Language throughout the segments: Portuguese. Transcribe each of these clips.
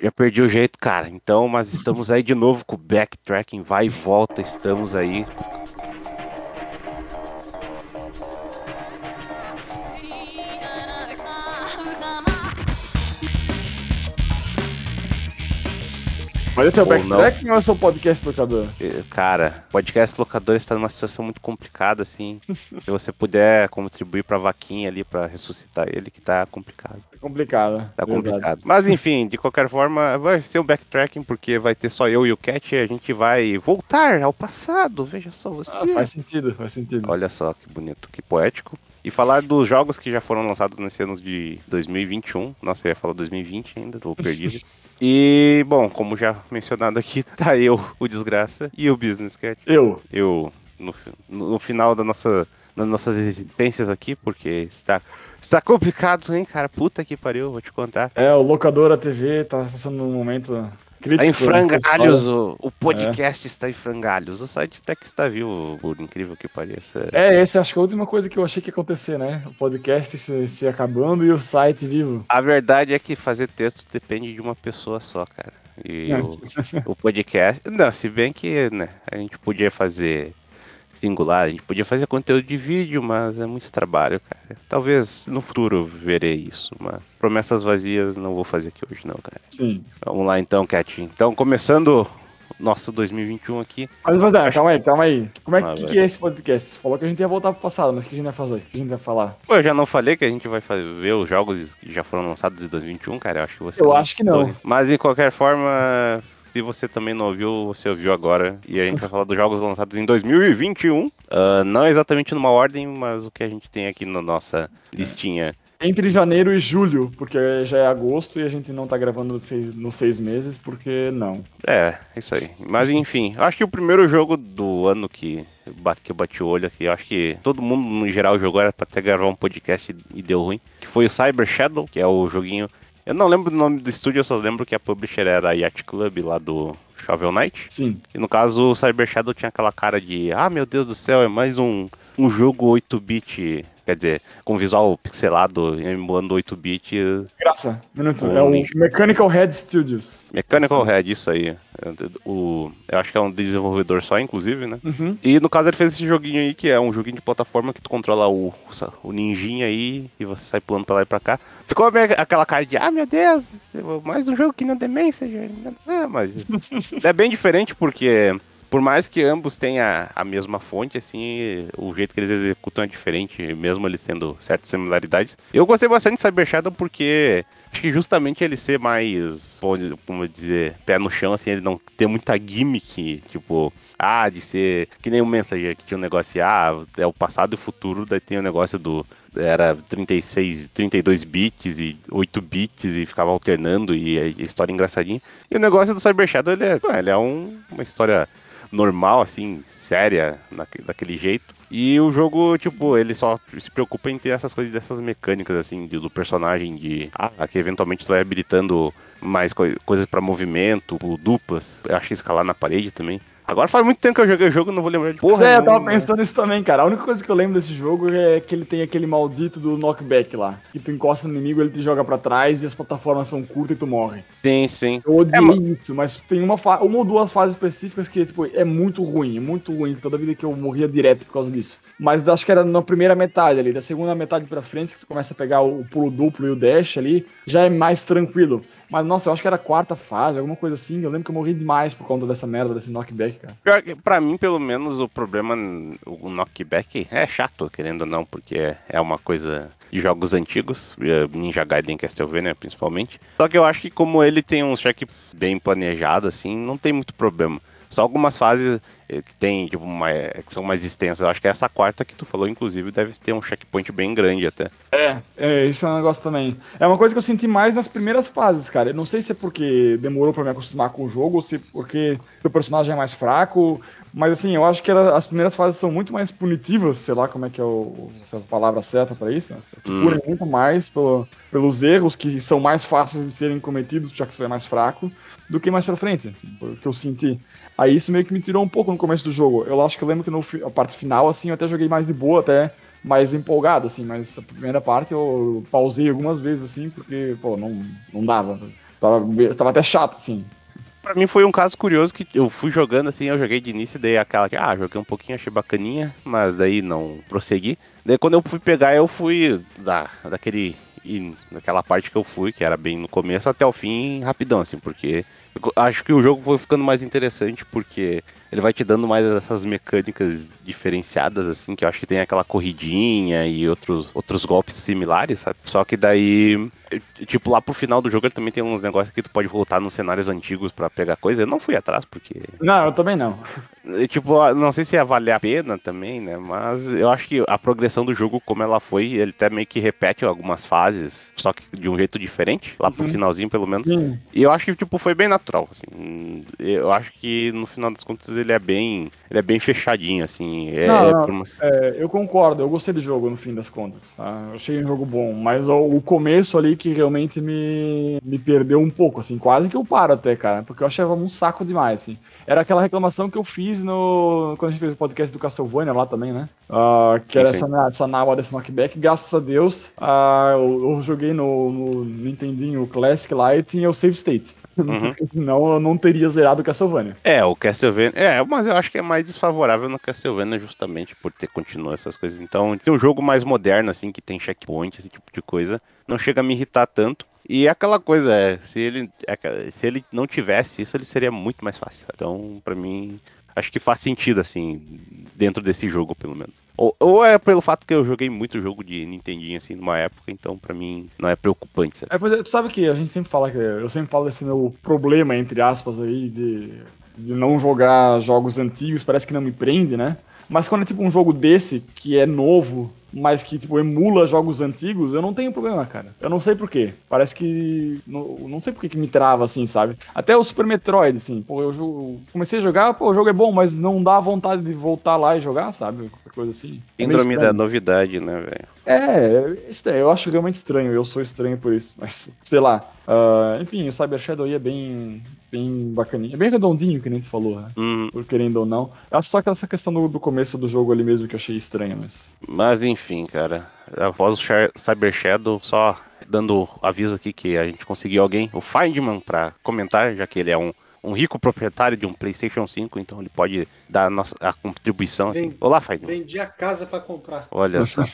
Já perdi o jeito, cara. Então, mas estamos aí de novo com o backtracking, vai e volta, estamos aí. Mas esse é o Ou não. backtracking ou é só o podcast tocador? Cara, podcast locador está numa situação muito complicada, assim. Se você puder contribuir pra vaquinha ali pra ressuscitar ele, que tá complicado. É complicado, Tá verdade. complicado. Mas enfim, de qualquer forma, vai ser um backtracking porque vai ter só eu e o Cat e a gente vai voltar ao passado. Veja só Ah, você. faz sentido, faz sentido. Olha só que bonito, que poético. E falar dos jogos que já foram lançados nesse ano de 2021. Nossa, eu ia falar 2020 ainda, tô perdido. E, bom, como já mencionado aqui, tá eu, o Desgraça, e o Business Cat. Eu. Eu, no final das nossas existências aqui, porque está complicado, hein, cara? Puta que pariu, vou te contar. O Locadora TV tá passando um momento Tá em crítico nessa frangalhos, história. o É. podcast está em frangalhos. O site até que está vivo, por incrível que pareça. Esse acho que é a última coisa que eu achei que ia acontecer, né? O podcast se acabando e o site vivo. A verdade é que fazer texto depende de uma pessoa só, cara. E o podcast. Não, se bem que, né, a gente podia fazer singular, a gente podia fazer conteúdo de vídeo, mas é muito trabalho, cara. Talvez no futuro eu verei isso, mas promessas vazias não vou fazer aqui hoje, não, cara. Sim. Vamos lá então, Cat. Então, começando nosso 2021 aqui. Mas Acho calma aí. Como é ah, que é esse podcast? Você falou que a gente ia voltar pro passado, mas o que a gente vai fazer? O que a gente vai falar? Pô, eu já não falei que a gente vai ver os jogos que já foram lançados em 2021, cara. Eu acho que você Eu não acho que escutou. não. Mas de qualquer forma, se você também não ouviu, você ouviu agora. E a gente vai falar dos jogos lançados em 2021. Não exatamente numa ordem, mas o que a gente tem aqui na nossa listinha. Entre janeiro e julho, porque já é agosto e a gente não tá gravando nos 6 meses, porque não. Isso aí. Mas enfim, eu acho que o primeiro jogo do ano que eu bati o olho aqui, eu acho que todo mundo no geral jogou, era pra até gravar um podcast e deu ruim. Que foi o Cyber Shadow, que é o joguinho. Eu não lembro do nome do estúdio, eu só lembro que a publisher era a Yacht Club lá do Shovel Knight. Sim. E no caso, o Cyber Shadow tinha aquela cara de, ah, meu Deus do céu, é mais um jogo 8-bit, quer dizer, com visual pixelado, emulando 8-bit Graça, minuto. É com o Mechanical Head Studios. Esse Mechanical aí. Head, isso aí. Eu acho que é um desenvolvedor só, inclusive, né? Uhum. E no caso ele fez esse joguinho aí, que é um joguinho de plataforma que tu controla o ninjinha aí e você sai pulando pra lá e pra cá. Ficou meio aquela cara de, ah, meu Deus, mais um jogo que não The Messenger. Mas é bem diferente porque, por mais que ambos tenham a mesma fonte, assim, o jeito que eles executam é diferente, mesmo eles tendo certas similaridades. Eu gostei bastante de Cyber Shadow porque acho que justamente ele ser mais, como dizer, pé no chão, assim, ele não ter muita gimmick, tipo, de ser que nem o Messenger, que tinha um negócio, é o passado e o futuro, daí tem o negócio do era 36, 32 bits e 8 bits e ficava alternando e a história engraçadinha. E o negócio do Cyber Shadow, ele é uma história normal, assim, séria, daquele jeito. E o jogo, tipo, ele só se preocupa em ter essas coisas, dessas mecânicas, assim, do personagem, que eventualmente tu vai habilitando mais coisas pra movimento, duplas. Eu acho que escalar na parede também. Agora faz muito tempo que eu joguei o jogo, não vou lembrar de Pois porra é, eu tava nenhuma. pensando nisso também, cara. A única coisa que eu lembro desse jogo é que ele tem aquele maldito do knockback lá. Que tu encosta no inimigo, ele te joga pra trás e as plataformas são curtas e tu morre. Sim, sim. Eu É, odiei isso, mas tem uma ou duas fases específicas que, tipo, é muito ruim, é muito ruim. Toda vida que eu morria direto por causa disso. Mas acho que era na primeira metade ali, da segunda metade pra frente, que tu começa a pegar o pulo duplo e o dash ali, já é mais tranquilo. Mas, nossa, eu acho que era a quarta fase, alguma coisa assim. Eu lembro que eu morri demais por conta dessa merda, desse knockback, cara. pior que, pra mim, pelo menos, o problema, o knockback é chato, querendo ou não, porque é uma coisa de jogos antigos, Ninja Gaiden e Castlevania, principalmente. Só que eu acho que como ele tem um check bem planejado, assim, não tem muito problema. Só algumas fases que tem, tipo, que são mais extensas. Eu acho que essa quarta que tu falou, inclusive, deve ter um checkpoint bem grande até. Esse é um negócio também. É uma coisa que eu senti mais nas primeiras fases, cara. Eu não sei se é porque demorou pra me acostumar com o jogo, ou se porque o personagem é mais fraco, mas assim, eu acho que as primeiras fases são muito mais punitivas, sei lá como é que é se é a palavra certa pra isso, mas te Hum, punem muito mais pelos erros que são mais fáceis de serem cometidos, já que tu é mais fraco, do que mais pra frente, assim, o que eu senti. Aí isso meio que me tirou um pouco no começo do jogo. Eu acho que eu lembro que a parte final, assim, eu até joguei mais de boa, até mais empolgado, assim, mas a primeira parte eu pausei algumas vezes, assim, porque, pô, não dava. Tava até chato, assim. Pra mim foi um caso curioso que eu fui jogando assim, eu joguei de início, daí aquela que, joguei um pouquinho, achei bacaninha, mas daí não prossegui. Daí quando eu fui pegar, eu fui daquela parte que eu fui, que era bem no começo, até o fim, rapidão, assim, porque eu acho que o jogo foi ficando mais interessante, porque ele vai te dando mais essas mecânicas diferenciadas, assim, que eu acho que tem aquela corridinha e outros golpes similares, sabe? Só que daí, tipo, lá pro final do jogo ele também tem uns negócios que tu pode voltar nos cenários antigos pra pegar coisa. Eu não fui atrás, porque Não, eu também não. tipo, não sei se ia valer a pena também, né? Mas eu acho que a progressão do jogo, como ela foi, ele até meio que repete algumas fases, só que de um jeito diferente, lá pro Uhum. finalzinho, pelo menos. Sim. E eu acho que, tipo, foi bem natural, assim. Eu acho que, no final das contas, ele é bem fechadinho, assim. Não, não, eu concordo, eu gostei do jogo no fim das contas, tá? Eu achei um jogo bom, mas o começo ali que realmente me perdeu um pouco, assim, quase que eu paro até, cara, porque eu achava um saco demais, assim. Era aquela reclamação que eu fiz quando a gente fez o podcast do Castlevania lá também, né? Que Sim, era sim. essa náusea desse knockback, graças a Deus, eu joguei no Nintendinho Classic Lite e eu save state. Uhum. Porque senão eu não teria zerado o Castlevania. O Castlevania. Mas eu acho que é mais desfavorável no Castlevania justamente por ter continuado essas coisas. Então, tem um jogo mais moderno, assim, que tem checkpoint, esse tipo de coisa, não chega a me irritar tanto. E é aquela coisa, se ele não tivesse isso, ele seria muito mais fácil. Então, pra mim, acho que faz sentido, assim, dentro desse jogo, pelo menos. Ou é pelo fato que eu joguei muito jogo de Nintendinho, assim, numa época, então pra mim não é preocupante, sabe? Pois é, tu sabe que a gente sempre fala que eu sempre falo desse meu problema, entre aspas, aí, de não jogar jogos antigos, parece que não me prende, né? Mas quando é tipo um jogo desse, que é novo, mas que tipo emula jogos antigos, eu não tenho problema, cara. Eu não sei por quê. Parece que. Não sei por que me trava assim, sabe? Até o Super Metroid, assim, pô, comecei a jogar, pô, o jogo é bom, mas não dá vontade de voltar lá e jogar, sabe? Qualquer coisa assim. É meio Síndrome da estranho. novidade, né, velho? Eu acho realmente estranho, eu sou estranho por isso, mas sei lá. Enfim, o Cyber Shadow aí é bem bacaninha, é bem redondinho, que nem tu falou, né? Hum, Por querendo ou não. É só que essa questão do começo do jogo ali mesmo que eu achei estranha, mas. Mas enfim, cara. Após o Cyber Shadow, só dando aviso aqui que a gente conseguiu alguém, o Findman, pra comentar, já que ele é um rico proprietário de um PlayStation 5, então ele pode dar a contribuição assim. Olá, Findman. Vendi a casa pra comprar. Olha só.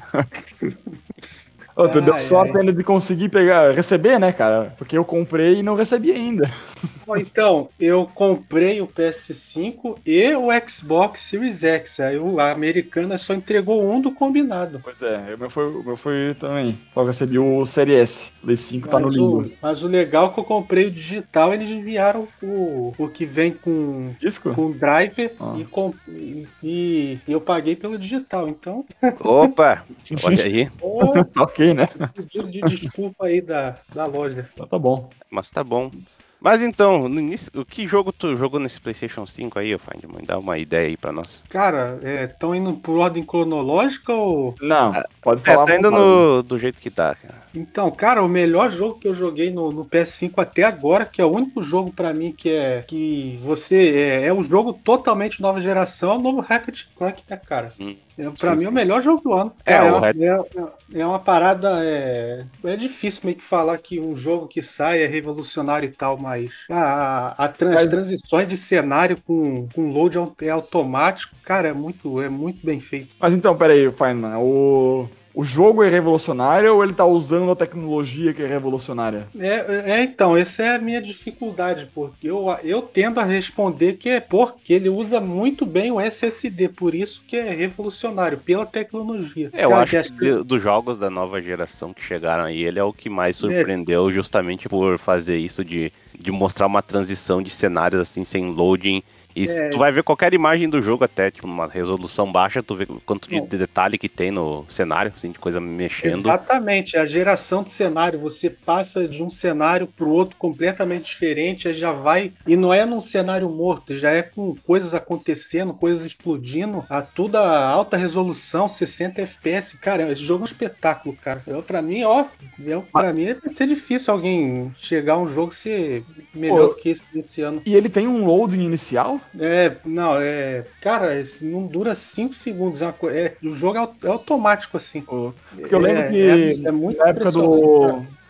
Ô, tu deu Ai, sorte ai. ainda de conseguir receber, né, cara? Porque eu comprei e não recebi ainda. Bom, então, eu comprei o PS5 e o Xbox Series X. Aí a americana só entregou um do combinado. Pois é, o meu foi também. Só recebi o Série S. Play 5 tá no Mas limbo. o legal é que eu comprei o digital, eles enviaram o que vem Disco? com driver Ó. e eu paguei pelo digital. Então, Opa! Olha aí. ô, Tá ok, né? pedido de desculpa aí da loja. Então tá bom. Mas tá bom. Mas então, no início, o que jogo tu jogou nesse PlayStation 5 aí, Findman? Dá uma ideia aí pra nós. Cara, estão indo por ordem cronológica ou. Não, pode falar à Tá indo vontade. do jeito que tá, cara. Então, cara, o melhor jogo que eu joguei no PS5 até agora, que é o único jogo pra mim que você é um jogo totalmente nova geração, é o novo Ratchet and Clank, né, cara? Pra Sim, mim é o sim. melhor jogo do ano. É, Cara, o Red. é uma parada. É difícil meio que falar que um jogo que sai é revolucionário e tal, mas as Mas, transições de cenário com load é automático, cara, é muito bem feito. mas então, peraí, Feynman. O jogo é revolucionário ou ele tá usando a tecnologia que é revolucionária? Então, essa é a minha dificuldade, porque eu tendo a responder que é porque ele usa muito bem o SSD, por isso que é revolucionário, pela tecnologia. Eu Cara, acho que dos jogos da nova geração que chegaram aí, ele é o que mais é, surpreendeu, justamente por fazer isso de mostrar uma transição de cenários assim, sem loading. E tu é, vai ver qualquer imagem do jogo, até, tipo, uma resolução baixa, tu vê o quanto de não, detalhe que tem no cenário, assim, de coisa mexendo. exatamente, a geração de cenário, você passa de um cenário para o outro completamente diferente, aí já vai, e não é num cenário morto, já é com coisas acontecendo, coisas explodindo, a tudo a alta resolução, 60 FPS, cara, esse jogo é um espetáculo, cara. Para mim, Mas, para mim vai ser difícil alguém chegar a um jogo ser melhor do pô, que esse ano. e ele tem um loading inicial? Não, cara, esse não dura 5 segundos, o jogo é automático assim. Porque eu lembro que É muito na época impressionante, cara.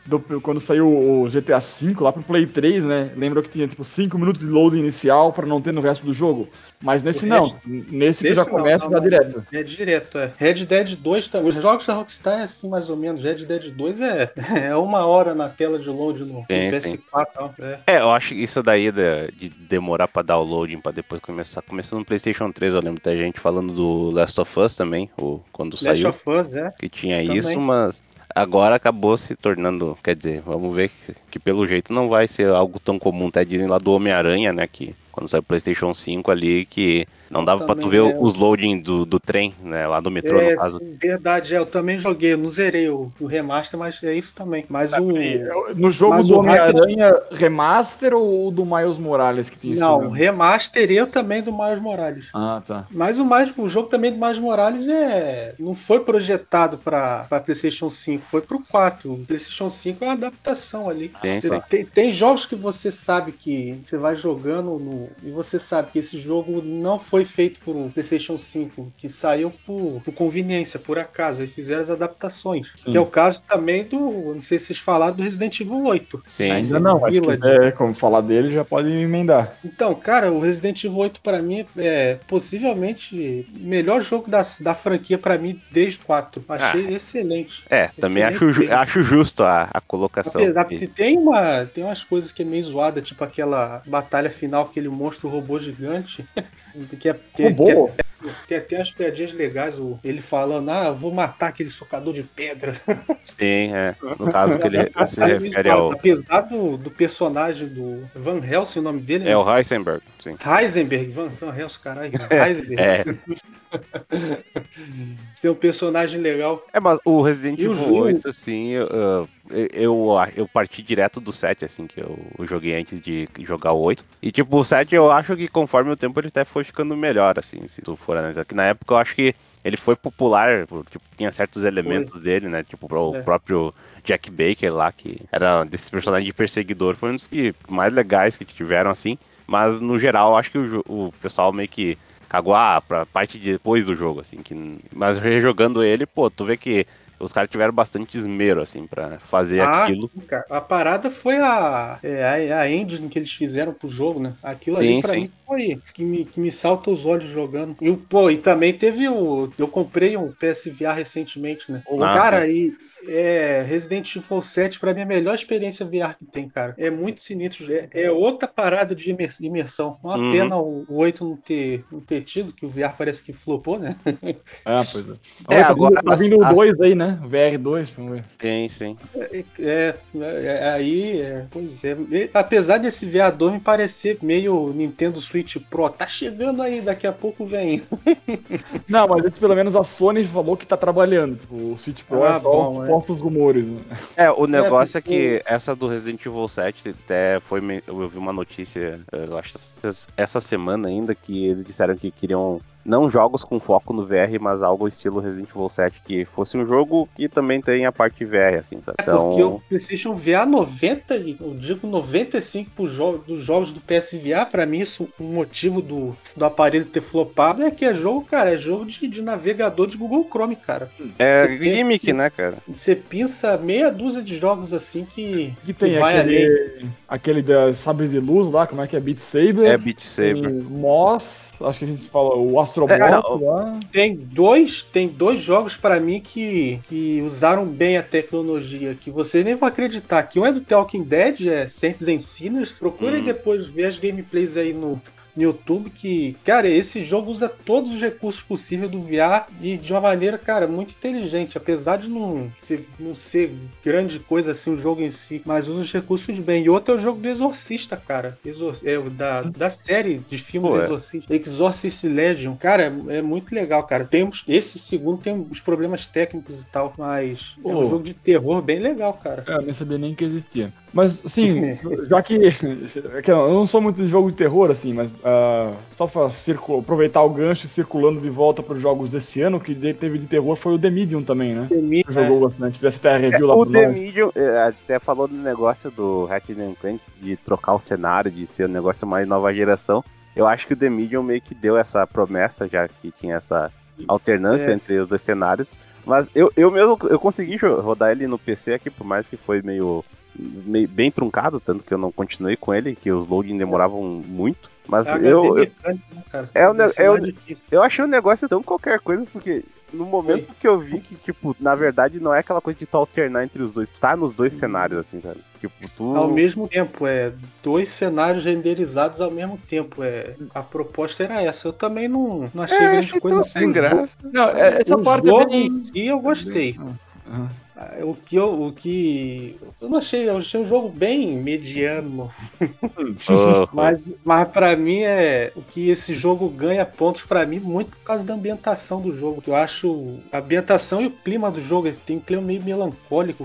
quando saiu o GTA V lá pro Play 3, né? Lembra que tinha tipo 5 minutos de load inicial pra não ter no resto do jogo? Mas nesse não. Nesse tu já começa já direto. É direto, é. Red Dead 2 também. Os jogos da Rockstar é assim mais ou menos. Red Dead 2 é 1 hora na tela de load no Sim. PS4. Eu acho que isso daí de demorar pra downloading, pra depois começar. Começou no PlayStation 3, eu lembro da gente falando do Last of Us também, quando Last saiu, of Us, que tinha também. isso, mas agora acabou se tornando, quer dizer, vamos ver que pelo jeito não vai ser algo tão comum. Até dizem lá do Homem-Aranha, né, que quando saiu o PlayStation 5 ali, que não dava pra tu ver os loading do trem, né, lá do metrô, no caso. Verdade, eu também joguei, eu não zerei o remaster, mas é isso também. Mas no jogo do Homem-Aranha remaster ou do Miles Morales que tinha esse Não, problema? remaster eu também do Miles Morales. Ah, tá. Mas o jogo também do Miles Morales não foi projetado para PlayStation 5, foi pro 4. O PlayStation 5 é uma adaptação ali. Sim. Tem jogos que você sabe que você vai jogando e você sabe que esse jogo não foi feito pro PlayStation 5, que saiu por conveniência, por acaso, e fizeram as adaptações. Sim. Que é o caso também não sei se vocês falaram, do Resident Evil 8. Ainda não, mas se quiser como falar dele, já pode me emendar. Então, cara, o Resident Evil 8 pra mim é possivelmente o melhor jogo da franquia pra mim desde o 4. Achei excelente. Também Excelente acho justo a colocação. Tem umas coisas que é meio zoada, tipo aquela batalha final, aquele monstro robô gigante. Robô? Tem até umas piadinhas legais, ele falando, vou matar aquele socador de pedra. Sim, no caso que ele se refere ao... Apesar do personagem do Van Helsing, o nome dele, É o Heisenberg, sim. Heisenberg, Van Helsing, caralho, Heisenberg. Ser um personagem legal. Mas o Resident Evil 8, assim, eu parti direto do 7, assim, que eu joguei antes de jogar o 8. E, tipo, o 7 eu acho que conforme o tempo ele até foi ficando melhor, assim, se tu for analisar. Que na época eu acho que ele foi popular, tipo, tinha certos elementos dele, né? Tipo, o próprio Jack Baker lá, que era desse personagem de perseguidor, foi um dos mais legais que tiveram, assim. Mas, no geral, eu acho que o pessoal meio que cagou pra parte de depois do jogo, assim. Mas rejogando ele, pô, tu vê que os caras tiveram bastante esmero, assim, pra fazer aquilo. Sim, cara. A parada foi a engine que eles fizeram pro jogo, né? Aquilo ali pra mim foi que me salta os olhos jogando. E também teve eu comprei um PSVR recentemente, né? Cara, Resident Evil 7 pra mim é a melhor experiência VR que tem, cara. É muito sinistro. É outra parada de imersão. Uma pena o 8 não ter tido, que o VR parece que flopou, né? Pois é. Agora tá vindo o 2 aí, né? O VR2, vamos ver. Sim. Pois é. Apesar desse VR2 me parecer meio Nintendo Switch Pro, tá chegando aí, daqui a pouco vem. Não, mas antes, pelo menos a Sony falou que tá trabalhando. Tipo, o Switch Pro é só supostos rumores, né? O negócio é que essa do Resident Evil 7 até eu vi uma notícia, eu acho essa semana ainda, que eles disseram que queriam não jogos com foco no VR, mas algo estilo Resident Evil 7, que fosse um jogo que também tem a parte VR, assim, sabe? Porque o PlayStation VR 90, eu digo 95% dos jogos do PSVR, pra mim, isso, o motivo do aparelho ter flopado é que é jogo, cara, é jogo de navegador de Google Chrome, cara. Gimmick, né, cara? Você pinça meia dúzia de jogos assim que tem vai aquele da Sabres de Luz lá, como é que é? Beat Saber. Beat Saber. Tem Moss, acho que a gente fala o Astrobot lá. Tem dois jogos pra mim que usaram bem a tecnologia, que você nem vai acreditar. Que um é do The Walking Dead, Saints and Sinners. Procurem depois ver as gameplays aí no YouTube, que, cara, esse jogo usa todos os recursos possíveis do VR e de uma maneira, cara, muito inteligente, apesar de não ser grande coisa assim o jogo em si, mas usa os recursos bem. E outro é o jogo do Exorcista, cara, da série de filmes Exorcista, Exorcist Legion, cara, é muito legal, cara. Esse segundo tem os problemas técnicos e tal, mas é um jogo de terror bem legal, cara. Eu nem sabia nem que existia. Mas, assim, já que eu não sou muito de jogo de terror, assim, mas só pra aproveitar o gancho circulando de volta para os jogos desse ano, que teve de terror foi o The Medium também, né? Jogou bastante, tivesse até a review lá pro nós. O The Medium, até falou do negócio do Ratchet & Clank, de trocar o cenário, de ser um negócio mais nova geração. Eu acho que o The Medium meio que deu essa promessa, já que tinha essa alternância entre os dois cenários. Mas eu mesmo, eu consegui rodar ele no PC aqui, por mais que foi meio bem truncado, tanto que eu não continuei com ele, que os loading demoravam muito. Mas É HD mecânico, né, cara? Deve ser mais difícil. eu achei o negócio tão qualquer coisa, porque no momento que eu vi que, tipo, na verdade não é aquela coisa de tu alternar entre os dois, tu tá nos dois cenários, assim, sabe? Tipo, Ao mesmo tempo, 2 cenários renderizados ao mesmo tempo. A proposta era essa. Eu também não achei grande coisa. Tão sem graça. Não, essa O parte jogo é bem... em si eu gostei. O que eu não achei, eu achei um jogo bem mediano. Mas para mim o que esse jogo ganha pontos para mim muito por causa da ambientação do jogo. Eu acho a ambientação e o clima do jogo, tem um clima meio melancólico.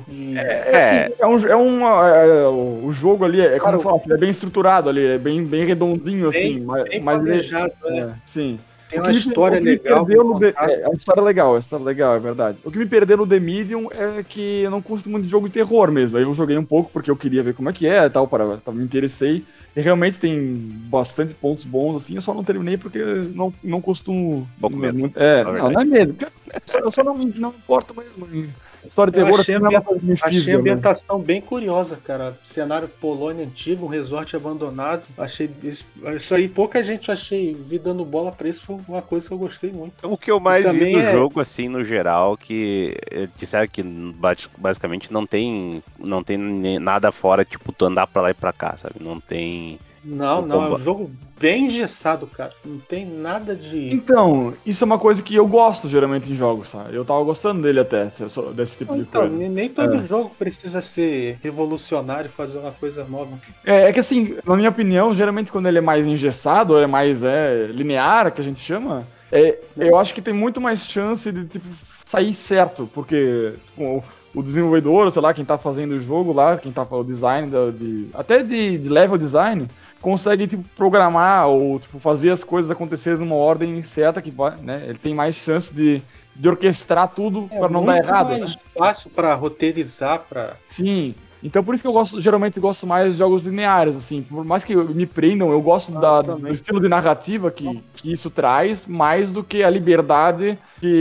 O jogo ali como fala, é bem estruturado ali, é bem redondinho assim, bem mas planejado, sim. Tem uma história legal. A história é legal, é verdade. O que me perdeu no The Medium é que eu não curto muito de jogo de terror mesmo. Aí eu joguei um pouco porque eu queria ver como é que é e tal, me interessei. E realmente tem bastante pontos bons, assim, eu só não terminei porque não costumo. Pouco medo. Não é medo. Eu só não me importo mesmo. História de terror assim, não é uma coisa que me Achei fisga, a ambientação bem curiosa, cara. Cenário Polônia antigo, um resort abandonado. Achei isso aí, pouca gente vi dando bola pra isso, foi uma coisa que eu gostei muito. O que eu mais vi do jogo, assim, no geral, que disseram que basicamente não tem nada fora, tipo, tu andar pra lá e pra cá, sabe? Não tem... Não, é um jogo bem engessado, cara. Não tem nada de... Então, isso é uma coisa que eu gosto geralmente em jogos, tá? Eu tava gostando dele até, desse tipo de coisa. Nem todo jogo precisa ser revolucionário, fazer uma coisa nova. É que assim, na minha opinião, geralmente quando ele é mais engessado, ou é mais linear, que a gente chama, eu acho que tem muito mais chance de tipo, sair certo, porque tipo, o desenvolvedor, sei lá, quem tá fazendo o jogo lá, quem tá fazendo o design, até de level design, consegue tipo, programar ou tipo, fazer as coisas acontecerem numa ordem certa, que né, ele tem mais chance de orquestrar tudo para não dar errado. É mais fácil para roteirizar, Sim. Então por isso que eu geralmente gosto mais de jogos lineares, assim, por mais que me prendam, eu gosto do estilo de narrativa que isso traz, mais do que a liberdade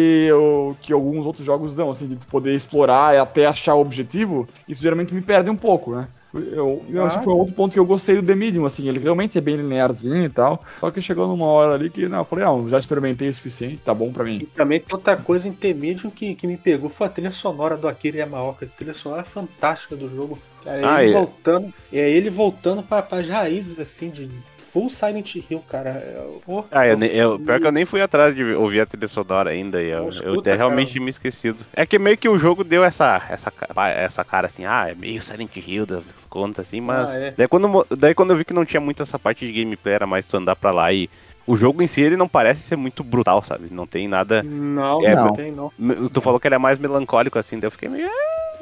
que alguns outros jogos dão, assim, de poder explorar e até achar o objetivo, isso geralmente me perde um pouco, né? Esse foi outro ponto que eu gostei do The Medium, assim, ele realmente é bem linearzinho e tal, só que chegou numa hora ali que, eu falei, já experimentei o suficiente, tá bom pra mim. E também tem outra coisa em The Medium que me pegou, foi a trilha sonora do Akira Yamaoka, a trilha sonora fantástica do jogo. Cara, ele voltando para as raízes, assim, de full Silent Hill, cara. Pior que eu nem fui atrás de ouvir a trilha sonora ainda, e eu até realmente tinha me esquecido. É que meio que o jogo deu essa cara assim, é meio Silent Hill das contas, assim, mas daí quando eu vi que não tinha muito essa parte de gameplay, era mais tu andar pra lá e o jogo em si, ele não parece ser muito brutal, sabe? Não tem nada... Não tem, não. Tu falou que ele é mais melancólico, assim, daí eu fiquei meio...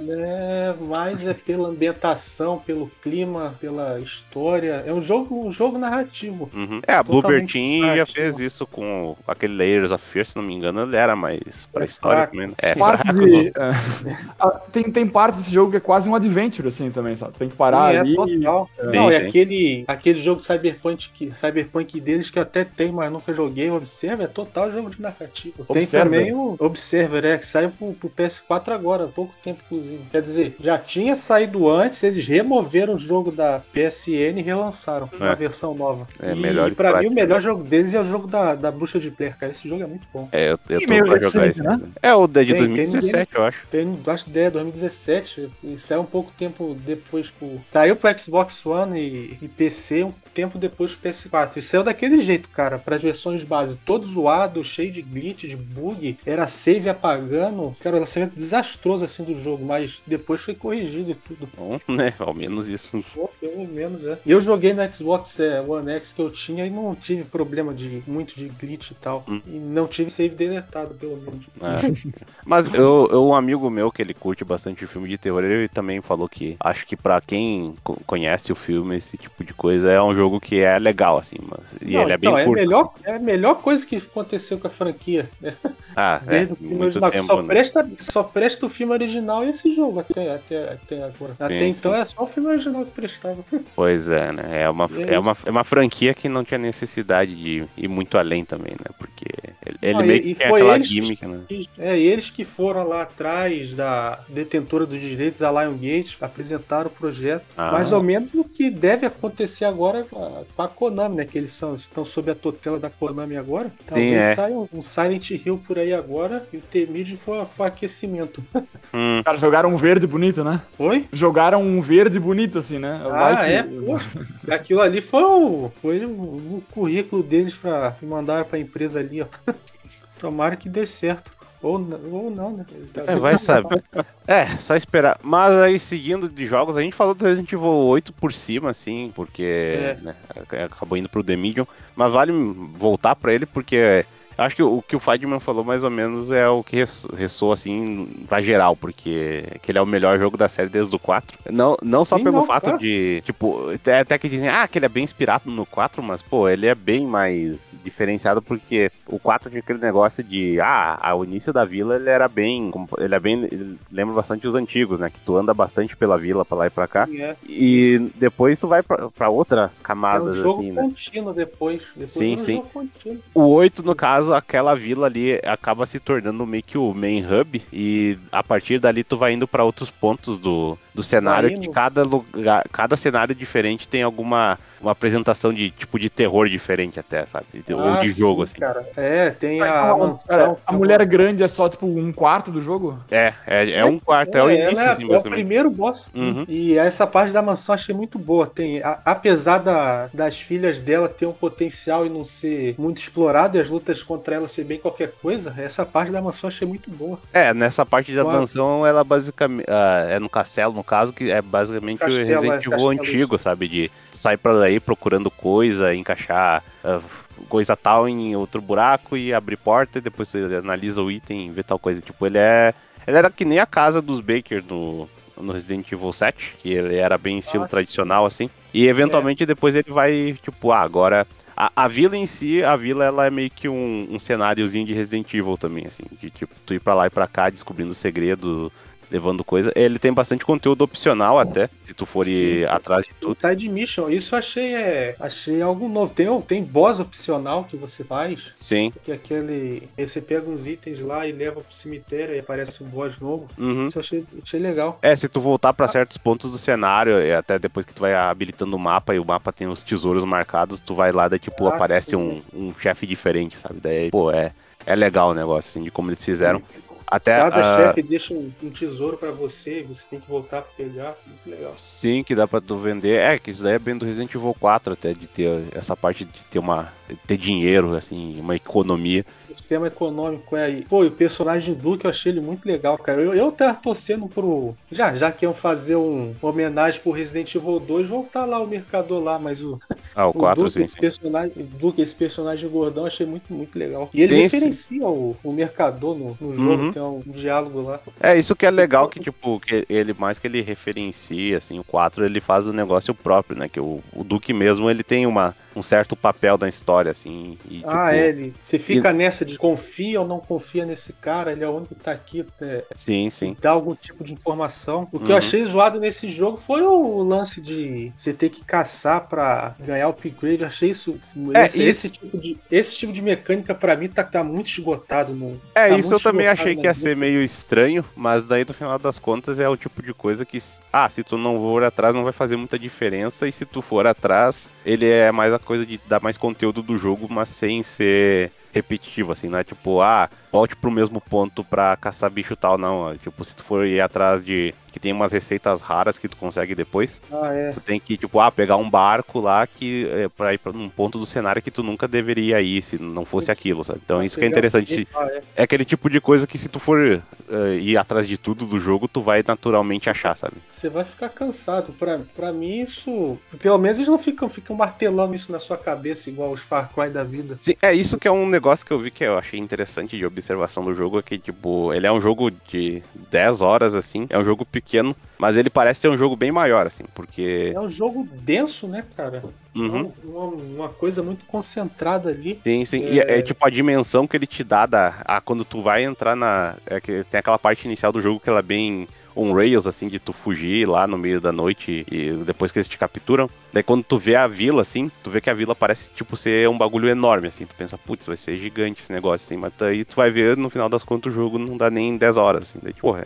Mais pela ambientação, pelo clima, pela história. É um jogo narrativo. Uhum. A Bluebird Team já fez isso com aquele Layers of Fear, se não me engano, ele era mais pra história também. Né? Tem parte desse jogo que é quase um adventure, assim, também, sabe? Você tem que parar ali. Total. Não, é aquele jogo Cyberpunk deles que eu até tenho, mas nunca joguei. O Observer é total jogo de narrativa. Tem também o Observer, que saiu pro PS4 agora, há pouco tempo, inclusive. Quer dizer, já tinha saído antes, eles removeram o jogo da PSN e relançaram uma versão nova. E pra mim o melhor jogo deles é o jogo da Bruxa de Blair, cara. Esse jogo é muito bom. Eu tô pra jogar esse, né? É o de 2017, eu acho. Acho que é 2017. E saiu um pouco tempo depois saiu pro Xbox One e PC um tempo depois pro PS4. E saiu daquele jeito, cara, para as versões base, todo zoado, cheio de glitch, de bug, era save apagando. Cara, o lançamento desastroso assim do jogo, mas depois foi corrigido e tudo. Bom, né? Ao menos isso. Pelo menos, E eu joguei no Xbox One X que eu tinha e não tive problema muito de glitch e tal. E não tive save deletado, pelo menos. Mas um amigo meu que ele curte bastante filme de terror, ele também falou que acho que pra quem conhece o filme, esse tipo de coisa, é um jogo que é legal, assim. Ele é bem curto. Assim. É a melhor coisa que aconteceu com a franquia. Né? Desde o filme original. Tempo, só presta o filme original e esse jogo até agora. Até então é só o filme original que prestava. Pois é, né? É uma franquia que não tinha necessidade de ir muito além também, né? Porque Ele Não, meio que e tem foi aquela eles gimmick, né? eles que foram lá atrás da detentora dos direitos, a Lionsgate, apresentaram o projeto. Mais ou Ah, menos o que deve acontecer agora com a Konami, né? Que eles estão sob a tutela da Konami agora. sim, Talvez é. saia um Silent Hill por aí agora e o Temid foi aquecimento. Cara, jogaram um verde bonito, né? Foi? Jogaram um verde bonito, assim, né? Vai Ah, que. é? Pô, aquilo ali foi o currículo deles pra que mandaram pra empresa ali, ó. Tomara que dê certo. Ou não, né? Vai saber. Só esperar. Mas aí, seguindo de jogos, a gente falou do Resident Evil 8 por cima, assim, porque né, acabou indo pro The Medium. Mas vale voltar pra ele, porque acho que o que o Feidman falou mais ou menos é o que ressoa, assim, pra geral, porque que ele é o melhor jogo da série desde o 4. Não só Sim, pelo não, fato claro. de, tipo, até que dizem, que ele é bem inspirado no 4, mas, pô, ele é bem mais diferenciado, porque o 4 tinha aquele negócio de, ao início da vila ele lembra bastante os antigos, né, que tu anda bastante pela vila, pra lá e pra cá, Sim, é. e depois tu vai pra outras É um camadas, jogo assim, né. contínuo depois. Depois Sim, vira um sim. jogo contínuo. O 8, no caso, aquela vila ali acaba se tornando meio que o main hub, e a partir dali tu vai indo pra outros pontos do cenário, Vai que indo. cada cenário diferente tem uma apresentação de tipo de terror diferente até, sabe? Ou de jogo, Sim, assim. cara. É, tem Ah, a então, cara, mansão. a mulher grande é só, tipo, um quarto do jogo? É um quarto, é o Ela início, assim, é o basicamente. primeiro boss. Uhum. E essa parte da mansão achei muito boa. Apesar das filhas dela ter um potencial e não ser muito explorado, e as lutas contra ela ser bem qualquer coisa, essa parte da mansão achei muito boa. Nessa parte da Uma- mansão, ela basicamente. É no castelo, no caso, que é basicamente o Resident Evil Castelo, isso. antigo, sabe? De sair pra daí procurando coisa, encaixar coisa tal em outro buraco e abrir porta, e depois você analisa o item e vê tal coisa. Tipo, ele era que nem a casa dos Baker no Resident Evil 7, que ele era bem estilo Sim. tradicional, assim. E eventualmente depois ele vai, tipo, agora. A vila em si, ela é meio que um cenáriozinho de Resident Evil também, assim. De tipo, tu ir pra lá e pra cá descobrindo segredo, levando coisa. Ele tem bastante conteúdo opcional até, se tu for Sim, ir atrás de tudo. Side Mission, isso eu achei algo novo. Tem boss opcional que você faz, Sim. que é você pega uns itens lá e leva pro cemitério e aparece um boss novo. Uhum. Isso eu achei legal. Se tu voltar pra certos pontos do cenário, e até depois que tu vai habilitando o mapa e o mapa tem os tesouros marcados, tu vai lá, daí tipo, aparece Sim. um chefe diferente, sabe? Daí, pô, é legal o negócio, assim, de como eles fizeram. Até, Cada chefe deixa um tesouro pra você e você tem que voltar pra pegar. Muito legal. sim, que dá pra tu vender. Que isso daí é bem do Resident Evil 4 até, de ter essa parte de ter dinheiro, assim, uma economia. O sistema econômico é aí. Pô, e o personagem Duke eu achei ele muito legal, cara. Eu tava torcendo pro. Já que iam fazer uma homenagem pro Resident Evil 2, voltar lá o mercador lá, mas O o 4, Duke, sim, sim. esse personagem gordão, achei muito, muito legal. E ele Tem esse. referencia o mercador no jogo, Uhum. tem um diálogo lá. Isso que é legal, que tipo, que ele, mais que ele referencia, assim, o 4 ele faz o negócio próprio, né? Que o Duke mesmo, ele tem um certo papel na história, assim, e tipo. Você E, fica nessa de confia ou não confia nesse cara, ele é o único que tá aqui, sim, e sim. dá algum tipo de informação. O que eu Uhum. achei zoado nesse jogo foi o lance de você ter que caçar pra ganhar o upgrade. Eu achei Isso. esse tipo de mecânica pra mim tá muito esgotado tá Isso eu muito também esgotado achei na que ia ser indústria. meio estranho, mas daí no final das contas é o tipo de coisa que, se tu não for atrás não vai fazer muita diferença, e se tu for atrás, ele é mais a coisa de dar mais conteúdo do jogo, mas sem ser repetitivo, assim, não é tipo, volte pro mesmo ponto pra caçar bicho tal, não. Tipo, se tu for ir atrás que tem umas receitas raras que tu consegue depois, É. tu tem que, tipo, pegar um barco lá que pra ir pra um ponto do cenário que tu nunca deveria ir se não fosse aquilo, sabe? Então Pra isso que é pegar o. interessante. É. É aquele tipo de coisa que se tu for ir atrás de tudo do jogo, tu vai naturalmente achar, sabe? Você vai ficar cansado. Pra mim, isso. Pelo menos eles não ficam martelando isso na sua cabeça, igual os Far Cry da vida. Sim, isso que é um negócio que eu vi que eu achei interessante de observação do jogo, é que, tipo, ele é um jogo de 10 horas, assim, é um jogo pequeno, mas ele parece ser um jogo bem maior, assim, porque... É um jogo denso, né, cara? É Uhum. uma coisa muito concentrada ali. Sim, sim. E é tipo a dimensão que ele te dá quando tu vai entrar que tem aquela parte inicial do jogo que ela é bem on-rails, assim, de tu fugir lá no meio da noite e depois que eles te capturam. Daí quando tu vê a vila, assim, tu vê que a vila parece, tipo, ser um bagulho enorme, assim. Tu pensa, putz, vai ser gigante esse negócio, assim. Mas daí tu vai ver, no final das contas, o jogo não dá nem 10 horas, assim. Daí, tipo,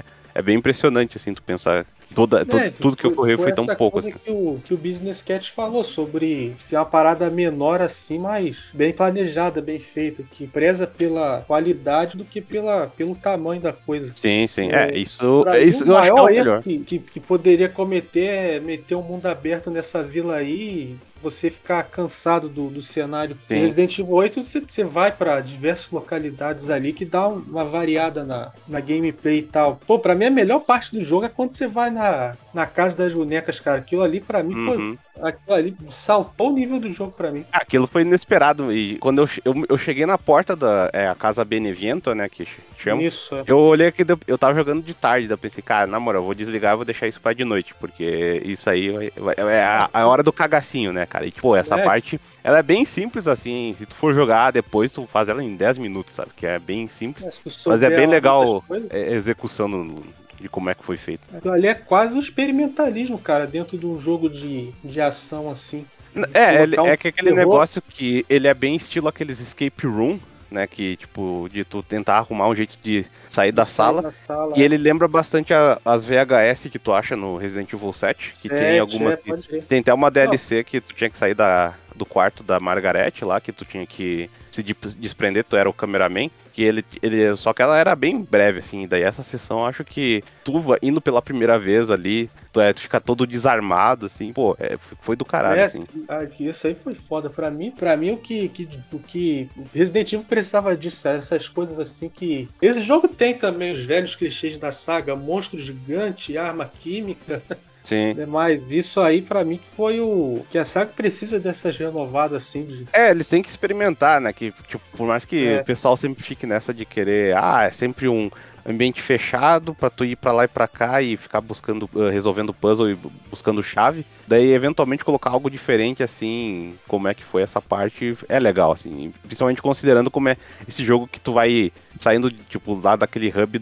é bem impressionante, assim, tu pensar... Tudo que ocorreu foi tão essa pouco, coisa assim. que o Business Cat falou sobre ser uma parada menor assim, mas bem planejada, bem feita, que preza pela qualidade do que pelo tamanho da coisa. Sim, sim. Pra mim, o Isso eu acho que é maior o erro melhor. que poderia cometer é meter um mundo aberto nessa vila aí, você ficar cansado do cenário. Em Sim. Resident Evil 8 você vai para diversas localidades ali que dá uma variada na gameplay e tal. Pô, pra mim a melhor parte do jogo é quando você vai na casa das bonecas, cara. Aquilo ali pra mim foi. Uhum. Aquilo ali saltou o nível do jogo pra mim. Aquilo foi inesperado. E quando eu cheguei na porta da a Casa Benevento, né, que chama, Isso. eu olhei aqui, eu tava jogando de tarde, daí eu pensei, cara, na moral, eu vou desligar e vou deixar isso pra de noite, porque isso aí é a hora do cagacinho, né, cara? E, tipo, essa É. parte, ela é bem simples, assim, se tu for jogar depois, tu faz ela em 10 minutos, sabe? Que é bem simples, Se tu mas é souber bem muitas legal coisas. a execução de como é que foi feito. Aquilo ali é quase um experimentalismo, cara, dentro de um jogo de ação assim. De colocar um É que aquele terror. negócio que ele é bem estilo aqueles escape room, né? Que, tipo, de tu tentar arrumar um jeito de sair De da sair sala. da sala. E ele lembra bastante as VHS que tu acha no Resident Evil 7. Que tem 7, algumas que. pode ser. Tem até uma Não, DLC que tu tinha que sair do quarto da Margaret lá, que tu tinha que se desprender, tu era o cameraman. Que só que ela era bem breve, assim. Daí essa sessão, eu acho que tu indo pela primeira vez ali, tu fica todo desarmado, assim. Pô, foi do caralho, assim. isso aí foi foda. Pra mim o que Resident Evil precisava disso, cara, essas coisas assim que. Esse jogo tem também os velhos clichês da saga, monstro gigante, arma química. Sim. Mas isso aí pra mim que foi o que a saga precisa dessas renovadas assim de. Eles têm que experimentar, né? Que, tipo, por mais que o É, pessoal sempre fique nessa de querer, é sempre um ambiente fechado pra tu ir pra lá e pra cá e ficar buscando, resolvendo puzzle e buscando chave. Daí, eventualmente, colocar algo diferente, assim, como é que foi essa parte, é legal, assim. Principalmente considerando como é esse jogo que tu vai saindo, tipo, lá daquele hub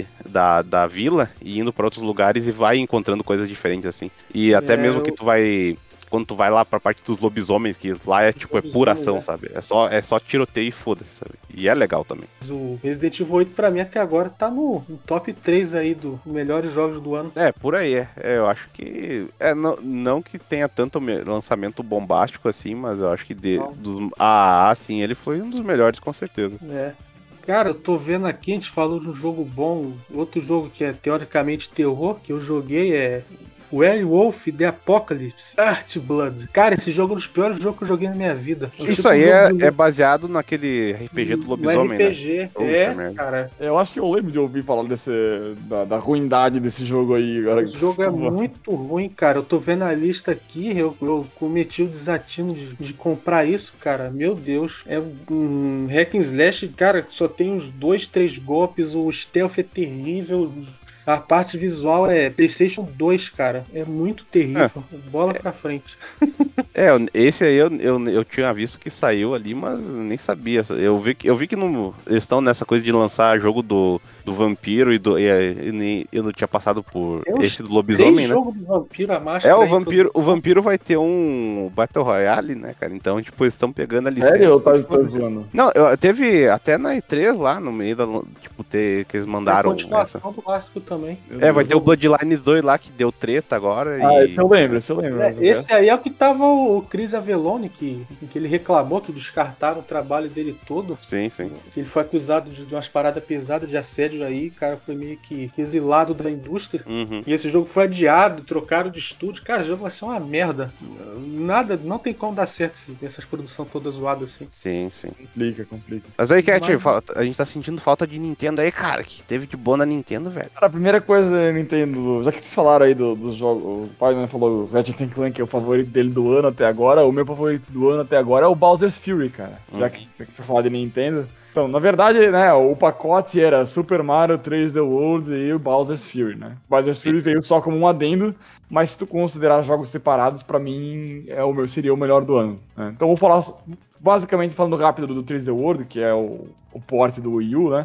da vila e indo pra outros lugares e vai encontrando coisas diferentes, assim. E até mesmo que o tu vai quando tu vai lá pra parte dos lobisomens, que lá é tipo, é pura lobisomem, ação, né? sabe? É só tiroteio e foda-se, sabe? E é legal também. O Resident Evil 8 pra mim até agora tá no top 3 aí dos melhores jogos do ano. Por aí eu acho que. Não que tenha tanto lançamento bombástico assim, mas eu acho que Então, dos AAA, assim, ele foi um dos melhores, com certeza. é. Cara, eu tô vendo aqui, a gente falou de um jogo bom, outro jogo que é teoricamente terror, que eu joguei é Werewolf The Apocalypse Earthblood. Cara, esse jogo é um dos piores jogos que eu joguei na minha vida. É Isso tipo um aí jogo de é baseado naquele RPG do no lobisomem, né? RPG. Puta merda. Cara. Eu acho que eu lembro de ouvir falar da ruindade desse jogo aí. Agora, Esse jogo é muito ruim, cara. Eu tô vendo a lista aqui, eu cometi o desatino de comprar isso, cara. Meu Deus. É um hack and slash, cara, só tem uns 2, 3 golpes, o stealth é terrível. A parte visual é PlayStation 2, cara. É muito É, terrível. Bola pra frente. esse aí eu tinha visto que saiu ali, mas nem sabia. Eu vi que eles estão nessa coisa de lançar jogo do vampiro eu não tinha passado por Tem uns esse do 3 lobisomem, né? jogos do Vampiro à Máscara O aí em produção. vampiro vai ter um Battle Royale, né, cara? Então, tipo, eles estão pegando a sério, licença eu e tava foda-se. zoando. Não, teve até na E3 lá, no meio tipo, que eles É a mandaram essa. continuação do clássico também. Meu Vai Deus, ter o Bloodlines 2 lá que deu treta agora esse eu lembro, esse eu lembro. Mas o Esse resto... aí é o que tava o Chris Avellone, que ele reclamou que descartaram o trabalho dele todo. Sim, sim. Ele foi acusado de umas paradas pesadas de assédio aí, o cara foi meio que exilado da indústria. Uhum. E esse jogo foi adiado, trocaram de estúdio. Cara, o jogo vai ser uma merda. Nada, não tem como dar certo essas produções todas zoadas assim. Sim, sim. Complica. Mas aí, Cat, Mas, a gente tá sentindo falta de Nintendo aí, cara. Que teve de bom na Nintendo, velho. Cara, a primeira coisa da Nintendo, já que vocês falaram aí dos jogos, o pai né, falou o Ratchet Clank que é o favorito dele do ano até agora, o meu favorito do ano até agora é o Bowser's Fury, cara. Já que foi falar de Nintendo. Então, na verdade, né, o pacote era Super Mario 3D World e o Bowser's Fury, né? O Bowser's Fury veio só como um adendo, mas se tu considerar jogos separados, pra mim seria o melhor do ano. Né? Então vou falar basicamente falando rápido do 3D World, que é o port do Wii U, né?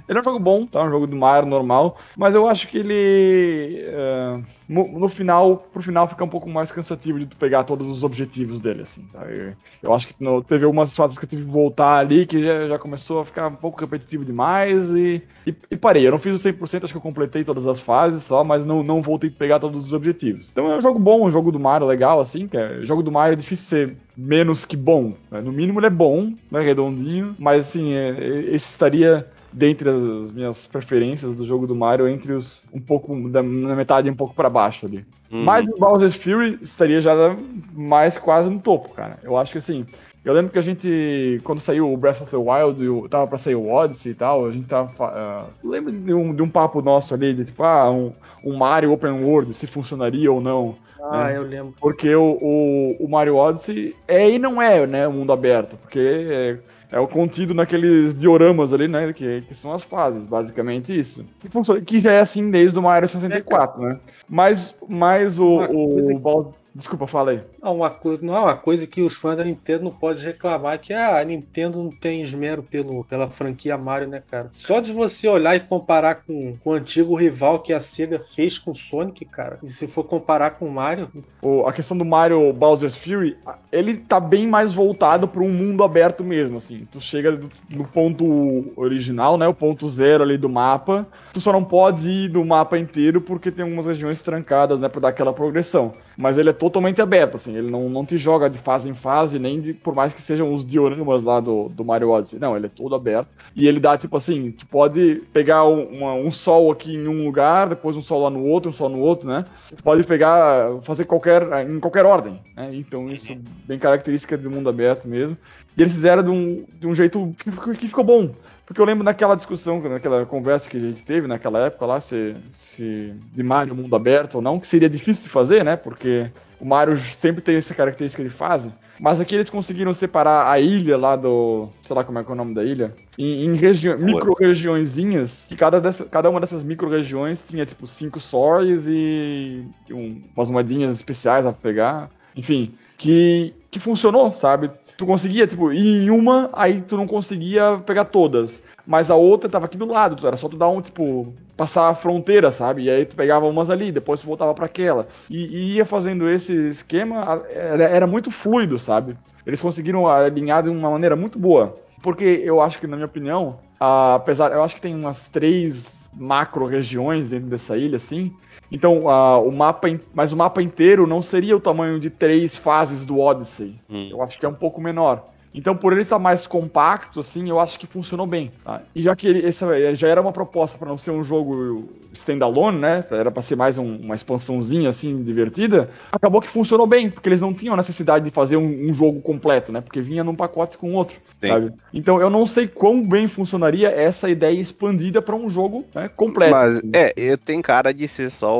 Ele é um jogo bom, tá? Um jogo do Mario normal, mas eu acho que ele no final, pro final fica um pouco mais cansativo de tu pegar todos os objetivos dele, assim, tá? Eu acho que teve algumas fases que eu tive que voltar ali que já começou a ficar um pouco repetitivo demais e parei. Eu não fiz o 100%, acho que eu completei todas as fases só, mas não voltei a pegar todos os objetivos. Então é um jogo bom, um jogo do Mario legal, assim, que jogo do Mario é difícil ser menos que bom, né? No mínimo ele é bom, né, redondinho, mas assim, esse estaria dentre as minhas preferências do jogo do Mario entre os um pouco na metade um pouco para baixo ali. Mas o Bowser's Fury estaria já mais quase no topo, cara. Eu acho que assim, eu lembro que a gente, quando saiu o Breath of the Wild, tava pra sair o Odyssey e tal, a gente tava. Lembro de um papo nosso ali, de tipo, um Mario Open World, se funcionaria ou não. Ah, Né? eu lembro. Porque o Mario Odyssey e não é, né, mundo aberto, porque é o contido naqueles dioramas ali, né, que são as fases, basicamente isso. Que já é assim desde o Mario 64, né? Mas Desculpa, fala aí. Não é uma coisa que os fãs da Nintendo não podem reclamar, que a Nintendo não tem esmero pela franquia Mario, né, cara? Só de você olhar e comparar com o antigo rival que a Sega fez com o Sonic, cara, e se for comparar com o Mario... A questão do Mario Bowser's Fury, ele tá bem mais voltado para um mundo aberto mesmo, assim. Tu chega no ponto original, né, o ponto zero ali do mapa, tu só não pode ir do mapa inteiro porque tem algumas regiões trancadas, né, para dar aquela progressão. Mas ele é totalmente aberto, assim, ele não te joga de fase em fase, por mais que sejam os dioramas lá do Mario Odyssey. Não, ele é todo aberto. E ele dá, tipo assim, tu pode pegar um sol aqui em um lugar, depois um sol lá no outro, um sol no outro, né? Tu pode fazer em qualquer ordem, né? Então isso é bem característica do mundo aberto mesmo. E eles fizeram de um jeito que ficou bom. Porque eu lembro naquela discussão, naquela conversa que a gente teve naquela época lá, se de Mario mundo aberto ou não, que seria difícil de fazer, né? Porque o Mario sempre tem essa característica de fase. Mas aqui eles conseguiram separar a ilha lá sei lá como é que é o nome da ilha, em micro-regiõezinhas, que cada uma dessas micro-regiões tinha tipo 5 sóis e umas moedinhas especiais pra pegar. Enfim, que funcionou, sabe? Tu conseguia, tipo, ir em uma, aí tu não conseguia pegar todas. Mas a outra tava aqui do lado, era só tu dar passar a fronteira, sabe? E aí tu pegava umas ali, depois tu voltava para aquela. E ia fazendo esse esquema, era muito fluido, sabe? Eles conseguiram alinhar de uma maneira muito boa. Porque eu acho que, na minha opinião, eu acho que tem umas 3 macro-regiões dentro dessa ilha, assim. Então, mas o mapa inteiro não seria o tamanho de 3 fases do Odyssey. Eu acho que é um pouco menor. Então, por ele estar mais compacto, assim, eu acho que funcionou bem. Tá? E já que essa já era uma proposta para não ser um jogo standalone, né? Era para ser mais uma expansãozinha, assim, divertida, acabou que funcionou bem, porque eles não tinham necessidade de fazer um jogo completo, né? Porque vinha num pacote com outro, sabe? Então, eu não sei quão bem funcionaria essa ideia expandida para um jogo, né, completo. Mas, tem cara de ser só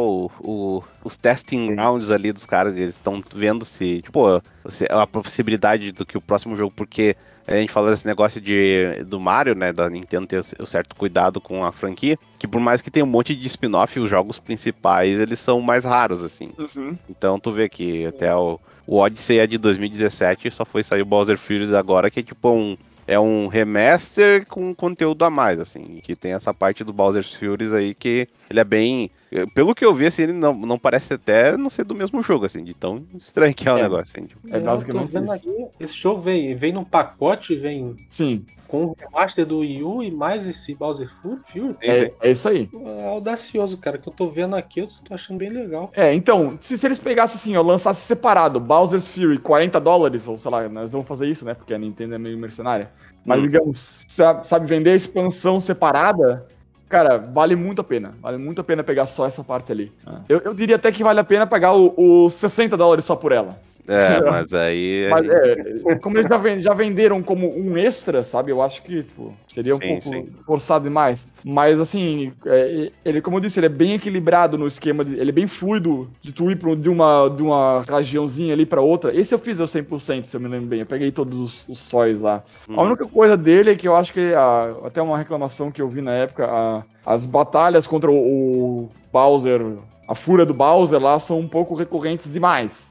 os testing grounds ali dos caras, eles estão vendo se, tipo, a possibilidade do que o próximo jogo, porque a gente falou desse negócio do Mario, né, da Nintendo ter o certo cuidado com a franquia, que por mais que tenha um monte de spin-off, os jogos principais, eles são mais raros, assim. Então, tu vê que até o Odyssey é de 2017 e só foi sair o Bowser Fury agora, que é tipo é um remaster com conteúdo a mais, assim, que tem essa parte do Bowser's Fury aí que ele é bem... Pelo que eu vi, assim, ele não parece até não ser do mesmo jogo, assim, de tão estranho que é o negócio, assim. Tipo. É basicamente tô vendo isso. aqui, esse jogo vem num pacote, vem Sim. com o remaster do Wii U e mais esse Bowser Fury. É isso aí. É audacioso, cara, que eu tô vendo aqui, eu tô achando bem legal. Então, se eles pegassem assim, ó, lançassem separado, Bowser's Fury, $40, ou sei lá, nós vamos fazer isso, né? Porque a Nintendo é meio mercenária. Mas, digamos, sabe, vender a expansão separada, cara, vale muito a pena. Vale muito a pena pegar só essa parte ali. Eu diria até que vale a pena pagar os $60 só por ela. Mas aí. Mas como eles já venderam como um extra, sabe? Eu acho que seria um pouco forçado demais. Mas assim, ele, como eu disse, ele é bem equilibrado no esquema, ele é bem fluido de tu ir de uma regiãozinha ali pra outra. Esse eu fiz 100%, se eu me lembro bem. Eu peguei todos os sóis lá. A única coisa dele é que eu acho que até uma reclamação que eu vi na época, as batalhas contra o Bowser, a fúria do Bowser lá são um pouco recorrentes demais. Assim.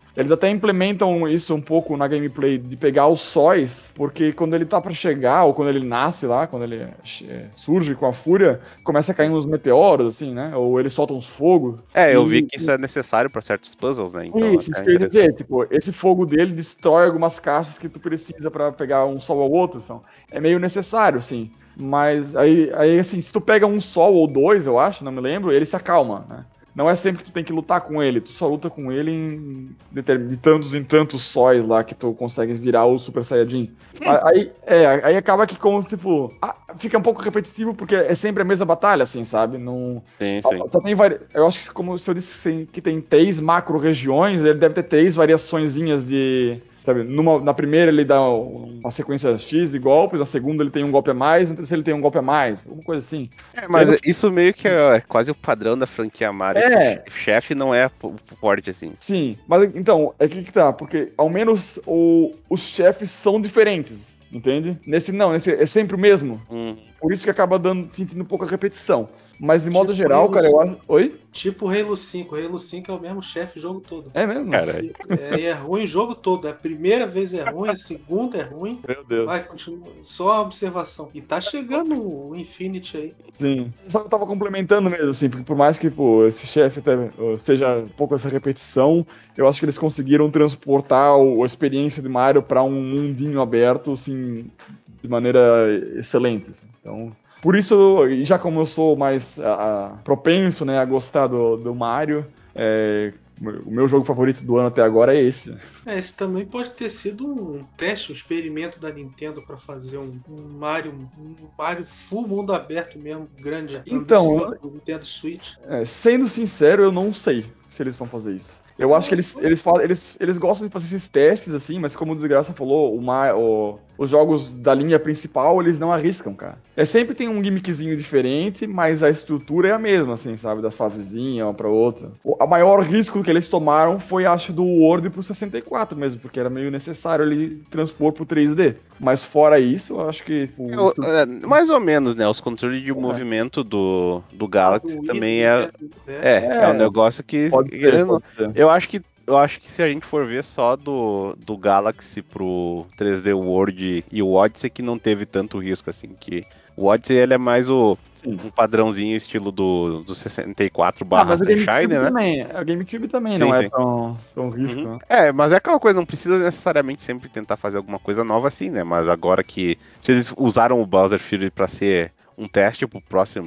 Eles até implementam isso um pouco na gameplay, de pegar os sóis, porque quando ele tá pra chegar, ou quando ele nasce lá, quando ele surge com a fúria, começa a cair uns meteoros, assim, né? Ou eles soltam uns fogos. Eu vi que isso é necessário pra certos puzzles, né? Então Isso é que eu ia dizer, interessante. tipo, esse fogo dele destrói algumas caixas que tu precisa pra pegar um sol ao outro, então é meio necessário, sim. Mas aí, assim, se tu pega um sol ou dois, eu acho, não me lembro, ele se acalma, né? Não é sempre que tu tem que lutar com ele, tu só luta com ele de tantos em tantos sóis lá que tu consegue virar o Super Saiyajin. Aí acaba que como, tipo, fica um pouco repetitivo porque é sempre a mesma batalha, assim, sabe? Não, Sim, sim. só tem eu acho que como se eu disse que tem 3 macro-regiões, ele deve ter 3 variaçõezinhas de... Sabe, na primeira ele dá uma sequência X de golpes, na segunda ele tem um golpe a mais, na terceira ele tem um golpe a mais, alguma coisa assim. E aí Mas isso meio que é quase o padrão da franquia Mario, que É, o chefe não é forte assim. sim. Mas então, é que tá, porque ao menos os chefes são diferentes, entende? Nesse é sempre o mesmo. Uhum. Por isso que acaba sentindo um pouco a repetição. Mas de modo Tipo geral, Halo cara, eu 5. acho. Oi? Tipo Halo 5. Halo 5 é o mesmo chefe o jogo todo. É mesmo? Cara, É ruim o jogo todo. A primeira vez é ruim, a segunda é ruim. Meu Deus. Vai, continua. Só a observação. E tá chegando o Infinity aí. Sim. Só eu tava complementando mesmo, assim, porque por mais que, pô, esse chefe seja um pouco essa repetição, eu acho que eles conseguiram transportar a experiência de Mario pra um mundinho aberto, assim, de maneira excelente. Assim. Então, por isso, e já como eu sou mais propenso, né, a gostar do Mario, o meu jogo favorito do ano até agora é esse. Esse também pode ter sido um teste, um experimento da Nintendo para fazer um Mario full mundo aberto mesmo, grande, Então, ambicioso, do Nintendo Switch. sendo sincero, eu não sei se eles vão fazer isso. Eu acho que eles gostam de fazer esses testes, assim, mas como o Desgraça falou, os jogos da linha principal, eles não arriscam, cara. Sempre tem um gimmickzinho diferente, mas a estrutura é a mesma, assim, sabe? Da fasezinha, uma pra outra. O maior risco que eles tomaram foi, acho, do World pro 64 mesmo, porque era meio necessário ele transpor pro 3D. Mas fora isso, eu acho que mais ou menos, né? Os controles de movimento do Galaxy Do Wii, do também Nintendo, né? é um negócio que pode ser, pode ser. eu acho que se a gente for ver só do Galaxy pro 3D World e o Odyssey que não teve tanto risco assim, que o Odyssey ele é mais um padrãozinho estilo do 64 barra Mas o Sunshine, GameCube né? também. O GameCube também Sim, não é sim. tão risco, Uhum. né? Mas é aquela coisa, não precisa necessariamente sempre tentar fazer alguma coisa nova assim, né? Mas agora que se eles usaram o Bowser Fury pra ser um teste pro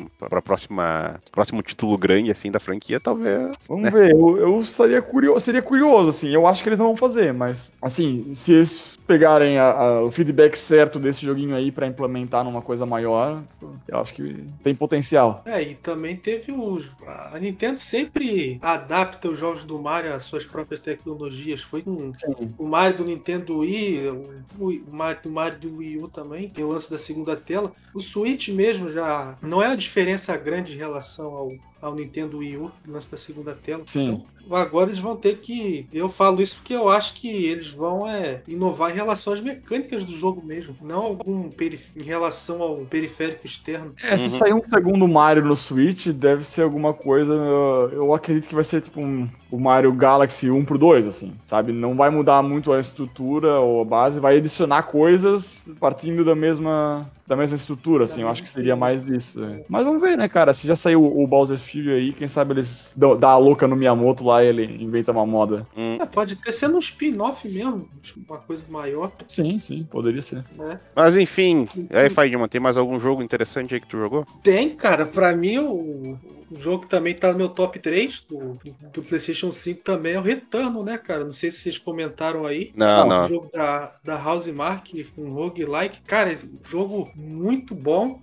próximo título grande assim da franquia, talvez, Vamos né? ver, eu seria curioso, assim, eu acho que eles não vão fazer, mas, assim, se eles pegarem o feedback certo desse joguinho aí pra implementar numa coisa maior, eu acho que tem potencial. E também teve a Nintendo sempre adapta os jogos do Mario às suas próprias tecnologias. Foi com Sim. o Mario do Nintendo Wii, o Mario do Wii U também, tem o lance da segunda tela. O Switch mesmo já não é a diferença grande em relação ao Nintendo Wii U, o lance da segunda tela. Sim. Então, agora eles vão ter que. Eu falo isso porque eu acho que eles vão inovar em relação às mecânicas do jogo mesmo, não em relação ao periférico externo. Se Uhum. sair um segundo Mario no Switch, deve ser alguma coisa. Eu acredito que vai ser tipo o Mario Galaxy 1 pro 2, assim, sabe? Não vai mudar muito a estrutura ou a base, vai adicionar coisas partindo da mesma estrutura, assim. Eu acho que seria mais disso. Mas vamos ver, né, cara? Se já saiu o Bowser's Fury aí, quem sabe eles dão a louca no Miyamoto lá e ele inventa uma moda. Pode ter sendo um spin-off mesmo, uma coisa maior, Sim, sim, poderia ser. né? Mas enfim, aí Faidima, tem mais algum jogo interessante aí que tu jogou? Tem, cara, pra mim o jogo que também tá no meu top 3 do PlayStation 5 também é o Retorno, né, cara? Não sei se vocês comentaram aí. Não, Não. O não. jogo da House Mark, um roguelike. Cara, jogo muito bom.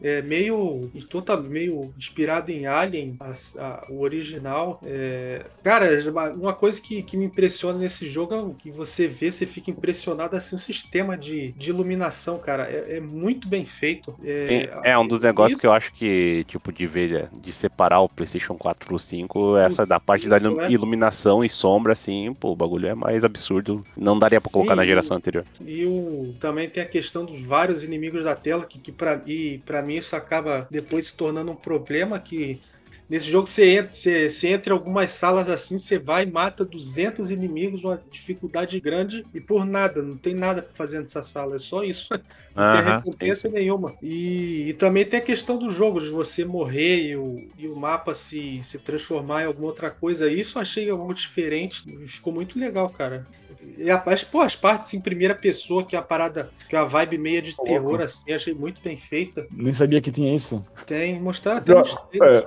Meio inspirado em Alien, o original. Cara, uma coisa que me impressiona nesse jogo é o que você vê, você fica impressionado assim, o sistema de iluminação, cara. É muito bem feito. É um dos negócios que eu acho que, tipo, de separar o PlayStation 4 pro 5, O essa da parte da 5, né? iluminação e sombra, assim, pô, o bagulho é mais absurdo. Não daria pra colocar na Sim, geração anterior. também tem a questão dos vários inimigos da tela, que pra mim isso acaba depois se tornando um problema, que Nesse jogo você entra em algumas salas assim, você vai e mata 200 inimigos, uma dificuldade grande e por nada, não tem nada pra fazer nessa sala, é só isso. Não tem Aham, sim, recompensa sim. nenhuma. E também tem a questão do jogo, de você morrer e o mapa se transformar em alguma outra coisa. Isso eu achei algo diferente, ficou muito legal, cara. E as partes em primeira pessoa, que é a parada, que é a vibe meia de Tô terror, louco. assim, achei muito bem feita. Nem sabia que tinha isso. Tem, mostraram O até nos pior, trailers.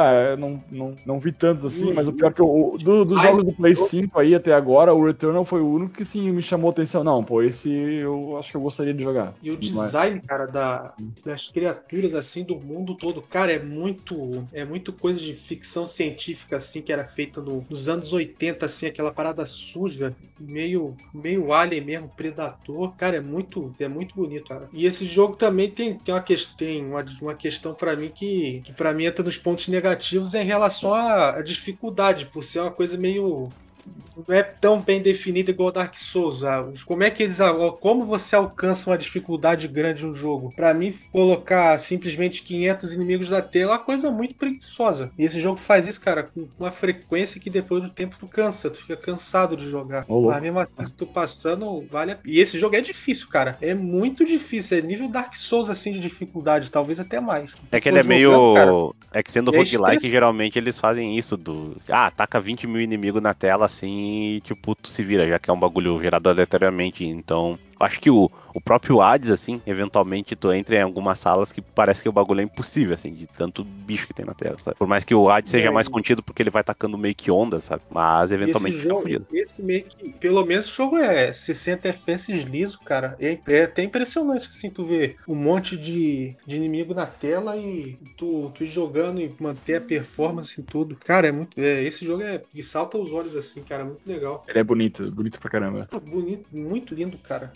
não vi tantos E assim, mas o pior é que dos design jogos do Play 5 aí até agora, o Returnal foi o único que sim me chamou a atenção. Não, pô, esse eu acho que eu gostaria de jogar. E o Mas, design, cara, das criaturas, assim, do mundo todo, cara, é muito coisa de ficção científica, assim, que era feita nos anos 80, assim, aquela parada suja, meio alien mesmo, predador. Cara, é muito bonito, cara. E esse jogo também tem uma questão pra mim que para mim entra nos pontos negativos em relação à dificuldade, por ser uma coisa meio não é tão bem definida igual Dark Souls. Como você alcança uma dificuldade grande no jogo? Pra mim, colocar simplesmente 500 inimigos na tela é uma coisa muito preguiçosa. E esse jogo faz isso, cara, com uma frequência que depois do tempo tu cansa, tu fica cansado de jogar. ô Mas louco. mesmo assim, se tu passando, E esse jogo é difícil, cara. É muito difícil. É nível Dark Souls assim de dificuldade, talvez até mais. Se tu É que for ele é jogando, cara, meio. É que sendo é roguelike, estressante. geralmente eles fazem isso do. Ah, taca 20 mil inimigos na tela assim e tipo, tu se vira, já que é um bagulho gerado aleatoriamente. Então, acho que o próprio Hades, assim, eventualmente tu entra em algumas salas que parece que o bagulho é impossível, assim, de tanto bicho que tem na tela, sabe? Por mais que o Hades seja mais É, contido porque ele vai tacando meio que ondas, sabe? Mas E esse eventualmente fica jogo, fodido. esse meio que, pelo menos o jogo é 60 FPS liso, cara. É até impressionante, assim, tu ver um monte de inimigo na tela e tu ir jogando e manter a performance e tudo. Cara, esse jogo que salta os olhos, assim, cara, muito legal. Ele é bonito, bonito pra caramba. Bonito, muito lindo, cara.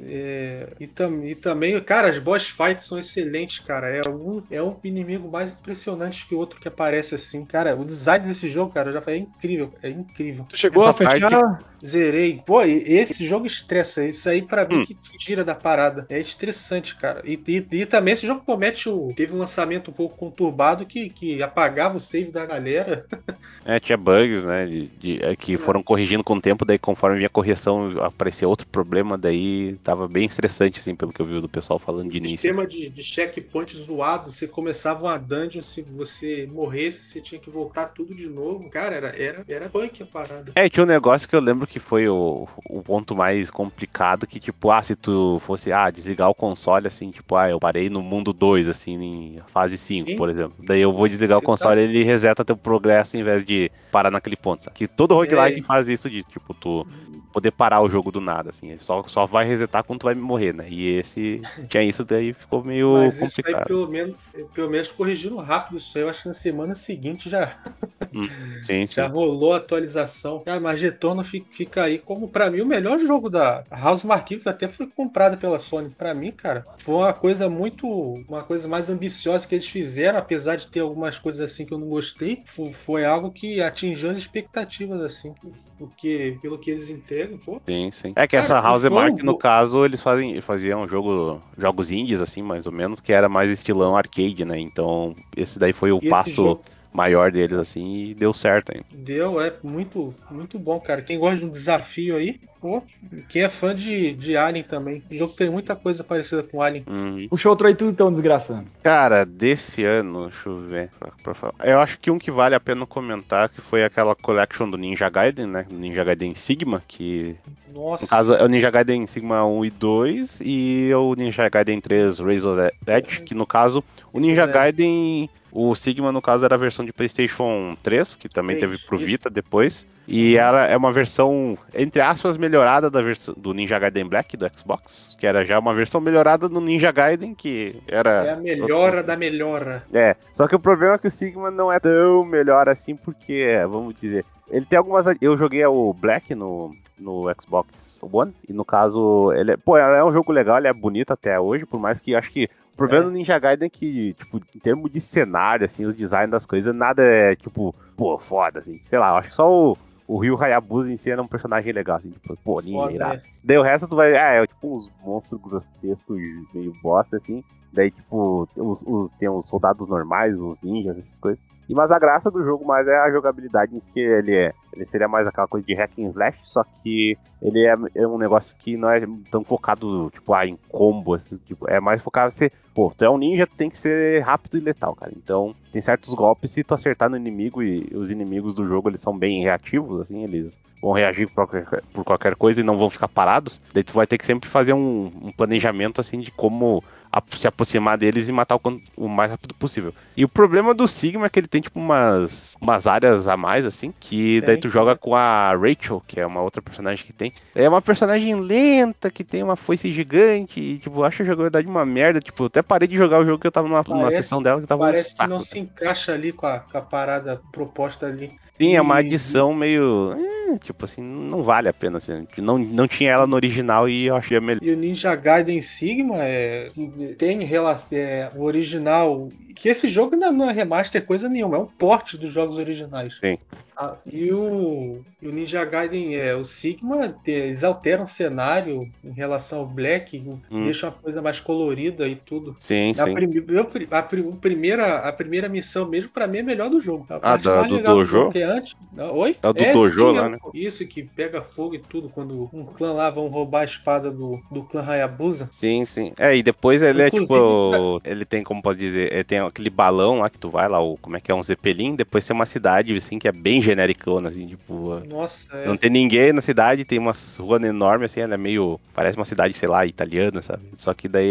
E também, cara, as boss fights são excelentes, cara. É um inimigo mais impressionante que o outro que aparece assim. Cara, o design desse jogo, cara, já foi incrível. É incrível. Tu chegou Essa a parte. fechar? Zerei. Pô, e esse jogo estressa. Isso aí pra mim Hum, que tira da parada. É estressante, cara. E também esse jogo promete Teve um lançamento um pouco conturbado que apagava o save da galera. tinha bugs, né? Que foram corrigindo com o tempo, daí conforme vinha a correção aparecia outro problema, daí tava bem estressante, assim, pelo que eu vi do pessoal falando O de início. sistema de checkpoint zoado, você começava uma dungeon, se você morresse, você tinha que voltar tudo de novo. Cara, era punk a parada. Tinha um negócio que eu lembro que foi o ponto mais complicado, que tipo, se tu fosse, desligar o console, assim, tipo, eu parei no mundo 2 assim, em fase 5 Sim, por exemplo. Daí eu vou desligar o console e exato. ele reseta teu progresso em vez de parar naquele ponto, sabe? Que todo roguelike É, faz isso de, tipo, tu poder parar o jogo do nada, assim. Ele só vai resetar quando tu vai morrer, né? E esse tinha isso, daí ficou meio mas isso aí complicado. pelo menos corrigiram rápido isso aí. Eu acho que na semana seguinte Hum, sim, já sim. rolou a atualização. Cara, mas Returnal fica aí como, pra mim, o melhor jogo da a House Marquee até foi comprada pela Sony. Pra mim, cara, foi uma coisa mais ambiciosa que eles fizeram, apesar de ter algumas coisas assim que eu não gostei. Foi algo que atingiu as expectativas, assim, porque pelo que eles entregam, pô. Sim, sim. É que Cara, essa e House foi Mark, um. no caso, eles faziam jogos indies, assim, mais ou menos, que era mais estilão arcade, né? Então, esse daí foi o E esse passo jogo maior deles, assim, e deu certo ainda. é muito, muito bom, cara. Quem gosta de um desafio aí, pô, quem é fã de Alien também. O jogo tem muita coisa parecida com Alien. Uhum. Puxa outro aí tu então, desgraça. Cara, desse ano, deixa eu ver. Pra falar. Eu acho que um que vale a pena comentar que foi aquela collection do Ninja Gaiden, né? Do Ninja Gaiden Sigma, que no caso Nossa, é o Ninja Gaiden Sigma 1 e 2 e o Ninja Gaiden 3 Razor's Edge, que no caso o isso Ninja é Gaiden, o Sigma no caso era a versão de PlayStation 3, que também teve pro isso. Vita depois, e Uhum. ela é uma versão entre aspas melhorada da versão do Ninja Gaiden Black do Xbox, que era já uma versão melhorada do Ninja Gaiden que É era a melhora da melhora. só que o problema é que o Sigma não é tão melhor assim, porque, vamos dizer, ele tem algumas. Eu joguei o Black no Xbox One, e no caso, é um jogo legal, ele é bonito até hoje, por mais que acho que o problema do É. Ninja Gaiden é que, tipo, em termos de cenário, assim, os designs das coisas, nada é, tipo, foda, assim. Sei lá, eu acho que só o Ryu Hayabusa em si era um personagem legal, assim, tipo, ninja, Foda, irado. é. Daí o resto tu vai, tipo uns monstros grotescos meio bosta, assim. Daí, tipo, tem os soldados normais, os ninjas, essas coisas. Mas a graça do jogo mais é a jogabilidade em si, que ele seria mais aquela coisa de hack and slash, só que ele é um negócio que não é tão focado, tipo, em combo, assim, tipo, é mais focado em ser, pô, tu é um ninja, tu tem que ser rápido e letal, cara. Então, tem certos golpes, se tu acertar no inimigo, e os inimigos do jogo, eles são bem reativos, assim, eles vão reagir por qualquer coisa e não vão ficar parados, daí tu vai ter que sempre fazer um planejamento, assim, de como se aproximar deles e matar o mais rápido possível. E o problema do Sigma é que ele tem, tipo, umas áreas a mais, assim, que daí tu joga com a Rachel, que é uma outra personagem que tem. É uma personagem lenta, que tem uma foice gigante, e, tipo, eu acho a jogabilidade uma merda. Tipo, eu até parei de jogar o jogo que eu tava numa sessão dela que tava um Parece que saco, não cara. se encaixa ali com a parada proposta ali. Sim, é uma adição meio. Tipo assim, não vale a pena. Assim. Não tinha ela no original e eu achei melhor. E o Ninja Gaiden Sigma tem relação. O original. Que esse jogo não é remaster coisa nenhuma, é um porte dos jogos originais. Sim. E o Ninja Gaiden, o Sigma, eles alteram o cenário em relação ao Black, deixam a coisa mais colorida e tudo. Sim, sim. A primeira missão mesmo, pra mim, é a melhor do jogo. A Ah, parte mais do legal do jogo, dojo? que é antes. Oi? É o do dojo lá, mesmo. né? Isso, que pega fogo e tudo, quando um clã lá vão roubar a espada do clã Hayabusa. Sim, sim. E depois ele é Inclusive, tipo. Ele tem, como pode dizer, tem aquele balão lá que tu vai lá, como é que é, um Zeppelin, depois tem uma cidade, assim, que é bem genericona, assim, tipo. nossa, Não tem ninguém na cidade, tem umas ruas enormes, assim, ela é meio. Parece uma cidade, sei lá, italiana, sabe? Só que daí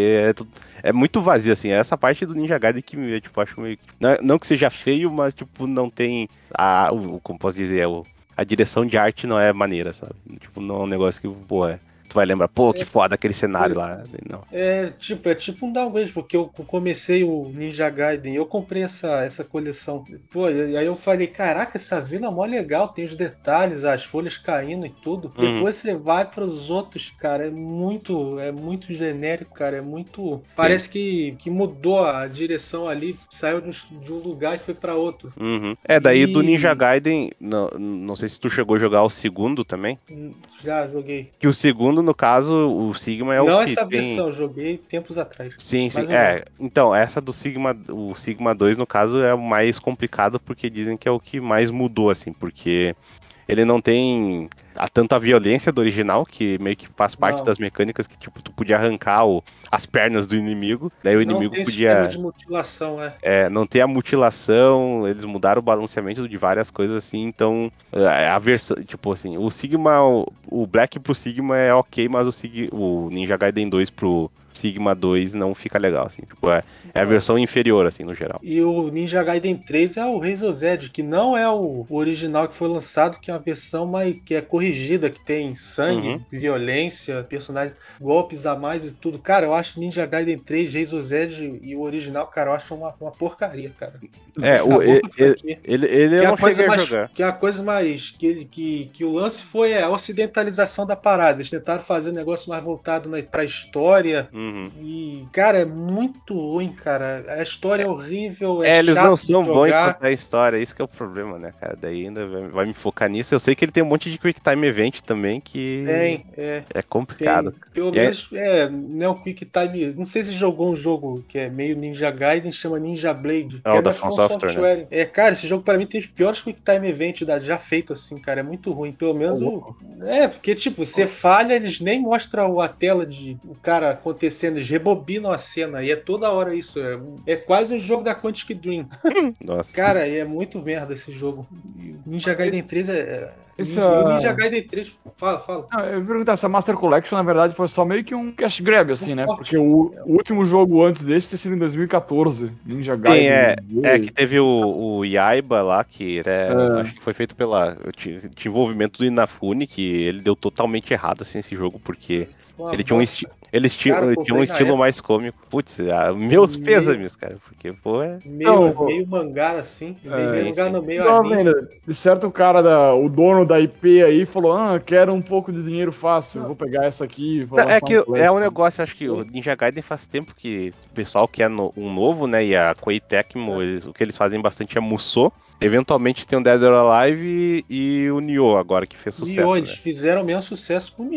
é muito vazio, assim. Essa parte do Ninja Gaiden que eu, tipo, acho meio. Não que seja feio, mas, tipo, não tem. Como posso dizer, a direção de arte não é maneira, sabe? Tipo, não é um negócio que, pô, tu vai lembrar, pô, que foda aquele cenário lá. Não. É tipo um downgrade, porque eu comecei o Ninja Gaiden, eu comprei essa coleção. Pô, e aí eu falei, caraca, essa vila é mó legal, tem os detalhes, as folhas caindo e tudo. Depois você vai para os outros, cara, é muito genérico, cara, é muito. Parece que mudou a direção ali, saiu de um lugar e foi para outro. Uhum. Daí do Ninja E Gaiden, não sei se tu chegou a jogar o segundo também. já joguei. Que o segundo, no caso, o Sigma é o Não que essa tem. versão, joguei tempos atrás. Sim, sim. Mais ou menos. Então, essa do Sigma, o Sigma 2, no caso, é o mais complicado porque dizem que é o que mais mudou, assim, porque ele não tem tanta violência do original, que meio que faz parte Não. das mecânicas que, tipo, tu podia arrancar as pernas do inimigo, daí o Não inimigo tem sistema de podia. mutilação, Não ter a mutilação, eles mudaram o balanceamento de várias coisas assim, então a versão, tipo assim, o Sigma, o Black pro Sigma é ok, mas o Ninja Gaiden 2 pro Sigma 2 não fica legal, assim, tipo, é a Não. versão inferior, assim, no geral. E o Ninja Gaiden 3 é o Razor Zed, que não é o original que foi lançado, que é uma versão mais que é corrigida, que tem sangue, Uhum. violência, personagens, golpes a mais e tudo. Cara, eu acho Ninja Gaiden 3, Razor Zed e o original, cara, eu acho uma porcaria, cara. Acabou com a franquia. Ele Que eu é a não coisa cheguei a mais. jogar. Que é a coisa mais. Que o lance foi a ocidentalização da parada. Eles tentaram fazer um negócio mais voltado pra história. Uhum. E, cara, é muito ruim, cara. A história é horrível, é Eles não chato de são bons em jogar. contar a história, isso que é o problema, né, cara? Daí ainda vai me focar nisso. Eu sei que ele tem um monte de Quick Time Event também, que é complicado. Tem. Pelo E menos, não é um Quick Time. Não sei se jogou um jogo que é meio Ninja Gaiden, chama Ninja Blade, que o é da da From From Software, né? Software. Cara, esse jogo pra mim tem os piores Quick Time Event já feito assim, cara. É muito ruim. Pelo menos porque, tipo, você falha, eles nem mostram a tela de o cara acontecendo, eles rebobinam a cena. E é toda hora isso. É quase um jogo da Quantic Dream. Nossa. Cara, é muito merda esse jogo. Ninja Gaiden 3 Esse, E o Ninja Gaiden 3. Fala. eu ia perguntar, essa Master Collection, na verdade, foi só meio que um cash grab, assim, né? Forte. Porque o último jogo antes desse tinha sido em 2014, Ninja Sim, Gaiden. que teve o Yaiba lá, que acho que foi feito tinha envolvimento do Inafune, que ele deu totalmente errado, assim, esse jogo, porque Uma ele bosta. eles Cara, eu tinham um comprei na estilo época. mais cômico. Putz, meus Meio, pêsames, cara, porque, pô, Então, meio mangá assim. Meio sim, mangá sim. no meio tava anime. vendo, de certo o cara, o dono da IP aí, falou, quero um pouco de dinheiro fácil, vou pegar essa aqui e vou Não, é lançar que um é um collection. negócio, acho que o Ninja Gaiden faz tempo que o pessoal quer um novo, né? E a Koei Tecmo, o que eles fazem bastante é Musou. Eventualmente tem o Dead or Alive e o Nioh agora, que fez Nioh, sucesso, eles né? fizeram o mesmo sucesso com o Nioh.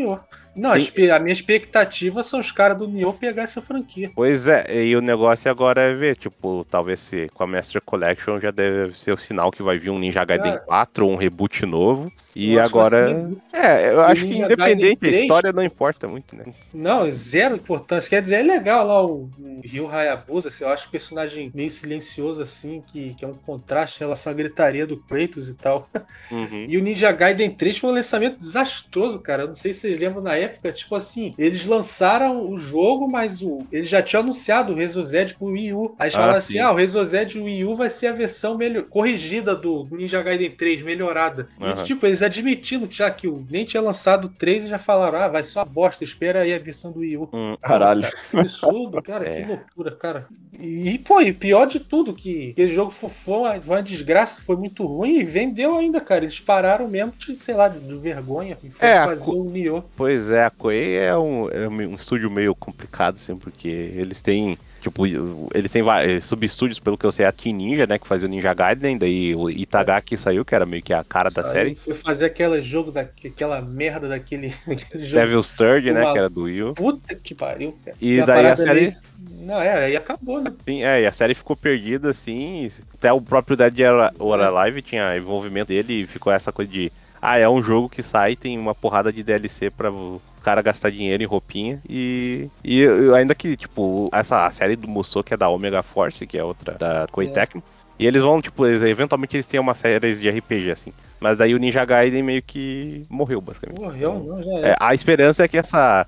Não, a minha expectativa são os caras do Nioh pegar essa franquia. Pois é, e o negócio agora é ver, tipo, talvez se com a Master Collection já deve ser o sinal que vai vir um Ninja Gaiden 4 ou um reboot novo. E Eu acho que vai ser agora. reboot. Eu E o acho que Ninja independente, Gaiden a 3, história não importa muito, né? não, zero importância. Quer dizer, é legal lá o Ryu Hayabusa, assim, eu acho o personagem meio silencioso, assim, que é um contraste em relação à gritaria do Kratos e tal. Uhum. E o Ninja Gaiden 3 foi um lançamento desastroso, cara. Eu não sei se vocês lembram na época, tipo assim, eles lançaram o jogo, mas eles já tinham anunciado o Resozed pro Wii U. Aí eles falaram assim: sim. o Resozed Wii U vai ser a versão corrigida do Ninja Gaiden 3, melhorada. E Uhum. tipo, eles admitindo já que nem tinha lançado o 3 e já falaram: vai ser uma bosta, espera aí a versão do Wii U. Caralho. Cara, que absurdo, cara, que loucura, cara. Pô, e pior de tudo, que aquele jogo foi uma desgraça, foi muito ruim e vendeu ainda, cara. Eles pararam mesmo de, sei lá, de vergonha e foram fazer o Nioh. Pois é, a Koei é um estúdio meio complicado, assim, porque eles têm. Tipo, ele tem subestúdios, pelo que eu sei, a Team Ninja, né, que fazia o Ninja Gaiden, daí o Itagaki saiu, que era meio que a cara da série. Foi fazer aquele jogo, aquela merda daquele jogo Devil's Third, do né, que maluco. era do Wii U. Puta que pariu, cara. E daí a série... Não, aí acabou, né? Sim, e a série ficou perdida, assim, até o próprio Dead or Alive tinha envolvimento dele e ficou essa coisa de... é um jogo que sai, tem uma porrada de DLC pra o cara gastar dinheiro em roupinha. E ainda que, tipo, a série do Musou, que é da Omega Force, que é outra da Koei Tecmo. E eles vão, tipo, eventualmente eles têm uma série de RPG, assim. Mas daí o Ninja Gaiden meio que morreu, basicamente. Morreu, não, já é. A esperança é que essa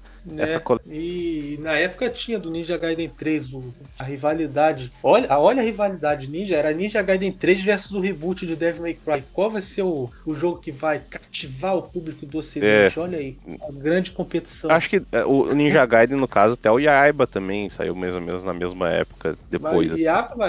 E na época tinha do Ninja Gaiden 3 a rivalidade. Olha a rivalidade Ninja. Era Ninja Gaiden 3 versus o reboot de Devil May Cry. Qual vai ser o jogo que vai cativar o público do ocidente? Olha aí, a grande competição. Acho que o Ninja Gaiden, no caso, até o Yaiba também saiu mais ou menos na mesma época, depois, Mas,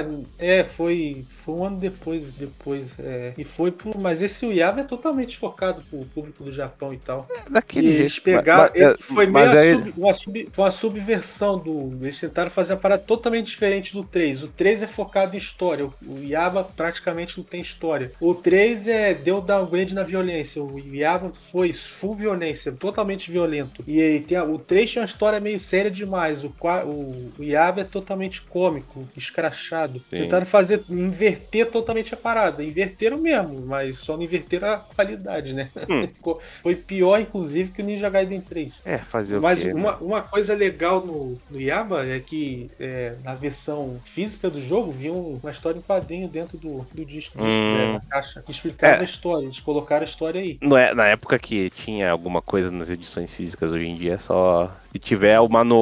foi um ano depois. E foi mas esse Yaba é totalmente focado pro público do Japão e tal. Daquele E jeito. eles pegaram. Foi meio foi uma subversão do. Eles tentaram fazer a parada totalmente diferente do 3. O 3 é focado em história. O Yaba praticamente não tem história. O 3 deu downgrade na violência. O Yaba foi full violência, totalmente violento. E aí o 3 tinha uma história meio séria demais. O Yaba é totalmente cômico, escrachado. Sim. Tentaram inverter totalmente a parada. Inverteram mesmo, mas só não inverteram a qualidade, né? Foi pior, inclusive, que o Ninja Gaiden 3. Fazer Mas o quê, né? uma coisa legal no Yaba é que na versão física do jogo vinha uma história em quadrinho dentro do disco, da caixa, que explicava a história. Eles colocaram a história aí. Não é, na época que tinha alguma coisa nas edições físicas, hoje em dia é só... Se tiver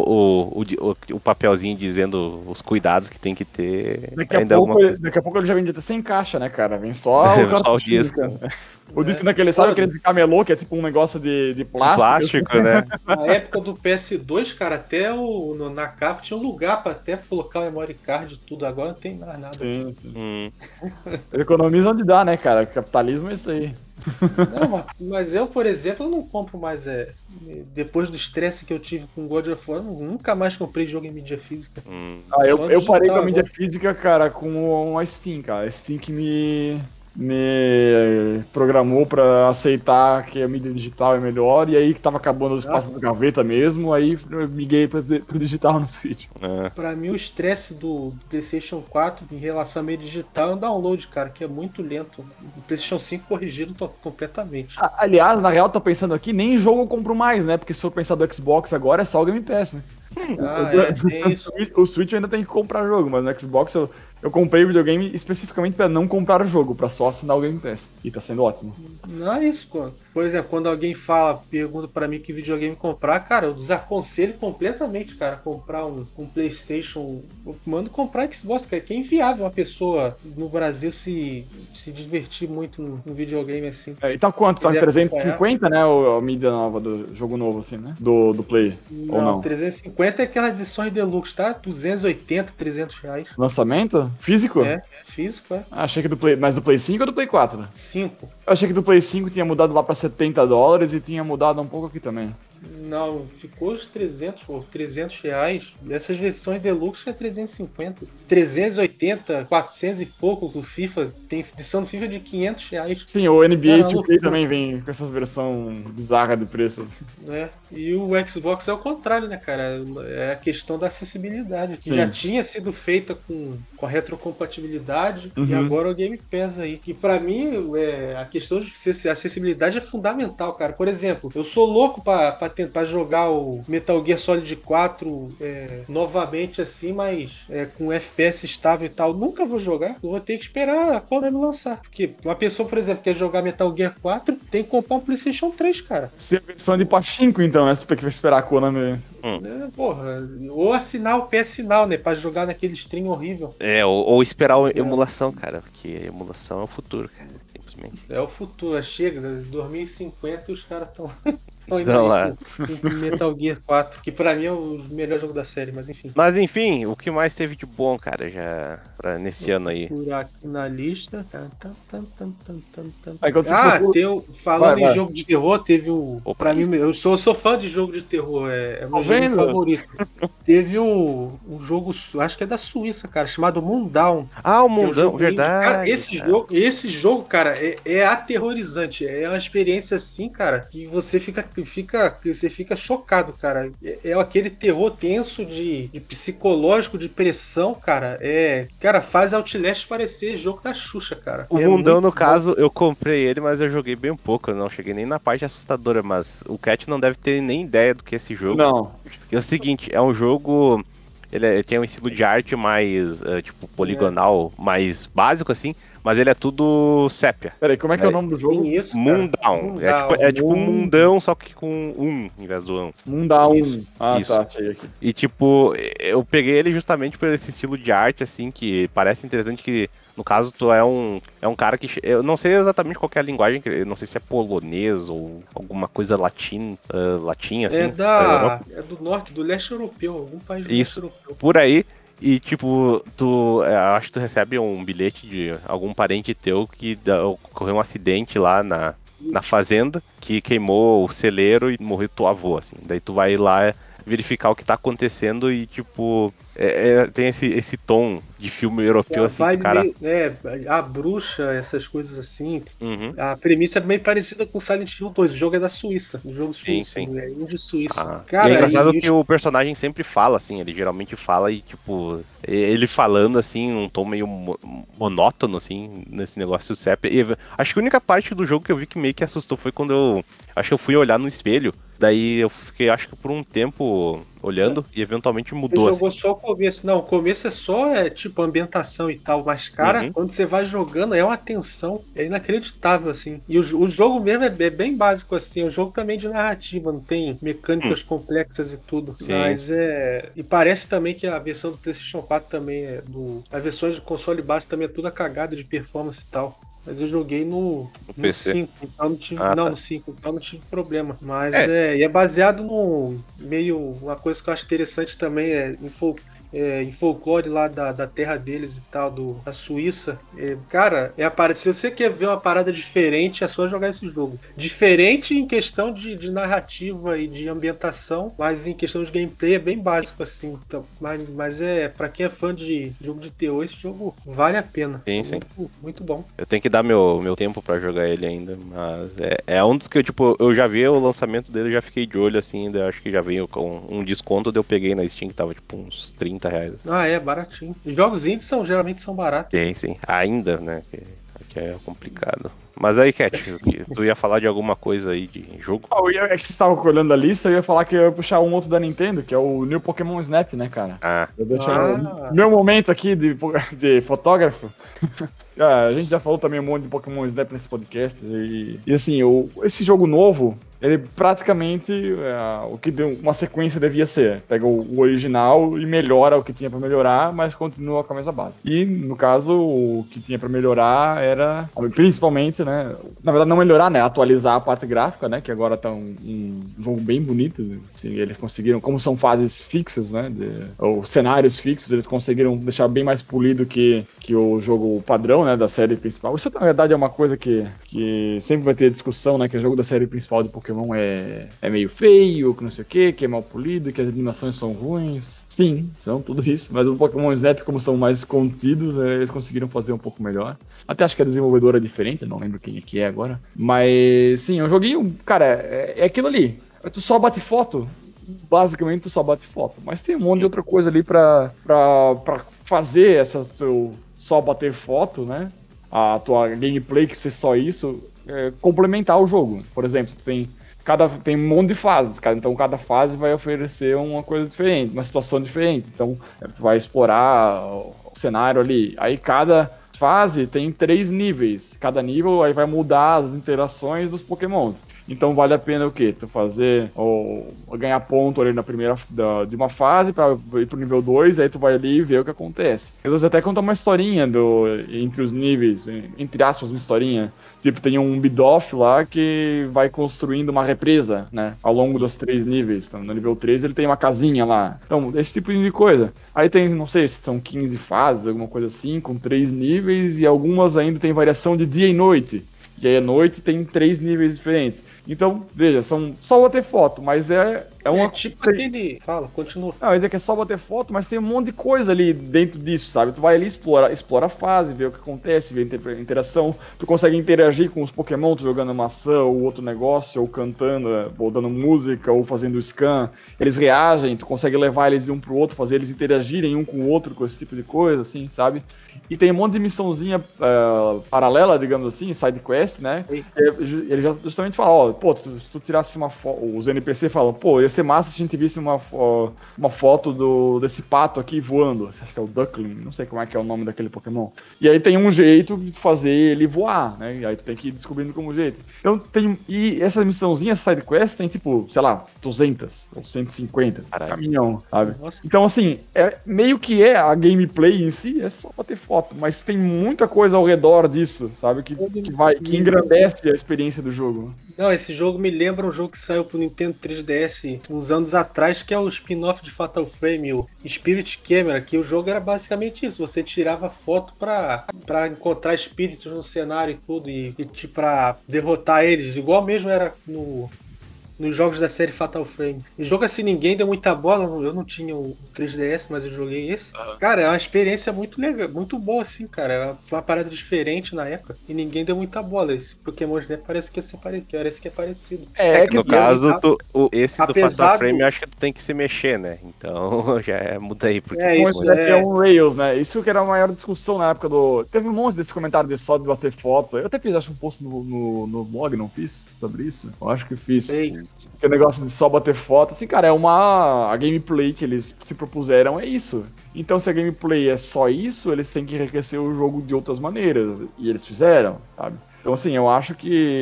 o papelzinho dizendo os cuidados que tem que ter, Daqui a pouco ele já vem até sem caixa, né, cara? Vem só o só o cartuchinho, disco. cara. O disco naquele, sabe aquele de camelô, que é tipo um negócio de plástico? Plástico, né? Na época do PS2, cara, até na capa tinha um lugar pra até colocar o memory card e tudo. Agora não tem mais nada. Sim. Economiza onde dá, né, cara? Capitalismo é isso aí. Não, mas eu, por exemplo, eu não compro mais. Depois do estresse que eu tive com God of War, eu nunca mais comprei jogo em mídia física. Eu parei com a mídia física, cara, com a Steam, cara. A Steam que me programou pra aceitar que a mídia digital é melhor, e aí que tava acabando o espaço da gaveta mesmo, aí eu miguei pro digital no Switch. Pra mim, o estresse do PlayStation 4 em relação à mídia digital é um download, cara, que é muito lento. O PlayStation 5 corrigido completamente. Aliás, na real, tô pensando aqui, nem jogo eu compro mais, né? Porque se for pensar do Xbox agora, é só o Game Pass, né? O Switch eu ainda tem que comprar jogo, mas no Xbox eu comprei o videogame especificamente pra não comprar o jogo, pra só assinar o Game Pass. E tá sendo ótimo. Não é isso, pô. Por exemplo, quando alguém pergunta pra mim que videogame comprar, cara, eu desaconselho completamente, cara, comprar um PlayStation. Eu mando comprar Xbox, cara, que é inviável uma pessoa no Brasil se divertir muito no videogame assim. E tá quanto? Tá 350, acompanhar. né? A mídia nova do jogo novo, assim, né? Do Play. Não, ou não? 350 é aquelas edições deluxe, tá? 280, 300 reais. Lançamento? Físico? Físico, é. Achei que do Play. Mas do Play 5 ou do Play 4? 5. Eu achei que do Play 5 tinha mudado lá pra $70 e tinha mudado um pouco aqui também. original ficou os 300 ou 300 reais. Essas versões Deluxe é 350, 380, 400 e pouco do FIFA. Tem edição do FIFA de 500 reais. Sim, o NBA Cara, 2K também vem com essas versões bizarras de preço. né? E o Xbox é o contrário, né, cara? É a questão da acessibilidade, que Sim. já tinha sido feita com a retrocompatibilidade e Uhum. agora o Game Pass aí. Que pra mim, a questão de acessibilidade é fundamental, cara. Por exemplo, eu sou louco pra tentar jogar o Metal Gear Solid 4 novamente assim, mas com FPS estável e tal. Nunca vou jogar, eu vou ter que esperar a Konami lançar. Porque uma pessoa, por exemplo, quer jogar Metal Gear 4, tem que comprar um PlayStation 3, cara. Se a versão de pachinko, então, né? Se tu tem que esperar a Konami. Porra, ou assinar o PS Now, né? Pra jogar naquele stream horrível. Ou esperar a emulação, cara, porque emulação é o futuro, cara, simplesmente. É o futuro, chega, 2050 e os caras estão indo Então, aí lá. com Metal Gear 4, que pra mim é o melhor jogo da série, mas enfim. Mas enfim, o que mais teve de bom, cara, nesse ano aí? Por aqui na lista. Aí quando você procura... Falando em Vai. jogo de terror, teve o. Opa, Pra mim, isso. eu sou fã de jogo de terror, é meu Tá gênero vendo? favorito. Teve um jogo, acho que é da Suíça, cara, chamado Moondown. Ah, o Que é um Mundão, jogo indie. Cara, verdade, cara. esse jogo, cara, é aterrorizante. É uma experiência assim, cara, que você fica chocado, cara. É aquele terror tenso de psicológico, de pressão, cara. Cara, faz Outlast parecer jogo da Xuxa, cara. O É Mundão, muito no bom. caso, eu comprei ele, mas eu joguei bem pouco. Eu não cheguei nem na parte assustadora, mas o Cat não deve ter nem ideia do que é esse jogo. Não. É o seguinte, é um jogo. Ele tem um estilo de arte mais, tipo, poligonal, mais básico, assim, mas ele é tudo sépia. Peraí, como é que é o nome do jogo? Sim, isso, cara. Moondown. É tipo um mundão, só que com em vez do Mundown. Isso, Ah, isso. tá, achei aqui. E tipo, eu peguei ele justamente por esse estilo de arte, assim, que parece interessante que, no caso, tu é um cara que... Eu não sei exatamente qual que é a linguagem, eu não sei se é polonês ou alguma coisa latim, assim, da Europa. É do norte, do leste europeu, algum país do leste Isso, europeu. por aí. E tipo, acho que tu recebe um bilhete de algum parente teu que ocorreu um acidente lá na fazenda, que queimou o celeiro e morreu teu avô, assim. Daí tu vai lá verificar o que tá acontecendo e, tipo, tem esse tom de filme europeu, A assim, que o vibe cara... meio. A bruxa, essas coisas assim. Uhum, A premissa é meio parecida com Silent Hill 2. O jogo é da Suíça. O jogo sim, suíço. sim. É indie suíço. Ah. E é Cara, engraçado que o personagem sempre fala, assim, ele geralmente fala e, tipo, ele falando, assim, num tom meio monótono, assim, nesse negócio sépia. E acho que a única parte do jogo que eu vi que meio que assustou foi quando acho que eu fui olhar no espelho, daí eu fiquei, acho que por um tempo olhando e eventualmente você mudou, assim. jogou só o começo. Não, o começo é só tipo ambientação e tal. Mas, cara, Uhum. quando você vai jogando, é uma tensão. É inacreditável, assim. E o jogo mesmo é bem básico, assim. É um jogo também de narrativa, não tem mecânicas complexas e tudo. Sim. Mas E parece também que a versão do PlayStation 4 também é do. As versões de console base também é toda cagada de performance e tal. Mas eu joguei No no PC. 5, então não tive. Ah, Não, tá. no 5, então não tive problema. Mas É, e é baseado no meio. Uma coisa que eu acho interessante também em folclore lá da terra deles e tal, da Suíça. Cara, se você quer ver uma parada diferente, é só jogar esse jogo. Diferente em questão de narrativa e de ambientação, mas em questão de gameplay é bem básico assim. Então, mas pra quem é fã de jogo de terror, esse jogo vale a pena. sim, É sim. muito, muito bom. Eu tenho que dar meu tempo pra jogar ele ainda, mas é um dos que eu, tipo, eu já vi o lançamento dele, já fiquei de olho, assim, ainda acho que já veio com um desconto, daí eu peguei na Steam, que tava, tipo, uns 30 reais. Ah, é baratinho. Os jogos indies geralmente são baratos. Sim, sim. Ainda, né? Que é complicado. Mas aí, Cat, tu ia falar de alguma coisa aí de jogo? É que vocês estavam olhando a lista, eu ia falar que eu ia puxar um outro da Nintendo, que é o New Pokémon Snap, né, cara? Ah, Eu deixo Ah, meu momento aqui de fotógrafo. A gente já falou também um monte de Pokémon Snap nesse podcast. E assim, esse jogo novo, ele praticamente o que uma sequência devia ser. Pega o original e melhora o que tinha pra melhorar, mas continua com a mesma base. E, no caso, o que tinha pra melhorar era, principalmente, né? Na verdade, não melhorar, né? Atualizar a parte gráfica, né? Que agora tá um jogo bem bonito. Assim, eles conseguiram, como são fases fixas, né? Ou cenários fixos, eles conseguiram deixar bem mais polido que o jogo padrão, né, da série principal. Isso, na verdade, é uma coisa que sempre vai ter discussão, né, que é jogo da série principal de Pokémon Pokémon é meio feio, que não sei o que é mal polido, que as animações são ruins. Sim, são tudo isso. Mas o Pokémon Snap, como são mais contidos, eles conseguiram fazer um pouco melhor. Até acho que a desenvolvedora é diferente, não lembro quem é que é agora. Mas, sim, é um joguinho, cara, é aquilo ali. Tu só bate foto, basicamente tu só bate foto. Mas tem um monte de outra coisa ali pra fazer essa teu só bater foto, né? A tua gameplay que ser só isso, complementar o jogo. Por exemplo, tem um monte de fases, cara. Então cada fase vai oferecer uma coisa diferente, uma situação diferente. Então tu vai explorar o cenário ali. Aí cada fase tem 3 níveis. Cada nível aí vai mudar as interações dos Pokémons. Então vale a pena o quê? Tu fazer ou ganhar ponto ali na primeira de uma fase para ir pro nível 2, aí tu vai ali e vê o que acontece. Eles até contam uma historinha entre os níveis, entre aspas, uma historinha. Tipo, tem um Bidoof lá que vai construindo uma represa, né? Ao longo dos 3 níveis. Então, no nível 3 ele tem uma casinha lá. Então, esse tipo de coisa. Aí tem, não sei se são 15 fases, alguma coisa assim, com 3 níveis, e algumas ainda tem variação de dia e noite. E aí à noite tem 3 níveis diferentes. Então, veja, são só bater foto, mas é uma. É tipo aquele. Fala, continua. Não, ainda que é só bater foto, mas tem um monte de coisa ali dentro disso, sabe? Tu vai ali, explora a fase, vê o que acontece, vê a interação. Tu consegue interagir com os Pokémon, tu jogando maçã ou outro negócio, ou cantando, ou dando música, ou fazendo scan. Eles reagem, tu consegue levar eles de um pro outro, fazer eles interagirem um com o outro, com esse tipo de coisa, assim, sabe? E tem um monte de missãozinha paralela, digamos assim, side quest, né? Ele já justamente fala, ó, pô, se tu tirasse uma foto, os NPC falam, pô, ia ser massa se a gente visse uma foto desse pato aqui voando. Você acha que é o Duckling? Não sei como é que é o nome daquele Pokémon. E aí tem um jeito de fazer ele voar, né? E aí tu tem que ir descobrindo como jeito. Então tem. E essa missãozinha, essa side quest, tem tipo, sei lá, 200 ou 150. Caralho. Caminhão, sabe? Nossa. Então, assim, meio que a gameplay em si, é só bater foto, mas tem muita coisa ao redor disso, sabe? Que engrandece a experiência do jogo. Não, esse jogo me lembra um jogo que saiu pro Nintendo 3DS uns anos atrás, que é o spin-off de Fatal Frame, o Spirit Camera, que o jogo era basicamente isso. Você tirava foto pra encontrar espíritos no cenário e tudo, e pra derrotar eles, igual mesmo era nos jogos da série Fatal Frame. E jogo assim, ninguém deu muita bola. Eu não tinha o 3DS, mas eu joguei esse. Cara, é uma experiência muito legal, muito boa, assim, cara. Foi uma parada diferente na época e ninguém deu muita bola. Esse Pokémon Snap parece que é parecido. É Que no que caso, esse do Fatal Apesar Frame, do. eu acho que tu tem que se mexer, né? Então já muda aí, porque É, Pokémon isso Snap é é. um Rails, né? Isso que era a maior discussão na época do. Teve um monte desse comentário de só de bater foto. Eu até fiz, acho, um post no blog, não fiz? Sobre isso? Eu acho que fiz. Sei. Que o negócio de só bater foto, assim, cara, a gameplay que eles se propuseram é isso. Então, se a gameplay é só isso, eles têm que enriquecer o jogo de outras maneiras. E eles fizeram, sabe? Então, assim, eu acho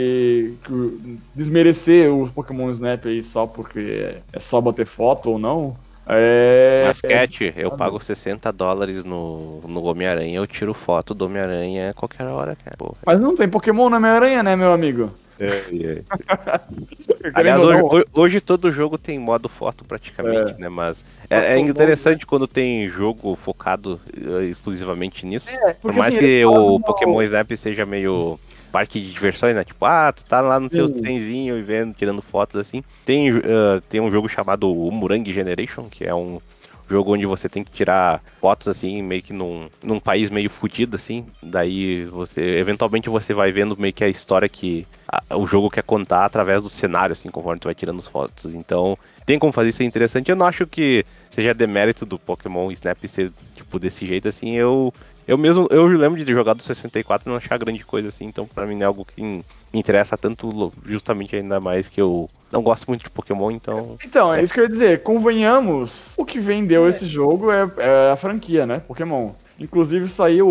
que desmerecer o Pokémon Snap aí só porque é só bater foto ou não. Mas, Cat, eu pago $60 no Homem-Aranha, eu tiro foto do Homem-Aranha a qualquer hora, cara. Porra. Mas não tem Pokémon na Homem-Aranha, né, meu amigo? Querendo Aliás, ou hoje, não. hoje todo jogo tem modo foto praticamente, né? Mas é interessante quando tem jogo focado exclusivamente nisso. Por Porque assim, mais eles que fazem o Pokémon Snap seja meio parque de diversões, né? Tipo, tu tá lá no seu sim. trenzinho e vendo, tirando fotos assim. Tem um jogo chamado o Murang Generation, que é um jogo onde você tem que tirar fotos assim, meio que num país meio fudido assim. Daí eventualmente você vai vendo meio que a história que o jogo quer contar através do cenário, assim, conforme tu vai tirando as fotos. Então, tem como fazer isso interessante. Eu não acho que seja demérito do Pokémon Snap ser tipo desse jeito assim. Eu lembro de ter jogado 64 e não achar grande coisa assim, então pra mim não é algo que me interessa tanto, justamente ainda mais que eu não gosto muito de Pokémon, então. Então, é isso que eu ia dizer. Convenhamos, o que vendeu esse jogo é a franquia, né? Pokémon. Inclusive saiu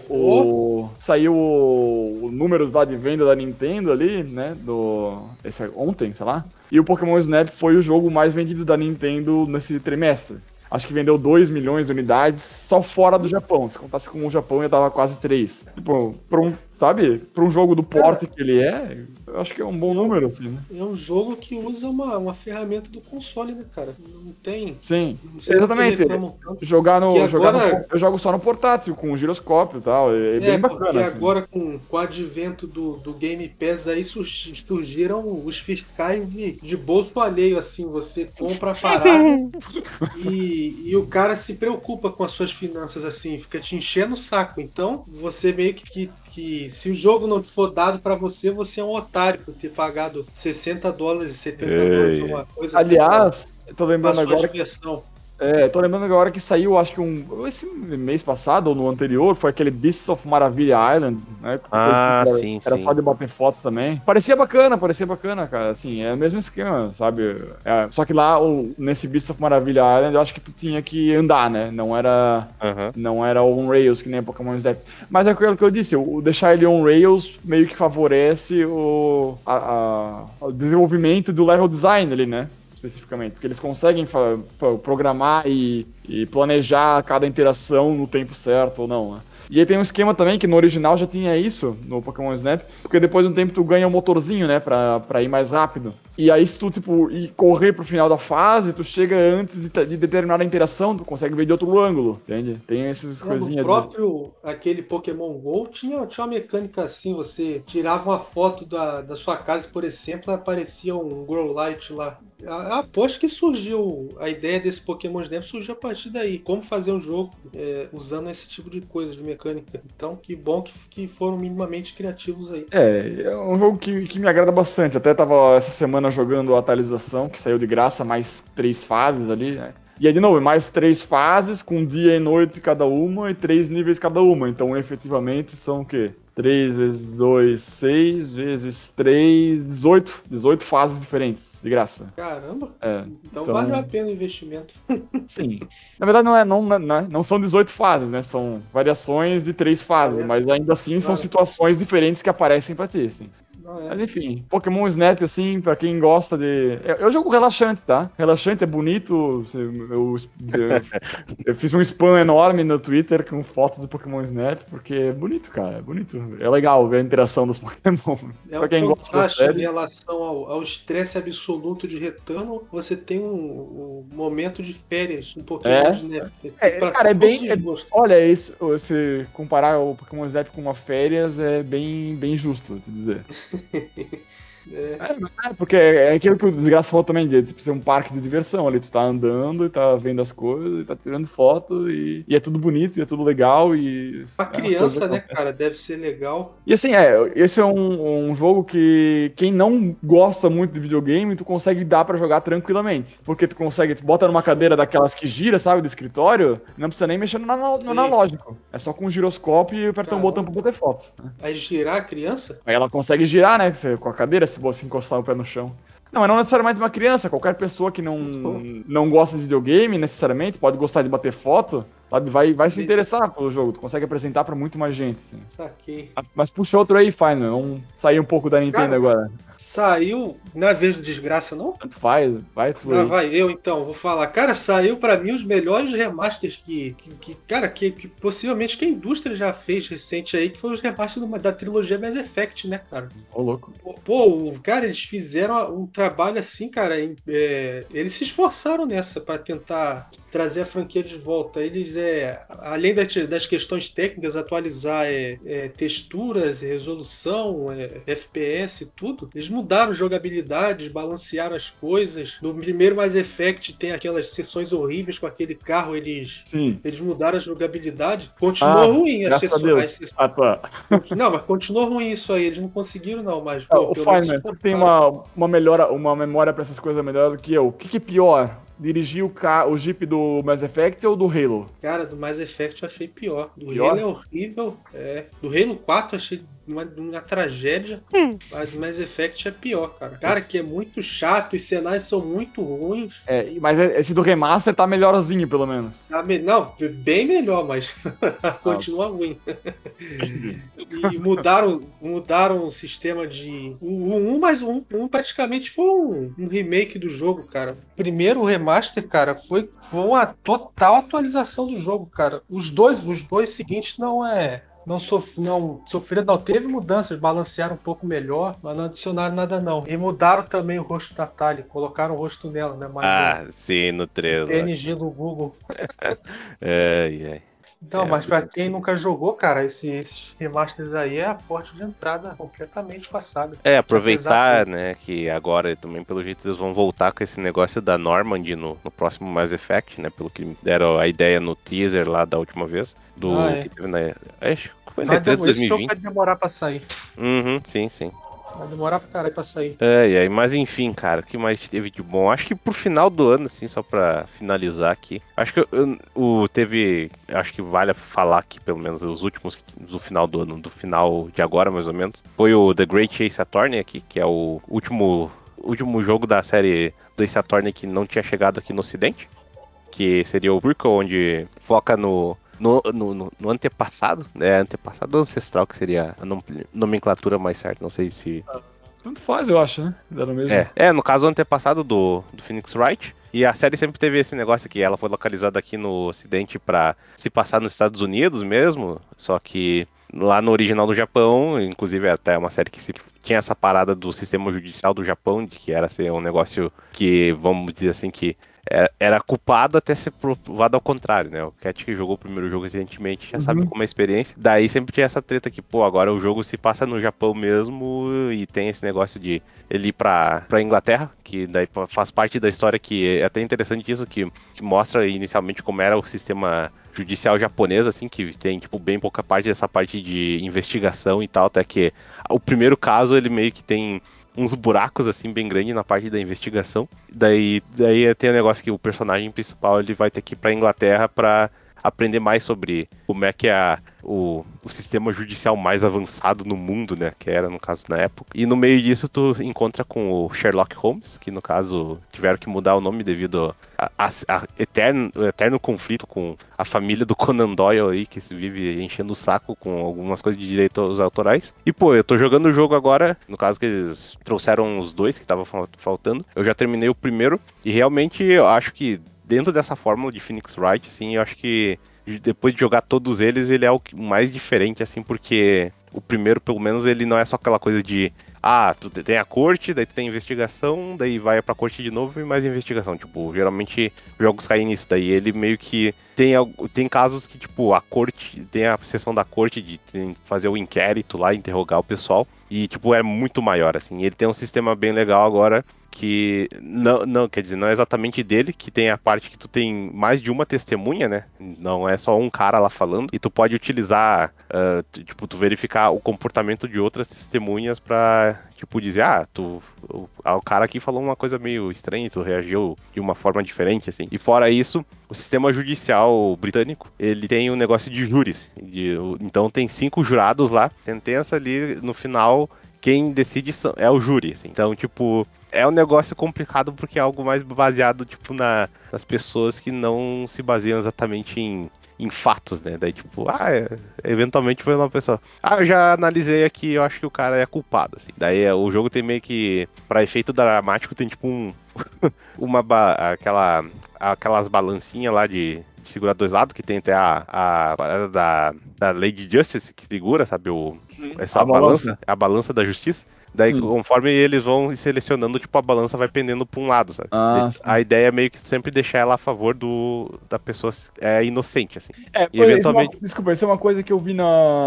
o números lá de venda da Nintendo ali, né? Ontem, sei lá. E o Pokémon Snap foi o jogo mais vendido da Nintendo nesse trimestre. Acho que vendeu 2 milhões de unidades só fora do Japão. Se contasse com o Japão, ia dar quase 3. Tipo, sabe? Pra um jogo do porte que ele é Eu acho que é um bom número, assim, né? É um jogo que usa uma ferramenta do console, né, cara? Não tem. Sim, Não sei por que exatamente. reclamam tanto. Eu jogo só no portátil, com giroscópio e tal. É bem Porque bacana, assim. agora com o advento do Game Pass aí surgiram os fiscais de bolso alheio, assim, você compra a parada e o cara se preocupa com as suas finanças, assim, fica te enchendo o saco. Então, você meio que se o jogo não for dado pra você, você é um otário por ter pagado $60, $70, É. alguma coisa aqui pra Aliás, eu tô lembrando sua agora diversão. Tô lembrando agora que saiu, acho que esse mês passado ou no anterior, foi aquele Beasts of Maravilha Island, né? Depois Ah, era, sim, era só sim. de bater fotos também. Parecia bacana, cara. Assim, é o mesmo esquema, sabe? Só que lá, nesse Beasts of Maravilha Island, eu acho que tu tinha que andar, né? Aham. Não era on-rails, que nem Pokémon Snap. Mas é aquilo que eu disse, o deixar ele on-rails meio que favorece o desenvolvimento do level design ali, né? Especificamente, porque eles conseguem programar e planejar cada interação no tempo certo ou não, né? E aí tem um esquema também que no original já tinha isso, no Pokémon Snap, porque depois de um tempo tu ganha um motorzinho, né, pra ir mais rápido. E aí se tu, tipo, ir correr pro final da fase, tu chega antes de determinada interação, tu consegue ver de outro ângulo, entende? Tem essas No coisinhas de... próprio aquele Pokémon GO tinha uma mecânica assim, você tirava uma foto da sua casa, por exemplo, aparecia um Grow Light lá. Aposto que surgiu a ideia desse Pokémon Snap surgiu a partir daí. Como fazer um jogo usando esse tipo de coisa, de mecânica. Então, que bom que foram minimamente criativos aí. É um jogo que me agrada bastante. Até tava essa semana jogando a atualização, que saiu de graça, mais 3 fases ali, né? E aí, de novo, mais 3 fases, com dia e noite cada uma, e 3 níveis cada uma. Então, efetivamente, são o quê? 3 vezes 2, 6 vezes 3, 18. 18 fases diferentes, de graça. Caramba! É, Então valeu a então, pena o investimento. sim. Na verdade, não são 18 fases, né? São variações de 3 fases, mas ainda assim são Claro. situações diferentes que aparecem pra ti, assim. Não é. Mas enfim, Pokémon Snap, assim, pra quem gosta de. É um jogo relaxante, tá? Relaxante, é bonito. Eu fiz um spam enorme no Twitter com fotos do Pokémon Snap, porque é bonito, cara. É bonito. É legal ver a interação dos Pokémon. É Pra um quem gosta da contraste em série. relação ao estresse absoluto de Retano. Você tem um momento de férias, um Pokémon É. Snap. Para Cara, é bem. todos os gostos. Olha, isso, se comparar o Pokémon Snap com uma férias, é bem justo, vou te dizer. É, Porque é aquilo que o Desgraça falou também, de tipo, ser um parque de diversão ali. Tu tá andando e tá vendo as coisas, e tá tirando foto, e é tudo bonito, e é tudo legal, e pra as coisas criança, né, acontecem. cara, deve ser legal. E assim, esse é um jogo que quem não gosta muito de videogame, tu consegue dar pra jogar tranquilamente. Porque tu bota numa cadeira daquelas que gira, sabe, do escritório, não precisa nem mexer no Sei. analógico. É só com o giroscópio e apertar um botão Caramba. pra bater foto. Aí girar a criança? Aí ela consegue girar, né, com a cadeira, se você encostar o pé no chão. Não, mas não necessariamente uma criança, qualquer pessoa que não gosta de videogame, necessariamente, pode gostar de bater foto, sabe, vai se interessar pelo jogo, tu consegue apresentar pra muito mais gente, assim. Saquei. Mas puxa outro aí, fine, vamos sair um pouco da Nintendo Cara, agora. saiu. Não é vez de desgraça, não? Tanto faz, vai tu Lá aí. vai eu então, vou falar. Cara, saiu pra mim os melhores remasters que possivelmente que a indústria já fez recente aí, que foi os remasters da trilogia Mass Effect, né, cara? Ô, louco. Pô, cara, eles fizeram um trabalho assim, cara. Eles se esforçaram nessa pra tentar trazer a franquia de volta. Eles, além das questões técnicas, atualizar texturas, resolução, FPS e tudo, eles mudaram jogabilidade, balancearam as coisas. No primeiro Mass Effect tem aquelas sessões horríveis com aquele carro, Sim. eles mudaram a jogabilidade. Continuou Ah, ruim graças a Deus. Ah, tá. não, mas continuou ruim isso aí. Eles não conseguiram, não. Mas, Ah, pô, o pelo menos se Feynman, tu tem esforçaram. uma memória pra essas coisas melhor do que eu. O que é pior? Dirigir o Jeep do Mass Effect ou do Halo? Cara, do Mass Effect eu achei pior. Do Halo é Pior? horrível. Do Halo 4 eu achei uma tragédia. Mas do Mass Effect é pior, cara. Cara, Putz. que é muito chato, os cenários são muito ruins. Mas esse do remaster tá melhorzinho, pelo menos. Não, bem melhor, mas Ah, continua ruim. entendi. E mudaram o sistema de. O 1 mais o 1 praticamente foi um remake do jogo, cara. Primeiro o remaster, cara, foi uma total atualização do jogo, cara. Os dois seguintes não é. não sofreram, não. Teve mudanças, balancearam um pouco melhor, mas não adicionaram nada não. E mudaram também o rosto da Tali, colocaram o rosto nela, né? Mais Ah, sim, no o 3 lá. PNG do Google. Ai, ai. Então, mas pra quem nunca jogou, cara, esses remasters aí é a porta de entrada completamente passada. Que apesar Aproveitar, né, que agora também pelo jeito eles vão voltar com esse negócio da Normand no próximo Mass Effect, né, pelo que deram a ideia no teaser lá da última vez, Ah, do é. que teve na, acho que foi na E3 de Esse jogo 2020. vai demorar pra sair. Uhum, sim, sim. Vai demorar pra caralho pra sair. Mas enfim, cara, o que mais teve de bom? Acho que pro final do ano, assim, só pra finalizar aqui. Acho que teve. Acho que vale falar aqui, pelo menos, os últimos do final do ano, do final de agora, mais ou menos. Foi o The Great Chase Attorney aqui, que é o último jogo da série do Ace Attorney que não tinha chegado aqui no Ocidente. Que seria o Prequel, onde foca no antepassado, né? Antepassado ancestral, que seria a nomenclatura mais certa, não sei se. Tanto faz, eu acho, né? Dá no mesmo. No caso, o antepassado do Phoenix Wright. E a série sempre teve esse negócio que ela foi localizada aqui no Ocidente pra se passar nos Estados Unidos mesmo. Só que lá no original do Japão, inclusive é até uma série que tinha essa parada do sistema judicial do Japão, de que era ser um negócio que, vamos dizer assim, que era culpado até ser provado ao contrário, né? O Cat que jogou o primeiro jogo recentemente já sabe como é a experiência. Daí sempre tinha essa treta que, pô, agora o jogo se passa no Japão mesmo e tem esse negócio de ele ir pra Inglaterra, que daí faz parte da história, que é até interessante isso, que mostra inicialmente como era o sistema judicial japonês, assim, que tem, tipo, bem pouca parte dessa parte de investigação e tal, até que o primeiro caso, ele meio que tem uns buracos, assim, bem grandes na parte da investigação. Daí tem o negócio que o personagem principal, ele vai ter que ir pra Inglaterra pra aprender mais sobre como é que é o sistema judicial mais avançado no mundo, né? Que era, no caso, na época. E no meio disso, tu encontra com o Sherlock Holmes, que, no caso, tiveram que mudar o nome devido a eterno conflito com a família do Conan Doyle aí, que se vive enchendo o saco com algumas coisas de direitos autorais. E, pô, eu tô jogando o jogo agora, no caso que eles trouxeram os dois que estavam faltando. Eu já terminei o primeiro, e realmente eu acho que dentro dessa fórmula de Phoenix Wright, assim, eu acho que depois de jogar todos eles, ele é o mais diferente, assim, porque o primeiro, pelo menos, ele não é só aquela coisa de tu tem a corte, daí tu tem a investigação, daí vai pra corte de novo e mais investigação. Tipo, geralmente jogos caem nisso. Daí ele meio que tem casos que, tipo, a corte, tem a sessão da corte de fazer o inquérito lá, interrogar o pessoal. E, tipo, é muito maior, assim. Ele tem um sistema bem legal agora que não, quer dizer, não é exatamente dele, que tem a parte que tu tem mais de uma testemunha, né? Não é só um cara lá falando, e tu pode utilizar, tipo, tu verificar o comportamento de outras testemunhas pra, tipo, dizer, o cara aqui falou uma coisa meio estranha, tu reagiu de uma forma diferente, assim. E fora isso, o sistema judicial britânico, ele tem um negócio de júris, então tem 5 jurados lá, sentença ali, no final, quem decide é o júri, assim. Então, tipo, é um negócio complicado porque é algo mais baseado, tipo, nas pessoas que não se baseiam exatamente em fatos, né? Daí, tipo, eventualmente foi uma pessoa. Eu já analisei aqui, eu acho que o cara é culpado, assim. Daí o jogo tem meio que, pra efeito dramático, tem tipo aquelas balancinhas lá de segurar dois lados, que tem até a parada da Lady Justice que segura, sabe? Essa A balança. a balança da justiça. Daí, Sim. conforme eles vão selecionando, tipo, a balança vai pendendo pra um lado, sabe? A Sim. ideia é meio que sempre deixar ela a favor da pessoa inocente, assim. E Pois é, eventualmente. desculpa, isso é uma coisa que eu vi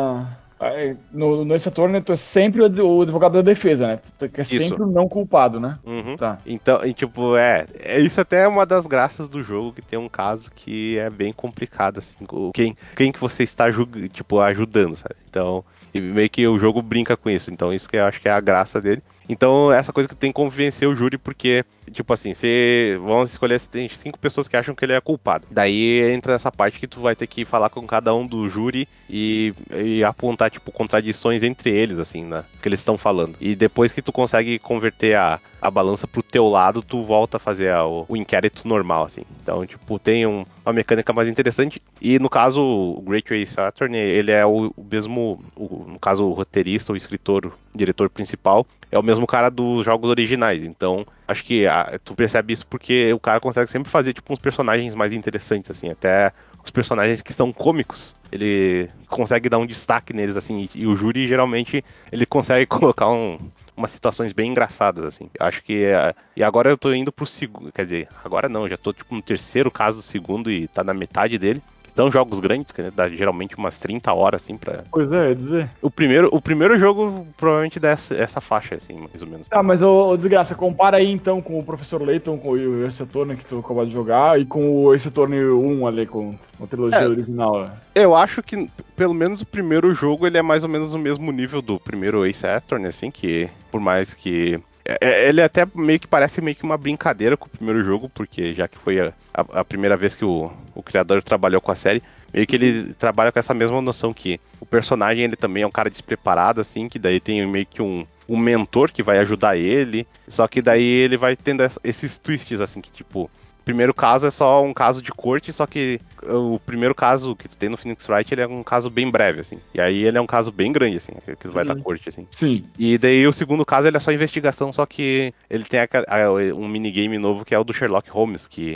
no Ace Attorney, tu é sempre o advogado da defesa, né? Tu é Isso. sempre o não culpado, né? Uhum. Tá. Então, e, tipo, isso até é uma das graças do jogo, que tem um caso que é bem complicado, assim, quem que você está tipo, ajudando, sabe? Então, e meio que o jogo brinca com isso, então isso que eu acho que é a graça dele. Então, essa coisa que tem que convencer o júri, porque, tipo assim, vamos escolher, tem 5 pessoas que acham que ele é culpado. Daí entra essa parte que tu vai ter que falar com cada um do júri e apontar, tipo, contradições entre eles, assim, né, que eles estão falando. E depois que tu consegue converter a balança pro teu lado, tu volta a fazer o inquérito normal, assim. Então, tipo, tem uma mecânica mais interessante. E no caso, o Great Race Attorney, ele é o mesmo, no caso, o roteirista, o escritor, o diretor principal, é o mesmo cara dos jogos originais. Então, acho que tu percebe isso porque o cara consegue sempre fazer, tipo, uns personagens mais interessantes, assim. Até os personagens que são cômicos, ele consegue dar um destaque neles, assim. E o júri, geralmente, ele consegue colocar umas situações bem engraçadas, assim. Acho que... E agora eu tô indo pro segundo... Quer dizer, agora não, já tô, tipo, no terceiro caso do segundo e tá na metade dele. São jogos grandes, que né, dá geralmente umas 30 horas, assim, pra... Pois é, ia dizer. O primeiro jogo provavelmente dá essa faixa, assim, mais ou menos. Tá, mas ô, desgraça, compara aí então com o Professor Layton, com o Ace Attorney que tu acabou de jogar, e com o Ace Attorney 1 ali, com a trilogia É, original. Eu acho que, pelo menos o primeiro jogo, ele é mais ou menos o mesmo nível do primeiro Ace Attorney, assim, que por mais que... Ele até meio que parece meio que uma brincadeira com o primeiro jogo, porque já que foi a primeira vez que o criador trabalhou com a série, meio que ele trabalha com essa mesma noção que o personagem ele também é um cara despreparado, assim, que daí tem meio que um mentor que vai ajudar ele, só que daí ele vai tendo esses twists, assim, que tipo... O primeiro caso é só um caso de corte, só que o primeiro caso que tu tem no Phoenix Wright, ele é um caso bem breve, assim. E aí ele é um caso bem grande, assim, que tu vai dar corte, assim. Sim. E daí o segundo caso ele é só investigação, só que ele tem um minigame novo que é o do Sherlock Holmes, que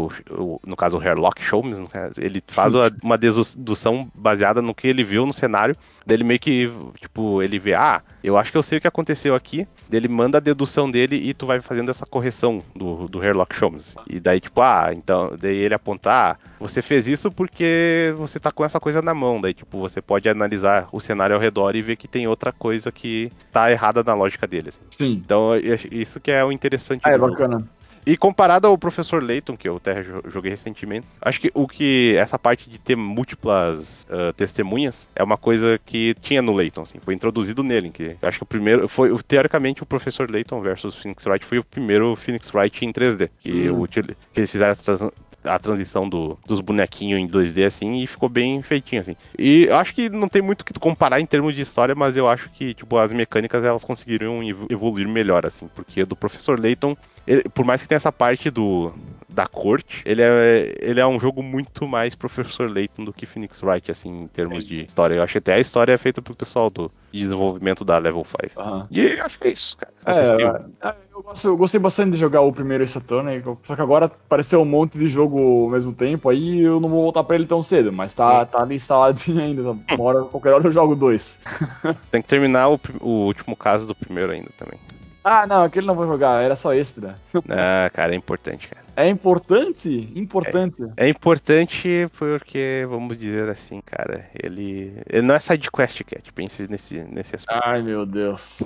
no caso o Sherlock Holmes, no caso, ele faz uma dedução baseada no que ele viu no cenário, daí ele meio que, tipo, ele vê, eu acho que eu sei o que aconteceu aqui, daí ele manda a dedução dele e tu vai fazendo essa correção do Sherlock Holmes. E daí, tipo, então, daí ele aponta, você fez isso porque você tá com essa coisa na mão, daí, tipo, você pode analisar o cenário ao redor e ver que tem outra coisa que tá errada na lógica dele, assim. Sim. Então, isso que é o interessante do É jogo. bacana. E comparado ao Professor Layton, que eu até joguei recentemente, acho que essa parte de ter múltiplas testemunhas é uma coisa que tinha no Layton, assim, foi introduzido nele, que eu acho que o primeiro foi, teoricamente, o Professor Layton versus Phoenix Wright foi o primeiro Phoenix Wright em 3D, que eles fizeram a transição dos bonequinhos em 2D, assim, e ficou bem feitinho, assim. E eu acho que não tem muito o que comparar em termos de história, mas eu acho que, tipo, as mecânicas, elas conseguiram evoluir melhor, assim, porque do Professor Layton, por mais que tenha essa parte da corte, ele é um jogo muito mais Professor Layton do que Phoenix Wright, assim, em termos de história. Eu acho que até a história é feita pro pessoal do desenvolvimento da Level 5. E acho que é isso, cara. Não sei se tem eu gostei bastante de jogar o primeiro Ace Attorney, só que agora apareceu um monte de jogo ao mesmo tempo, aí eu não vou voltar pra ele tão cedo, mas tá ali instaladinho ainda, qualquer hora eu jogo dois. Tem que terminar o último caso do primeiro ainda também. Não, aquele não vou jogar, era só extra. Cara, é importante, cara. É importante? Importante. É importante porque, vamos dizer assim, cara, ele não é side quest, Cat, pense nesse aspecto. Ai, meu Deus.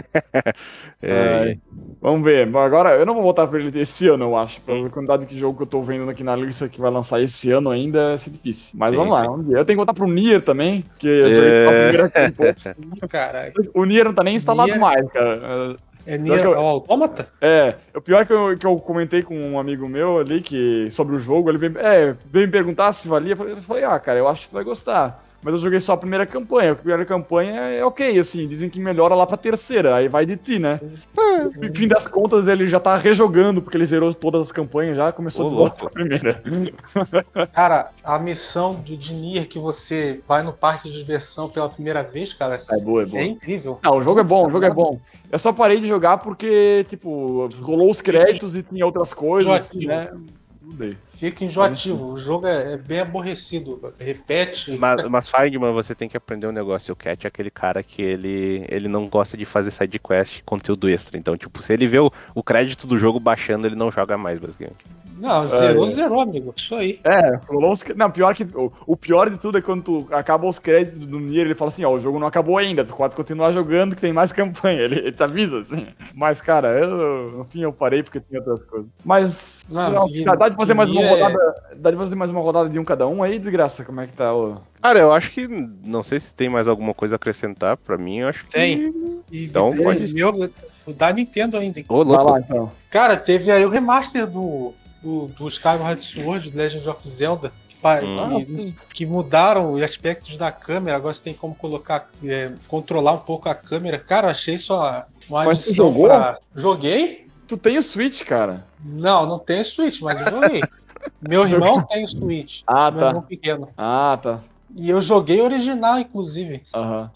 É, Vamos ver. Agora, eu não vou voltar pra ele esse ano, eu acho. Pela quantidade de jogo que eu tô vendo aqui na lista que vai lançar esse ano ainda, vai ser difícil. Mas sim, vamos lá, sim. vamos ver. Eu tenho que voltar pro Nier também, porque eu joguei a primeira campanha. Caralho. O Nier não tá nem instalado Nier? mais, cara. É Nier Automata? O pior é que eu comentei com um amigo meu ali sobre o jogo, ele veio me perguntar se valia. Eu falei, cara, eu acho que tu vai gostar. Mas eu joguei só a primeira campanha. A primeira campanha é ok, assim, dizem que melhora lá pra terceira, aí vai de ti, né? No fim das contas, ele já tá rejogando, porque ele zerou todas as campanhas já, começou de volta a primeira. Cara, a missão de Nier que você vai no parque de diversão pela primeira vez, cara, É boa. é incrível. Não, o jogo é bom, o jogo é bom. Eu só parei de jogar porque, tipo, rolou os créditos e tinha outras coisas, assim, né? Mudei. Fica enjoativo. O jogo é bem aborrecido. Repete. Mas Feigman, você tem que aprender um negócio. O Cat é aquele cara que ele não gosta de fazer side quest, conteúdo extra. Então, tipo, se ele vê o crédito do jogo baixando, ele não joga mais, basicamente. Não, zerou, amigo. Isso aí. Rolou os. Não, pior que. O pior de tudo é quando tu acaba os créditos do Nier, ele fala assim, o jogo não acabou ainda, tu pode continuar jogando que tem mais campanha. Ele te avisa, assim. Mas, cara, no fim eu parei porque tinha outras coisas. Mas. Dá de fazer mais uma rodada. Dá de fazer mais uma rodada de um cada um aí, desgraça? Como é que tá o. Cara, eu acho que. Não sei se tem mais alguma coisa a acrescentar. Pra mim, eu acho que. Tem. Então pode. O da Nintendo ainda. Vai lá, então. Cara, teve aí o remaster do Skyward Sword, Legend of Zelda, que mudaram os aspectos da câmera. Agora você tem como controlar um pouco a câmera. Cara, eu achei só uma adição pra... Joguei? Tu tem o Switch, cara? Não tenho Switch, mas eu joguei. Meu irmão tem Switch. Meu irmão pequeno. Tá. E eu joguei original, inclusive. Aham.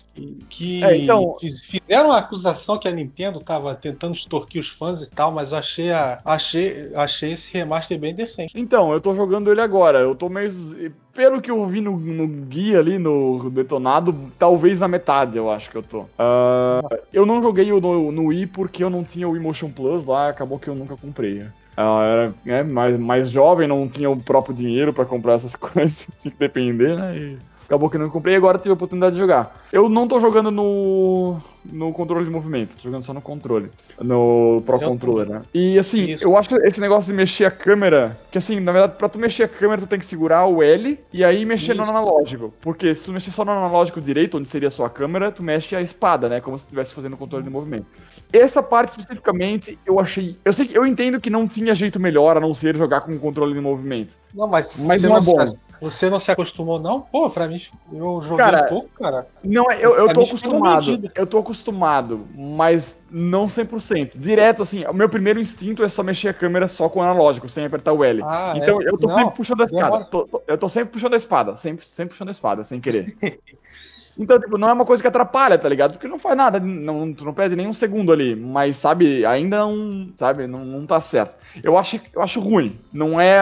Que Então, fizeram a acusação que a Nintendo tava tentando extorquir os fãs e tal, mas eu achei esse remaster bem decente. Então, eu tô jogando ele agora. Eu tô meio. Pelo que eu vi no guia ali, no detonado, talvez na metade eu acho que eu tô. Eu não joguei no Wii porque eu não tinha o Wii Motion Plus lá, acabou que eu nunca comprei. Era mais jovem, não tinha o próprio dinheiro pra comprar essas coisas, tinha que depender, né? E acabou que eu não comprei e agora tive a oportunidade de jogar. Eu não tô jogando no controle de movimento, tô jogando só no controle, no Pro Eu Controller, também. né? E assim, Isso. eu acho que esse negócio de mexer a câmera, que assim, na verdade, pra tu mexer a câmera, tu tem que segurar o L e aí mexer no Isso. analógico. Porque se tu mexer só no analógico direito, onde seria só a câmera, tu mexe a espada, né? Como se tu estivesse fazendo o controle de movimento. Essa parte especificamente eu achei. Eu entendo que não tinha jeito melhor a não ser jogar com o controle de movimento. Não, mas Mas não é bom. você não se acostumou, não? Pô, pra mim, eu joguei um Cara, pouco, cara. não, eu Pra tô mim ficou na acostumado. medida. Eu tô acostumado, mas não 100%. Direto, assim, o meu primeiro instinto é só mexer a câmera só com o analógico, sem apertar o L. Ah, é. Então eu tô sempre Não, puxando a escada. demora. Eu tô sempre puxando a espada. Sempre puxando a espada, sem querer. Então, tipo, não é uma coisa que atrapalha, tá ligado? Porque não faz nada, tu não perde nem um segundo ali. Mas, sabe, ainda não, sabe, não tá certo. Eu acho ruim. Não é.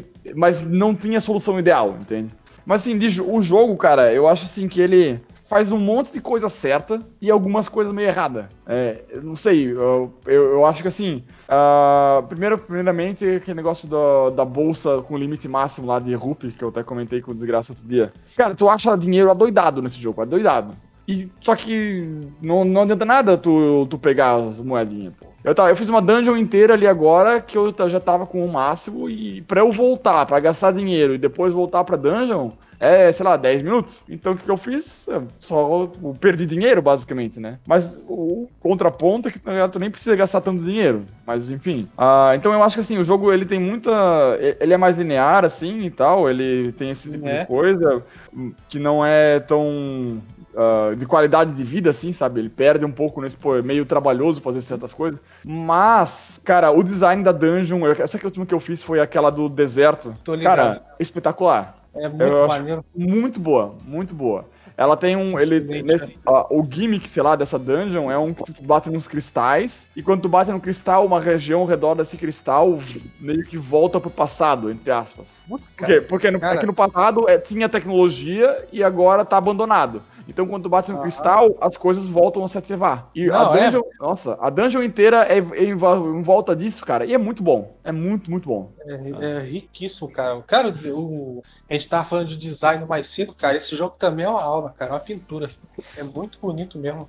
Mas não tinha solução ideal, entende? Mas assim, o jogo, cara, eu acho assim que ele faz um monte de coisa certa e algumas coisas meio errada. Eu não sei, eu acho que assim, primeiramente, aquele negócio da bolsa com limite máximo lá de rupee, que eu até comentei com o Desgraça outro dia. Cara, tu acha dinheiro adoidado nesse jogo, adoidado. Só que não adianta nada tu pegar as moedinhas, pô. Eu fiz uma dungeon inteira ali agora que eu já tava com o máximo e pra eu voltar, pra gastar dinheiro e depois voltar pra dungeon, sei lá, 10 minutos. Então o que eu fiz? Eu só perdi dinheiro, basicamente, né? Mas o contraponto é que tu nem precisa gastar tanto dinheiro. Mas enfim. Então eu acho que assim, o jogo ele tem muita. Ele é mais linear, assim e tal. Ele tem esse tipo de É. coisa que não é tão de qualidade de vida, assim, sabe? Ele perde um pouco nesse, pô, é meio trabalhoso fazer certas coisas. Mas, cara, o design da dungeon, essa que a última que eu fiz foi aquela do deserto. Tô ligado. Cara, espetacular. É muito Eu acho maneiro. muito boa, muito boa. Ela tem Excelente. o gimmick, sei lá, dessa dungeon é que tu bate nos cristais, e quando tu bate no cristal, uma região ao redor desse cristal meio que volta pro passado, entre aspas. Puta, Por quê? cara. Porque aqui Cara, no passado tinha tecnologia e agora tá abandonado. Então, quando tu bate no aham. cristal, as coisas voltam a se ativar. E a Não, é. dungeon, nossa, a dungeon inteira é em volta disso, cara. E é muito bom. É muito, muito bom. É riquíssimo, cara. Cara, a gente tava falando de design mais cedo, cara. Esse jogo também é uma aula, cara. É uma pintura. É muito bonito mesmo.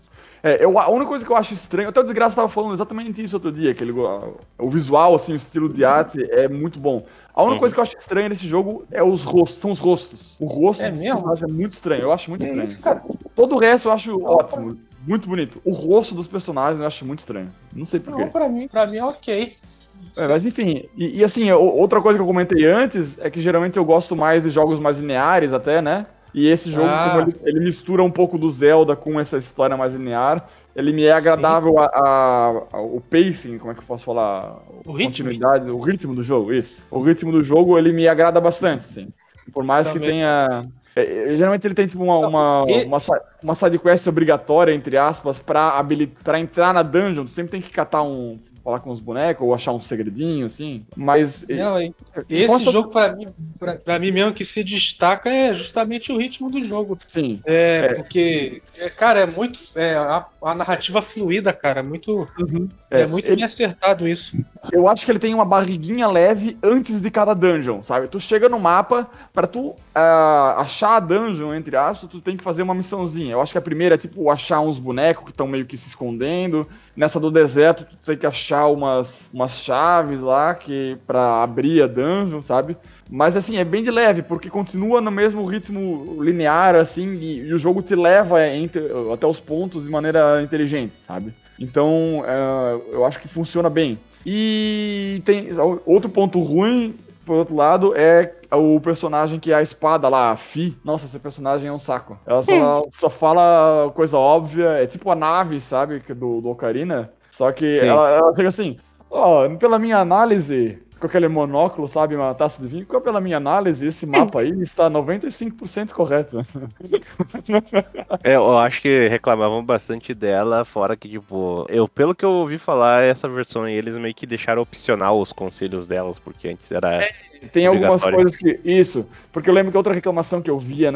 A única coisa que eu acho estranho, até o Desgraça tava falando exatamente isso outro dia, que o visual, assim, o estilo de arte é muito bom. A única coisa Uhum. que eu acho estranha nesse jogo são os rostos. O rosto É dos mesmo? personagens é muito estranho, eu acho muito Que estranho. isso, cara? Todo o resto eu acho Não, ótimo, muito bonito. O rosto dos personagens eu acho muito estranho. Não sei não porquê. pra mim é ok. Mas enfim, assim, outra coisa que eu comentei antes é que geralmente eu gosto mais de jogos mais lineares até, né? E esse jogo, como Ah, ele mistura um pouco do Zelda com essa história mais linear, ele me é sim. agradável o pacing, como é que eu posso falar? O A ritmo continuidade, o ritmo do jogo, isso. O ritmo do jogo, ele me agrada bastante, sim. Por mais que também. tenha... geralmente ele tem tipo Não, uma side quest obrigatória, entre aspas, pra entrar na dungeon, tu sempre tem que falar com os bonecos ou achar um segredinho, assim. Mas não, esse enquanto. jogo pra mim mesmo que se destaca é justamente o ritmo do jogo. Sim. Porque, cara, é muito. A narrativa fluida, cara. Uhum. É muito bem acertado isso. Eu acho que ele tem uma barriguinha leve antes de cada dungeon, sabe? Tu chega no mapa, pra tu achar a dungeon, entre aspas, tu tem que fazer uma missãozinha. Eu acho que a primeira é tipo achar uns bonecos que estão meio que se escondendo. Nessa do deserto, tu tem que achar umas chaves lá pra abrir a dungeon, sabe? Mas assim, é bem de leve, porque continua no mesmo ritmo linear, assim, e o jogo te leva até os pontos de maneira inteligente, sabe? Então, eu acho que funciona bem. E tem outro ponto ruim, por outro lado, é o personagem que é a espada lá, a Fi. Nossa, esse personagem é um saco. Ela só fala coisa óbvia, é tipo a nave, sabe, do Ocarina. Só que Sim. ela chega assim, ó, pela minha análise, com aquele monóculo, sabe, uma taça de vinho. Pela minha análise, esse mapa aí está 95% correto. Eu acho que reclamavam bastante dela, fora que, tipo, pelo que eu ouvi falar, essa versão aí, eles meio que deixaram opcional os conselhos delas, porque antes era Tem algumas obrigatório. coisas que. Isso, porque eu lembro que outra reclamação que eu via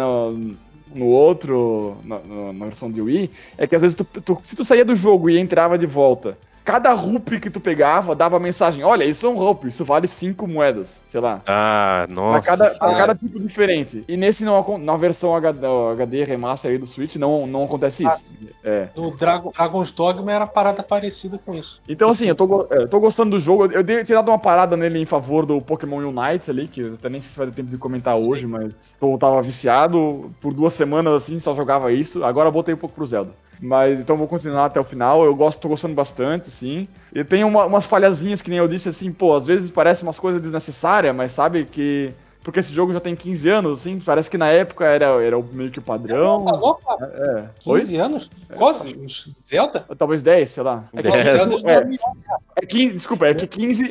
no outro, na versão de Wii, é que às vezes se tu saía do jogo e entrava de volta, cada rupee que tu pegava dava a mensagem: olha, isso é um rupee, isso vale 5 moedas, sei lá. Ah, Pra nossa. cada tipo diferente. E na versão HD remaster aí do Switch não acontece isso. No Dragon's Dogma era parada parecida com isso. Então, assim, eu tô gostando do jogo. Eu tinha dado uma parada nele em favor do Pokémon Unite ali, que eu até nem sei se vai ter tempo de comentar hoje, mas eu tava viciado. Por 2 semanas, assim, só jogava isso. Agora eu voltei um pouco pro Zelda. Mas então vou continuar até o final. Tô gostando bastante, assim. E tem umas falhazinhas que nem eu disse, assim, pô, às vezes parece umas coisas desnecessárias, mas sabe que. Porque esse jogo já tem 15 anos, assim, parece que na época era meio que o padrão. Opa, É. 15 anos? Qual? Zelda? Talvez 10, sei lá. É que Não, 10. Zelda de 2000. Desculpa, é que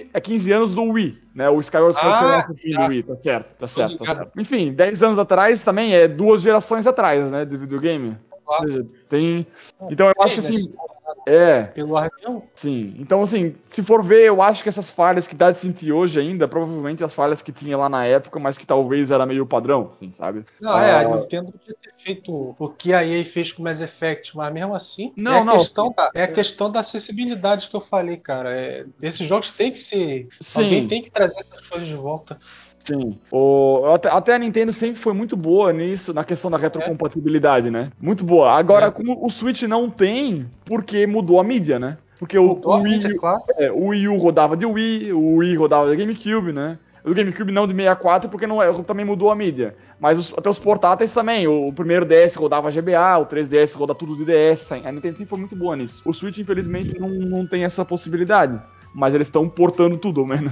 15 anos do Wii, né? O Skyward Sword foi Ah, um pouquinho do Wii, tá certo, tá tô certo, tá ligado. certo. Enfim, 10 anos atrás também é 2 gerações atrás, né, de videogame. Ou seja, tem... Então eu acho que assim, Pelo avião? sim. Então assim, se for ver, eu acho que essas falhas que dá de sentir hoje ainda, provavelmente as falhas que tinha lá na época, mas que talvez era meio padrão, assim, sabe? Não, a Nintendo podia ter feito o que a EA fez com o Mass Effect, mas mesmo assim, Não, não, é a questão da acessibilidade que eu falei, cara. Esses jogos tem que ser. Alguém sim. tem que trazer essas coisas de volta. Sim. Até a Nintendo sempre foi muito boa nisso, na questão da retrocompatibilidade, né? Muito boa. Agora, É. como o Switch não tem, porque mudou a mídia, né? Porque Mudou a mídia, claro. O Wii U rodava de Wii, o Wii rodava de GameCube, né? O GameCube não de 64, porque também mudou a mídia. Mas até os portáteis também. O primeiro DS rodava GBA, o 3DS roda tudo de DS. A Nintendo sempre foi muito boa nisso. O Switch, infelizmente, não tem essa possibilidade. Mas eles estão portando tudo, ao menos.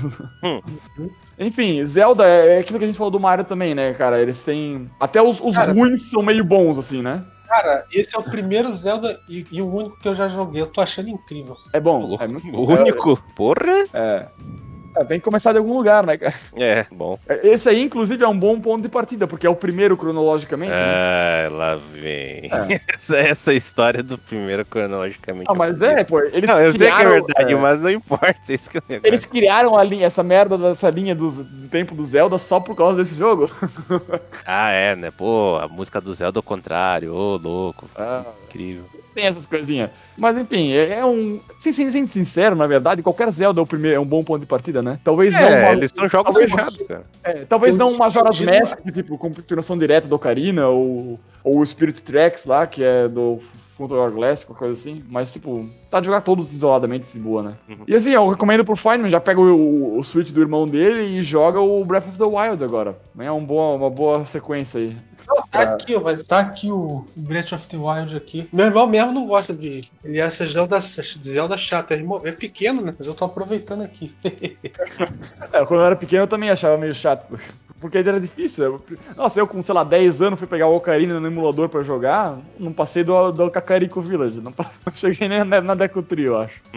Enfim, Zelda é aquilo que a gente falou do Mario também, né, cara? Eles têm. Até os Cara, ruins são meio bons, assim, né? Cara, esse é o primeiro Zelda e o único que eu já joguei. Eu tô achando incrível. É bom, é muito O bom. único? Porra! Tem que começar de algum lugar, né, cara? É, bom. Esse aí, inclusive, é um bom ponto de partida, porque é o primeiro cronologicamente, né? Ah, lá vem. É. Essa história do primeiro cronologicamente. Ah, mas pô, eles Não, eu sei que é criaram. verdade, mas não importa, isso que é o Eles negócio. criaram essa merda dessa linha do tempo do Zelda só por causa desse jogo. Ah, é, né? Pô, a música do Zelda ao contrário, ô, louco. Ah, Incrível. tem essas coisinhas. Mas enfim, é um. Sendo sincero, na verdade, qualquer Zelda é um bom ponto de partida, né? Talvez não É, uma. eles são jogos Talvez, fechados, cara. talvez Eu não tinha uma Majora's entendido- Mask, tipo, com continuação direta do Ocarina, ou o Spirit Tracks lá, que é do Phantom Hourglass, qualquer coisa assim. Mas, tipo, tá de jogar todos isoladamente de boa, né? Uhum. E assim, eu recomendo pro Feynman, já pega o Switch do irmão dele e joga o Breath of the Wild agora. É uma boa sequência aí. Tá aqui, ó, mas tá aqui o Breath of the Wild aqui. Meu irmão mesmo não gosta de. Ele acha Zelda chata. É pequeno, né? Mas eu tô aproveitando aqui. Quando eu era pequeno eu também achava meio chato. Porque era difícil. Nossa, eu com, sei lá, 10 anos fui pegar o Ocarina no emulador pra jogar, não passei do Kakariko Village. Não cheguei nem na Deku Trio, eu acho.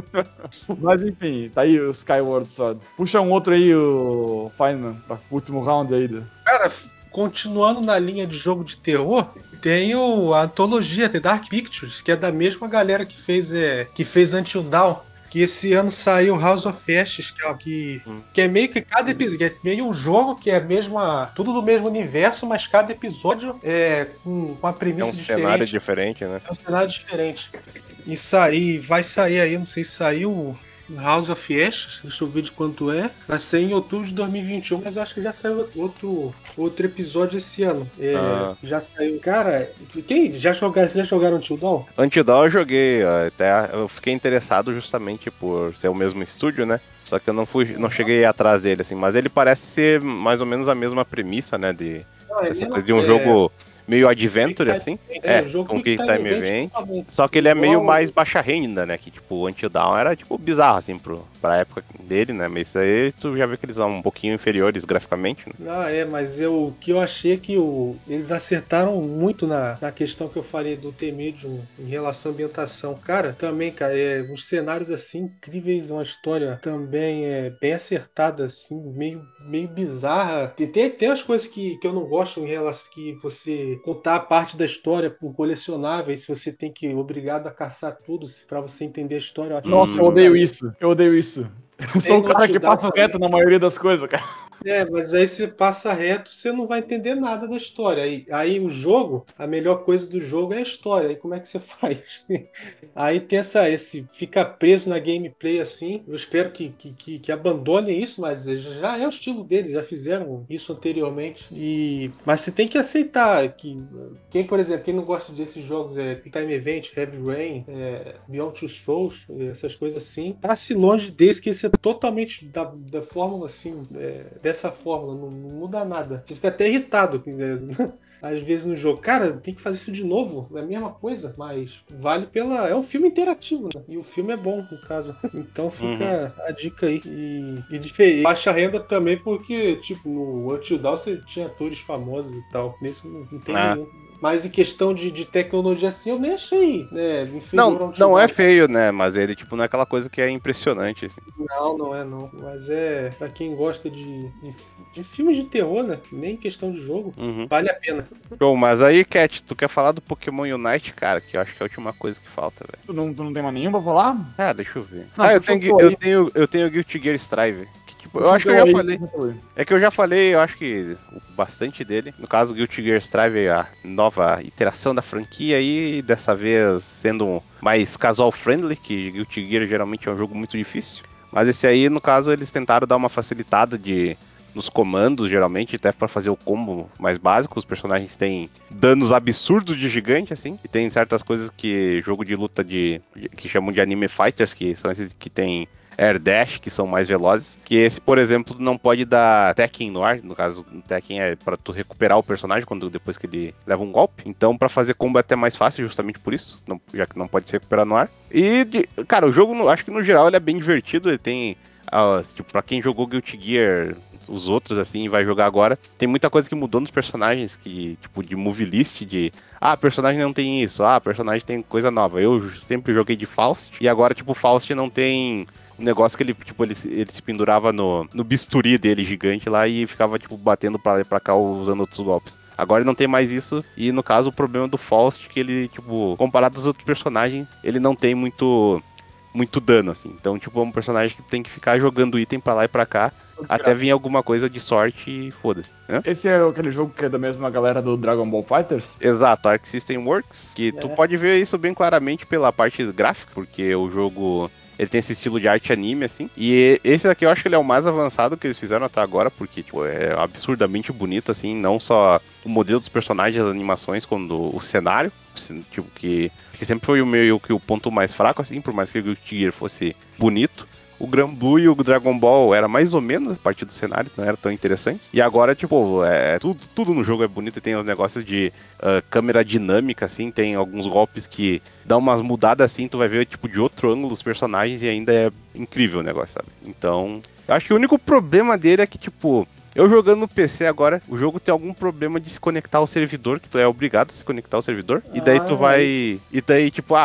Mas enfim, tá aí o Skyward Sword. Puxa um outro aí, o Feynman, pra último round aí. Cara, continuando na linha de jogo de terror, tem a antologia The Dark Pictures, que é da mesma galera que fez Until Dawn. Que esse ano saiu House of Ashes, que é meio que cada episódio, que é meio um jogo que é tudo do mesmo universo, mas cada episódio é com uma É um premissa cenário diferente, diferente, né? é um cenário diferente. Vai sair aí, não sei se saiu House of Ashes, deixa eu ver de quanto é. Vai sair em outubro de 2021, mas eu acho que já saiu outro episódio esse ano. Já saiu. Cara, vocês já jogaram Until Dawn? Until Dawn eu joguei, ó, até eu fiquei interessado justamente por ser o mesmo estúdio, né? Só que eu não cheguei atrás dele, assim, mas ele parece ser mais ou menos a mesma premissa, né? De Não, essa coisa de um jogo meio adventure, assim. O jogo Com Quick Quick Time Time Event, Event. Só que ele é meio mais baixa renda, né? Que tipo, o Until Dawn era tipo bizarro, assim, pra época dele, né? Mas isso aí tu já vê que eles são um pouquinho inferiores graficamente, né? Mas o que eu achei é que eles acertaram muito na questão que eu falei do T-Medium em relação à ambientação. Cara, também, cara, uns cenários assim incríveis, uma história também bem acertada, assim, meio bizarra. Tem as coisas que eu não gosto em relação que você contar a parte da história por colecionáveis, se você tem que obrigado a caçar tudo pra você entender a história. Eu acho Nossa, eu odeio isso. Eu odeio isso. Eu sou o cara que passa reto na maioria das coisas, cara. Mas aí você passa reto, você não vai entender nada da história. Aí o jogo, a melhor coisa do jogo é a história. Aí como é que você faz? Aí tem esse fica preso na gameplay assim. Eu espero que abandonem isso, mas já é o estilo deles, já fizeram isso anteriormente. Mas você tem que aceitar que por exemplo, quem não gosta desses jogos Quick Time Event, Heavy Rain, Beyond Two Souls, essas coisas assim, passe longe desse que isso é totalmente da fórmula assim, dessa fórmula, não muda nada. Você fica até irritado, né? Às vezes no jogo, cara, tem que fazer isso de novo, é a mesma coisa, mas vale pela. É um filme interativo, né? E o filme é bom, no caso. Então fica a dica aí. E diferente. Baixa renda também, porque, tipo, no Until Dawn você tinha atores famosos e tal. Nesse não tem nenhum. Mas em questão de tecnologia assim, eu nem achei, né, inferior ao Until Não é Dawn. feio, né? Mas ele, tipo, não é aquela coisa que é impressionante, assim. Não é não. Mas pra quem gosta de filmes de terror, né? Nem questão de jogo, vale a pena. Show, mas aí, Cat, tu quer falar do Pokémon Unite, cara? Que eu acho que é a última coisa que falta, velho. Tu não tem mais nenhum pra falar? Ah, deixa eu ver. Não, Eu tenho Guilty Gear Strive. Que, tipo, eu puxa o acho que eu teu já aí, falei. É que eu já falei, eu acho que bastante dele. No caso, Guilty Gear Strive é a nova iteração da franquia aí, dessa vez sendo mais casual friendly, que Guilty Gear geralmente é um jogo muito difícil. Mas esse aí, no caso, eles tentaram dar uma facilitada nos comandos, geralmente, até para fazer o combo mais básico. Os personagens têm danos absurdos de gigante, assim. E tem certas coisas que jogo de luta que chamam de anime fighters, que são esses que tem Air Dash, que são mais velozes. Que esse, por exemplo, não pode dar Tekken no ar. No caso, o Tekken é pra tu recuperar o personagem depois que ele leva um golpe. Então, pra fazer combo é até mais fácil, justamente por isso. Já que não pode se recuperar no ar. Cara, o jogo, acho que no geral, ele é bem divertido. Ele tem... tipo, pra quem jogou Guilty Gear, os outros, assim, vai jogar agora, tem muita coisa que mudou nos personagens, que, tipo, de movie list, personagem não tem isso, personagem tem coisa nova. Eu sempre joguei de Faust, e agora, tipo, Faust não tem um negócio que ele, tipo, ele se pendurava no bisturi dele gigante lá e ficava, tipo, batendo pra lá e pra cá usando outros golpes. Agora ele não tem mais isso, e no caso o problema do Faust é que ele, tipo, comparado aos outros personagens, ele não tem muito dano, assim. Então, tipo, é um personagem que tem que ficar jogando item pra lá e pra cá, até vir alguma coisa de sorte e foda-se. Esse é aquele jogo que é da mesma galera do Dragon Ball Fighters? Exato, Arc System Works, que tu pode ver isso bem claramente pela parte gráfica, porque o jogo... Ele tem esse estilo de arte anime, assim. E esse daqui eu acho que ele é o mais avançado que eles fizeram até agora, porque, tipo, é absurdamente bonito, assim. Não só o modelo dos personagens, as animações, quando o cenário. Tipo, que sempre foi meio que o ponto mais fraco, assim, por mais que o Guilty Gear fosse bonito. O Granblue e o Dragon Ball era mais ou menos a partir dos cenários, não era tão interessante. E agora, tipo, tudo no jogo é bonito e tem os negócios de câmera dinâmica, assim, tem alguns golpes que dão umas mudadas assim, tu vai ver, tipo, de outro ângulo os personagens e ainda é incrível o negócio, sabe? Então, eu acho que o único problema dele é que, tipo, eu jogando no PC agora, o jogo tem algum problema de se conectar ao servidor, que tu é obrigado a se conectar ao servidor. E daí tu vai. Isso. E daí, tipo,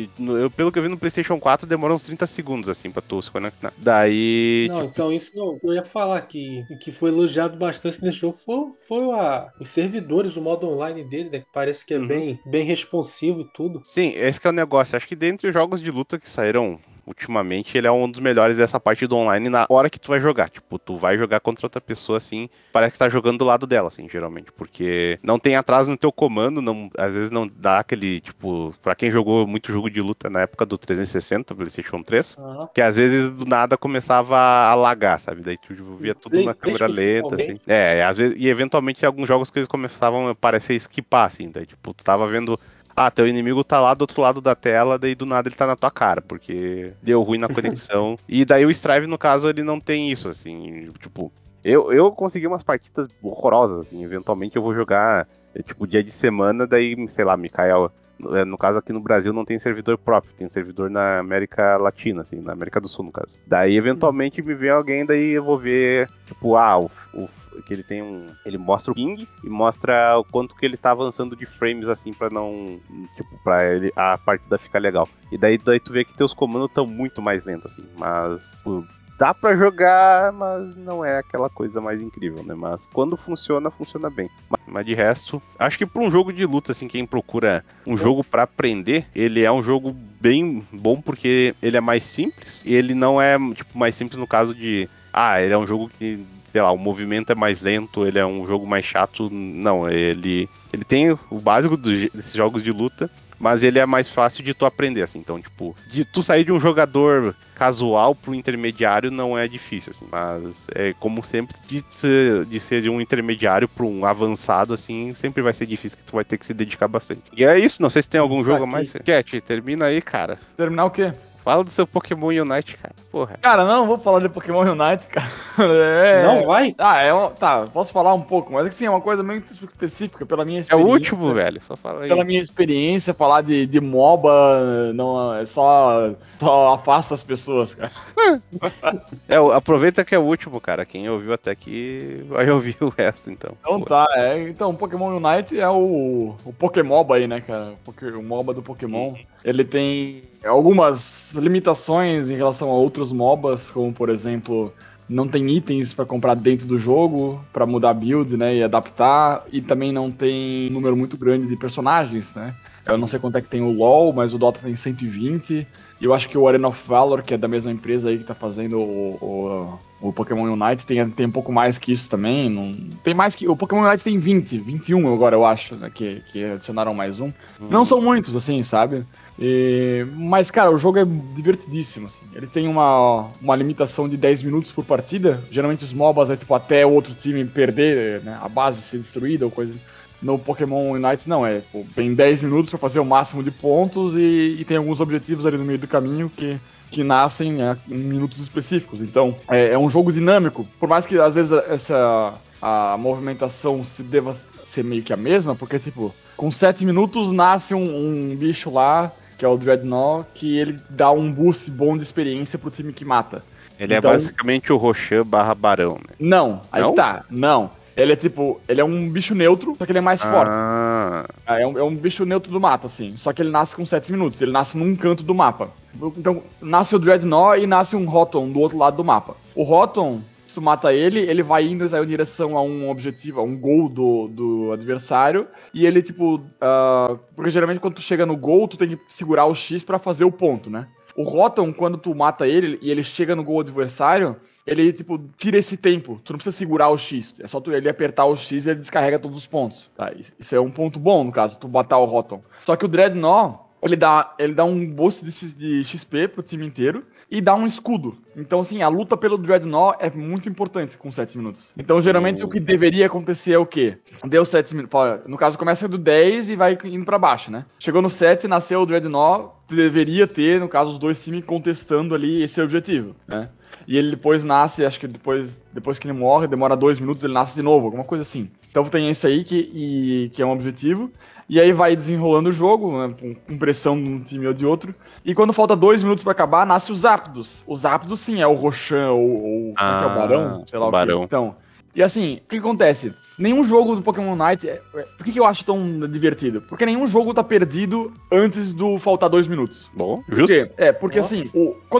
pelo que eu vi no PlayStation 4, demora uns 30 segundos, assim, pra tu se conectar. Daí. Não, tipo... então isso eu ia falar que foi elogiado bastante nesse jogo foi os servidores, o modo online dele, né? Que parece que é bem responsivo e tudo. Sim, esse que é o negócio. Acho que dentre os jogos de luta que saíram ultimamente, ele é um dos melhores dessa parte do online na hora que tu vai jogar. Tipo, tu vai jogar contra outra pessoa, assim, parece que tá jogando do lado dela, assim, geralmente. Porque não tem atraso no teu comando, às vezes não dá aquele, tipo... Pra quem jogou muito jogo de luta na época do 360, PlayStation 3, que às vezes do nada começava a lagar, sabe? Daí tu via tudo na câmera lenta, assim. Às vezes... E eventualmente alguns jogos que eles começavam a parecer esquipar, assim. Daí, tipo, tu tava vendo... teu inimigo tá lá do outro lado da tela, daí do nada ele tá na tua cara, porque deu ruim na conexão. E daí o Strive, no caso, ele não tem isso, assim, tipo... Eu consegui umas partidas horrorosas, assim, eventualmente eu vou jogar tipo, dia de semana, daí, sei lá, me cai no caso aqui no Brasil não tem servidor próprio, tem servidor na América Latina, assim, na América do Sul, no caso. Daí, eventualmente, me vem alguém, daí eu vou ver, tipo, que ele tem ele mostra o ping e mostra o quanto que ele está avançando de frames, assim, pra não, tipo, pra ele, a partida ficar legal. E daí tu vê que teus comandos estão muito mais lentos, assim, mas... Dá pra jogar, mas não é aquela coisa mais incrível, né? Mas quando funciona, funciona bem. Mas de resto, acho que pra um jogo de luta, assim, quem procura um jogo pra aprender, ele é um jogo bem bom porque ele é mais simples. E ele não é, tipo, mais simples no caso de... ele é um jogo que, sei lá, o movimento é mais lento, ele é um jogo mais chato. Não, ele tem o básico desses jogos de luta, mas ele é mais fácil de tu aprender, assim. Então, tipo, de tu sair de um jogador casual pro intermediário não é difícil, assim. Mas, como sempre, de ser de um intermediário pro um avançado, assim, sempre vai ser difícil, que tu vai ter que se dedicar bastante. E é isso, não sei se tem algum jogo a mais. Cat, termina aí, cara. Terminar o quê? Fala do seu Pokémon Unite, cara. Porra. Cara, não vou falar de Pokémon Unite, cara. Não vai? Tá, posso falar um pouco, mas é que sim, é uma coisa muito específica pela minha É o experiência. último, velho. Só fala aí. Pela minha experiência, falar de MOBA não é só afasta as pessoas, cara. Aproveita que é o último, cara. Quem ouviu até aqui vai ouvir o resto, então. Então tá, então Pokémon Unite é o Pokémoba aí, né, cara? O MOBA do Pokémon. Ele tem algumas limitações em relação a outros MOBAs, como por exemplo, não tem itens pra comprar dentro do jogo, pra mudar build, né, e adaptar, e também não tem um número muito grande de personagens, né? Eu não sei quanto é que tem o LoL, mas o Dota tem 120. E eu acho que o Arena of Valor, que é da mesma empresa aí que tá fazendo o Pokémon Unite, tem um pouco mais que isso também. Não, tem mais que. O Pokémon Unite tem 21 agora, eu acho, né, que adicionaram mais um. Não são muitos, assim, sabe? Mas, cara, o jogo é divertidíssimo, assim. Ele tem uma limitação de 10 minutos por partida. Geralmente os MOBAs é tipo até o outro time perder, né, a base ser destruída ou coisa. No Pokémon Unite não, tem 10 minutos pra fazer o máximo de pontos e tem alguns objetivos ali no meio do caminho que nascem, né, em minutos específicos. Então, é um jogo dinâmico. Por mais que às vezes a movimentação se deva ser meio que a mesma, porque tipo, com 7 minutos nasce um bicho lá, que é o Dreadnought, que ele dá um boost bom de experiência pro time que mata. Ele é basicamente o Roshan / Barão, né? Não, aí que tá, não. Ele é um bicho neutro, só que ele é mais forte. É um bicho neutro do mato, assim. Só que ele nasce com 7 minutos. Ele nasce num canto do mapa. Então, nasce o Dreadnought e nasce um Rotom do outro lado do mapa. O Rotom, se tu mata ele, ele vai indo em direção a um objetivo, a um gol do adversário. E ele, tipo... porque geralmente quando tu chega no gol, tu tem que segurar o X pra fazer o ponto, né? O Rotom, quando tu mata ele e ele chega no gol adversário, ele, tipo, tira esse tempo. Tu não precisa segurar o X. É só ele apertar o X e ele descarrega todos os pontos. Tá? Isso é um ponto bom, no caso, tu matar o Rotom. Só que o Dreadnought, ele dá um boost de XP pro time inteiro e dá um escudo. Então, assim, a luta pelo Dreadnought é muito importante com 7 minutos. Então, geralmente, o que deveria acontecer é o quê? Deu 7 minutos. No caso, começa do 10 e vai indo pra baixo, né? Chegou no 7, nasceu o Dreadnought, deveria ter, no caso, os dois times contestando ali esse objetivo, né? E ele depois nasce, acho que depois que ele morre, demora 2 minutos, ele nasce de novo, alguma coisa assim. Então tem isso aí que é um objetivo. E aí vai desenrolando o jogo, né, com pressão de um time ou de outro. E quando falta 2 minutos pra acabar, nasce os Zapdos. Os Zapdos, sim, é o Roshan ou como é que é o Barão? Sei lá o Barão. quê. Então, e assim, o que acontece? Nenhum jogo do Pokémon Unite... Por que eu acho tão divertido? Porque nenhum jogo tá perdido antes do faltar 2 minutos. Bom, Por justo. quê? Porque assim,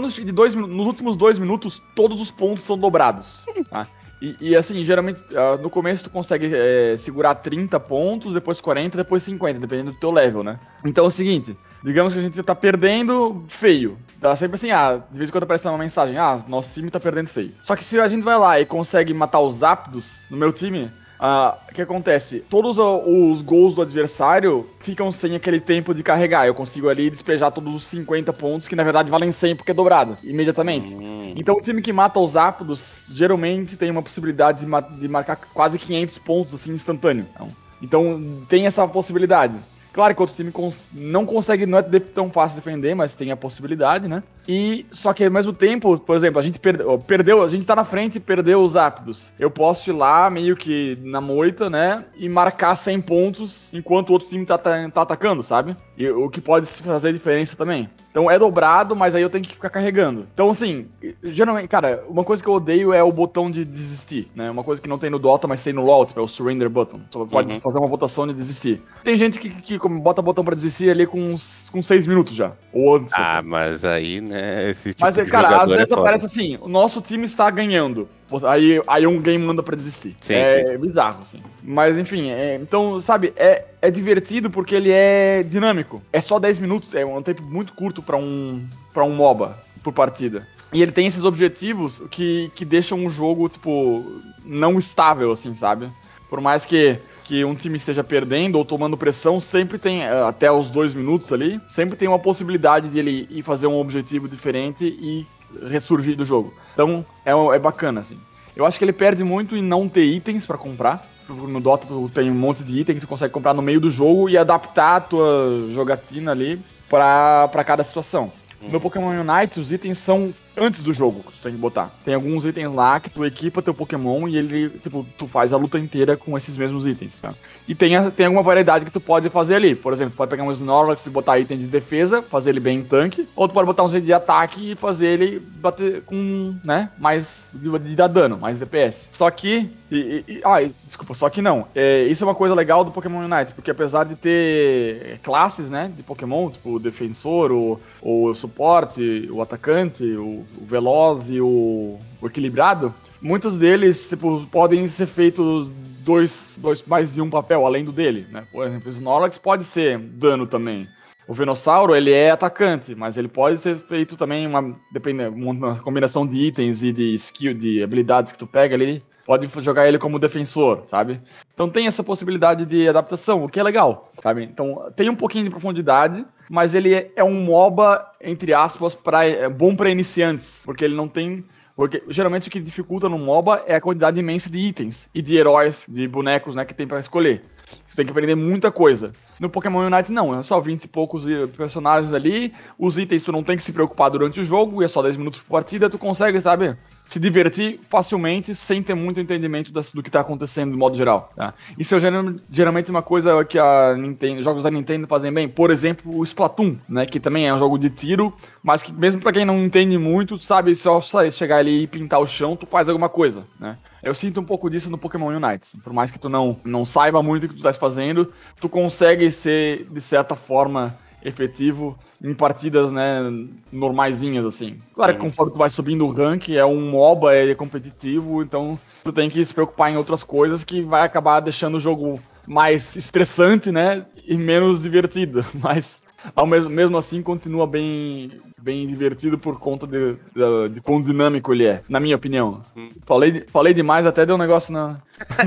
nos últimos 2 minutos, todos os pontos são dobrados. Tá? E assim, geralmente, no começo tu consegue segurar 30 pontos, depois 40, depois 50, dependendo do teu level, né? Então é o seguinte, digamos que a gente tá perdendo feio. Dá sempre assim, de vez em quando aparece uma mensagem, nosso time tá perdendo feio. Só que se a gente vai lá e consegue matar os Zapdos no meu time... O que acontece? Todos os gols do adversário ficam sem aquele tempo de carregar. Eu consigo ali despejar todos os 50 pontos, que na verdade valem 100 porque é dobrado, imediatamente. Então o time que mata os Zapdos geralmente tem uma possibilidade de marcar quase 500 pontos assim instantâneo. Então tem essa possibilidade. Claro que o outro time não consegue, não é tão fácil defender, mas tem a possibilidade, né? E só que ao mesmo tempo, por exemplo, a gente perdeu, a gente tá na frente e perdeu os ápidos. Eu posso ir lá meio que na moita, né? E marcar 100 pontos enquanto o outro time tá atacando, sabe? E o que pode fazer diferença também. Então é dobrado, mas aí eu tenho que ficar carregando. Então assim, geralmente, cara, uma coisa que eu odeio é o botão de desistir, né? Uma coisa que não tem no Dota, mas tem no LoL, tipo, é o surrender button. Só pode fazer uma votação de desistir. Tem gente que bota botão pra desistir ali com 6 minutos já. Ou antes. Ah, mas aí, né, esse tipo Mas, de cara, às jogador vezes é foda. aparece assim, o nosso time está ganhando. Aí um game manda pra desistir. Sim, é bizarro, assim. Mas, enfim, então, sabe, é divertido porque ele é dinâmico. É só 10 minutos, é um tempo muito curto pra um MOBA por partida. E ele tem esses objetivos que deixam o jogo, tipo, não estável, assim, sabe? Por mais que um time esteja perdendo ou tomando pressão, sempre tem, até os 2 minutos ali, sempre tem uma possibilidade de ele ir fazer um objetivo diferente e ressurgir do jogo. Então, é bacana, assim. Eu acho que ele perde muito em não ter itens pra comprar. No Dota tu tem um monte de item que tu consegue comprar no meio do jogo e adaptar a tua jogatina ali pra cada situação. No Pokémon Unite, os itens são antes do jogo que tu tem que botar. Tem alguns itens lá que tu equipa teu Pokémon e ele, tipo, tu faz a luta inteira com esses mesmos itens, tá? E tem alguma variedade que tu pode fazer ali. Por exemplo, tu pode pegar um Snorlax e botar item de defesa, fazer ele bem em tanque. Ou tu pode botar um item de ataque e fazer ele bater com, né, mais de dar dano, mais DPS. Só que... desculpa, só que não. Isso é uma coisa legal do Pokémon Unite, porque apesar de ter classes, né, de Pokémon, tipo o defensor, o suporte, o atacante, o veloz e o equilibrado, muitos deles, tipo, podem ser feitos dois mais de um papel além do dele, né? Por exemplo, o Snorlax pode ser dano também. O Venossauro, ele é atacante, mas ele pode ser feito também uma combinação de itens e de skill, de habilidades que tu pega ali. Pode jogar ele como defensor, sabe? Então tem essa possibilidade de adaptação, o que é legal, sabe? Então tem um pouquinho de profundidade, mas ele é um MOBA, entre aspas, bom para iniciantes, porque ele não tem... Porque geralmente o que dificulta no MOBA é a quantidade imensa de itens e de heróis, de bonecos, né, que tem pra escolher. Você tem que aprender muita coisa. No Pokémon Unite não, é só 20 e poucos personagens ali, os itens tu não tem que se preocupar durante o jogo, e é só 10 minutos por partida, tu consegue, sabe, se divertir facilmente sem ter muito entendimento do que tá acontecendo de modo geral, tá? Isso é geralmente uma coisa que jogos da Nintendo fazem bem, por exemplo, o Splatoon, né, que também é um jogo de tiro, mas que mesmo pra quem não entende muito, sabe, só chegar ali e pintar o chão, tu faz alguma coisa, né? Eu sinto um pouco disso no Pokémon Unite. Por mais que tu não saiba muito o que tu estás fazendo, tu consegue ser, de certa forma, efetivo em partidas, né, normaisinhas, assim. Claro que conforme tu vai subindo o rank, é um MOBA, é competitivo, então tu tem que se preocupar em outras coisas que vai acabar deixando o jogo mais estressante, né, e menos divertido. Mas, mesmo assim, continua bem divertido por conta de quão dinâmico ele é, na minha opinião. Falei demais, até deu um negócio na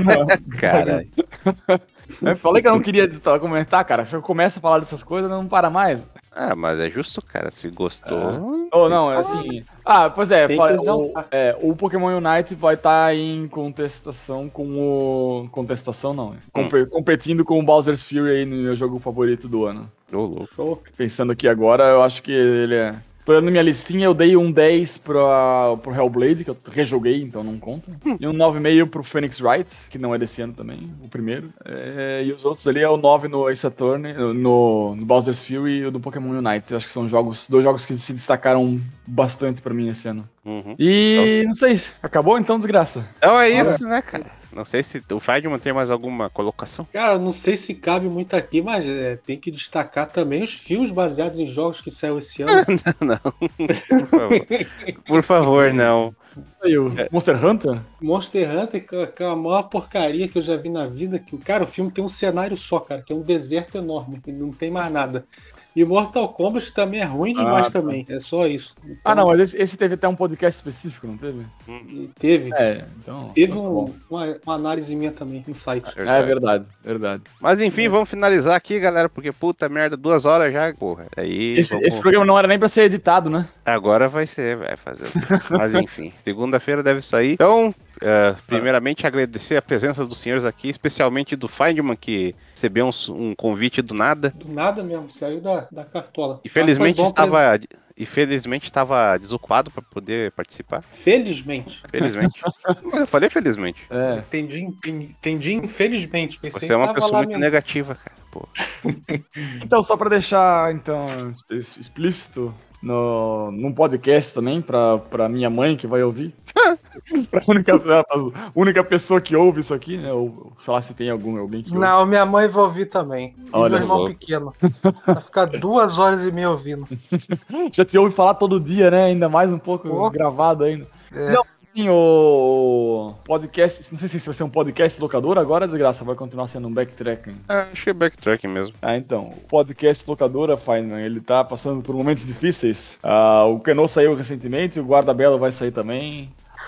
Caralho. falei que eu não queria comentar, cara. Se eu começo a falar dessas coisas, não para mais. Ah, mas é justo, cara. Se gostou. Ou não, é assim. Pois é, Tem que exaltar. o Pokémon Unite vai estar em contestação com o. Contestação não. Competindo com o Bowser's Fury aí no meu jogo favorito do ano. Ô, louco. Show. Pensando aqui agora, eu acho que ele é. Tô olhando minha listinha, eu dei um 10 pro Hellblade, que eu rejoguei, então não conta. E um 9,5 pro Phoenix Wright, que não é desse ano também, o primeiro. E os outros ali é o 9 no Ace Attorney, no Bowser's Fury e o do Pokémon Unite. Eu acho que são dois jogos que se destacaram bastante pra mim esse ano. E não sei, acabou então, desgraça? Então é isso, né, cara? Não sei se o Feidman tem mais alguma colocação. Cara, não sei se cabe muito aqui, mas tem que destacar também os filmes baseados em jogos que saiu esse ano. Não, por favor. Por favor, não. Aí, o Monster Hunter? Monster Hunter, que é a maior porcaria que eu já vi na vida. Cara, o filme tem um cenário só, cara, que é um deserto enorme, que não tem mais nada. E Mortal Kombat também é ruim demais também, é só isso. Então, não, mas esse teve até um podcast específico, não teve? Teve. Então. Teve uma análise minha também no site. É verdade. Mas enfim, vamos finalizar aqui, galera, porque puta merda, 2 horas já, porra. Aí, esse programa não era nem pra ser editado, né? Agora vai ser, vai fazer. Mas enfim, segunda-feira deve sair. Então, Primeiramente, agradecer a presença dos senhores aqui, especialmente do Feynman, que recebeu um convite do nada. Do nada mesmo, saiu da cartola. Infelizmente estava desocupado para poder participar. Felizmente. Felizmente. Mas eu falei felizmente. Entendi infelizmente. Pensei Você é que uma tava pessoa lá muito mesmo. negativa, cara. Pô. Então, só pra deixar explícito num podcast também, pra minha mãe que vai ouvir. Pra única pessoa que ouve isso aqui, né? Ou sei lá se tem alguém que ouve. Não, minha mãe vai ouvir também. E Olha meu irmão só. pequeno. Vai ficar 2 horas e meia ouvindo. Já te ouve falar todo dia, né? Ainda mais um pouco Pô. gravado ainda. É. Não, sim, o podcast, não sei se vai ser um podcast locador agora, desgraça, vai continuar sendo um backtracking. Acho que é backtracking mesmo. Então, o podcast locadora, Feynman, ele tá passando por momentos difíceis. O Keno saiu recentemente, o Guarda Belo vai sair também.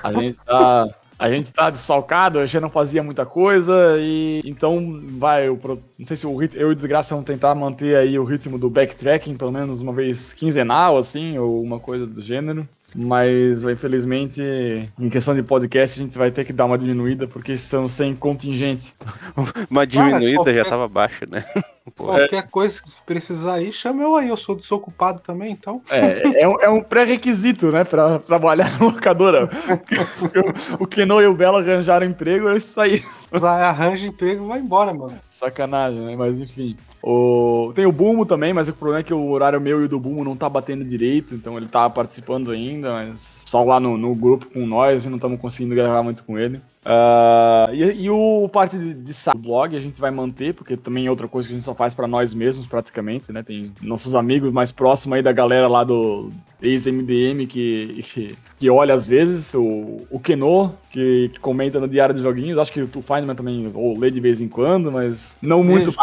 A gente tá desfalcado, a gente não fazia muita coisa e então não sei se eu e o Desgraça vão tentar manter aí o ritmo do backtracking, pelo menos uma vez quinzenal, assim, ou uma coisa do gênero. Mas, infelizmente, em questão de podcast, a gente vai ter que dar uma diminuída porque estamos sem contingente. Uma diminuída já tava baixa, né? Pô, Qualquer coisa que precisar aí, chama eu aí. Eu sou desocupado também, então. É um pré-requisito, né, pra trabalhar na locadora. O Keno e o Belo arranjaram emprego, eles saíram. Vai, arranja emprego e vai embora, mano. Sacanagem, né? Mas enfim. Tem o Bumo também, mas o problema é que o horário meu e o do Bumo não tá batendo direito, então ele tá participando ainda, mas só lá no grupo com nós e não estamos conseguindo gravar muito com ele. E o parte de blog a gente vai manter, porque também é outra coisa que a gente só faz pra nós mesmos praticamente, né? Tem nossos amigos mais próximos aí da galera lá do ex-MDM que olha às vezes, o Keno, que comenta no Diário de Joguinhos, acho que o Feynman também ou lê de vez em quando, mas não muito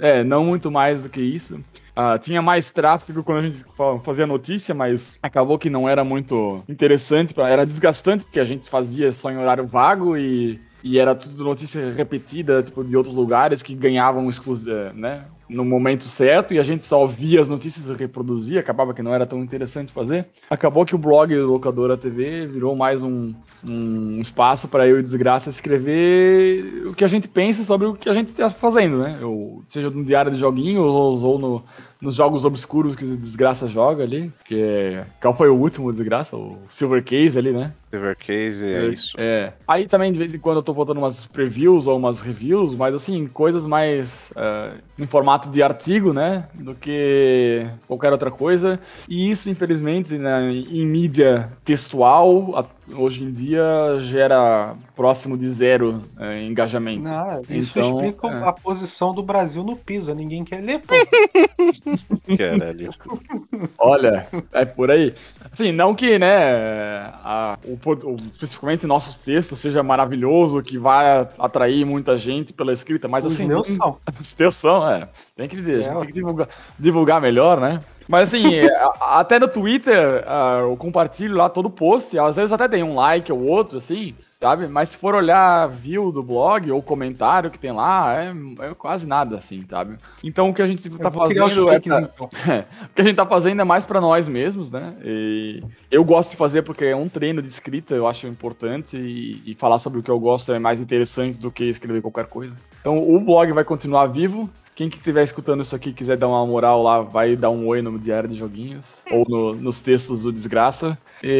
mais do que isso. Tinha mais tráfego quando a gente fazia notícia, mas acabou que não era muito interessante, era desgastante, porque a gente fazia só em horário vago e era tudo notícia repetida, tipo, de outros lugares que ganhavam né, no momento certo, e a gente só via as notícias e reproduzia, acabava que não era tão interessante fazer. Acabou que o blog Locadora TV virou mais um espaço para eu e Desgraça escrever o que a gente pensa sobre o que a gente está fazendo, né? Seja no diário de joguinho ou nos jogos obscuros que o Desgraça joga ali, qual foi o último Desgraça? O Silver Case ali, né? Silver Case, é isso. Aí também de vez em quando eu tô botando umas previews ou umas reviews, mas assim, coisas mais em formato de artigo, né, do que qualquer outra coisa. E isso, infelizmente, né, em mídia textual, hoje em dia gera próximo de zero engajamento. Não, isso então, explica a posição do Brasil no PISA. Ninguém quer ler, pô. Caralho. Olha, é por aí. Assim, não que, né, especificamente nossos textos seja maravilhoso, que vai atrair muita gente pela escrita, mas Os assim, meus são. os teus são, tem que divulgar melhor, né? Mas assim, até no Twitter, eu compartilho lá todo post, às vezes até tem um like ou outro, assim, sabe? Mas se for olhar view do blog ou comentário que tem lá, é quase nada, assim, sabe? Então o que a gente tá fazendo então. o que a gente tá fazendo é mais pra nós mesmos, né? E eu gosto de fazer porque é um treino de escrita, eu acho importante, e falar sobre o que eu gosto é mais interessante do que escrever qualquer coisa. Então o blog vai continuar vivo. Quem que estiver escutando isso aqui quiser dar uma moral lá, vai dar um oi no Diário de Joguinhos ou nos textos do Desgraça.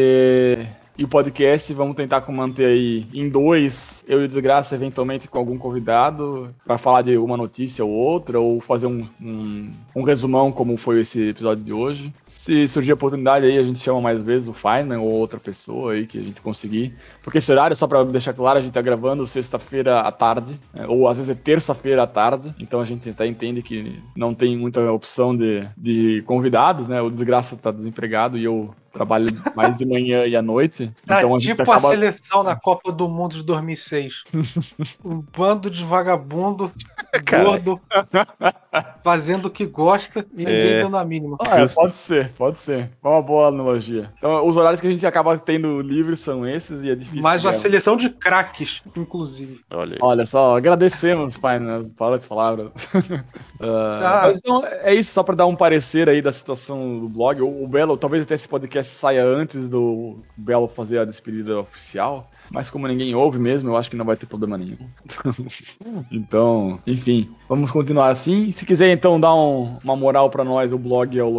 E o podcast, vamos tentar manter aí em 2, eu e o Desgraça, eventualmente com algum convidado, para falar de uma notícia ou outra, ou fazer um resumão como foi esse episódio de hoje. Se surgir a oportunidade aí, a gente chama mais vezes o Feynman ou outra pessoa aí que a gente conseguir. Porque esse horário, só pra deixar claro, a gente tá gravando sexta-feira à tarde, ou às vezes é terça-feira à tarde. Então a gente até entende que não tem muita opção de convidados, né? O Desgraça tá desempregado e eu trabalho mais de manhã e à noite. Então a gente tipo a seleção na Copa do Mundo de 2006. Um bando de vagabundo, gordo. fazendo o que gosta e ninguém dando a mínima. Pode ser. É uma boa analogia. Então, os horários que a gente acaba tendo livres são esses e é difícil. Mas a seleção de craques, inclusive. Olha só, agradecemos, pai, nas palavras. Mas então, é isso, só para dar um parecer aí da situação do blog. O Belo, talvez até esse podcast saia antes do Belo fazer a despedida oficial. Mas como ninguém ouve mesmo, eu acho que não vai ter problema nenhum. Então, enfim, vamos continuar assim. Se quiser então dar uma moral pra nós, o blog é o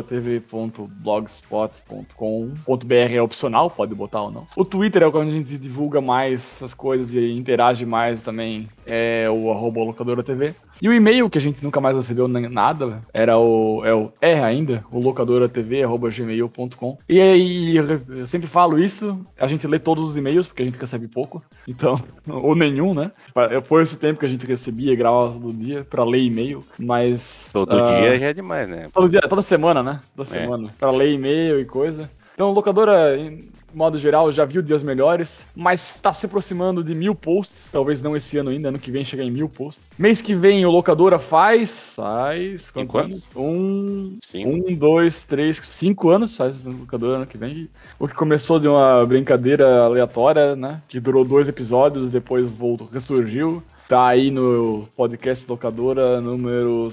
locadoratv.blogspot.com.br, é opcional, pode botar ou não. O Twitter é onde a gente divulga mais essas coisas e interage mais também, é o @locadoratv. E o e-mail, que a gente nunca mais recebeu nada, ainda, o locadoratv@gmail.com. E aí, eu sempre falo isso, a gente lê todos os e-mails, porque a gente recebe pouco, então, ou nenhum, né? Foi esse tempo que a gente recebia e gravava todo dia pra ler e-mail, mas... Todo dia já é demais, né? Todo dia, toda semana, né? Toda semana, pra ler e-mail e coisa. Então, locadora, em modo geral, já viu dias melhores, mas está se aproximando de 1000 posts. Talvez não esse ano ainda, ano que vem chegar em 1000 posts. Mês que vem o locadora faz quantos anos? 5 anos faz o locadora ano que vem. O que começou de uma brincadeira aleatória, né? Que durou 2 episódios, depois ressurgiu. Tá aí no podcast Locadora número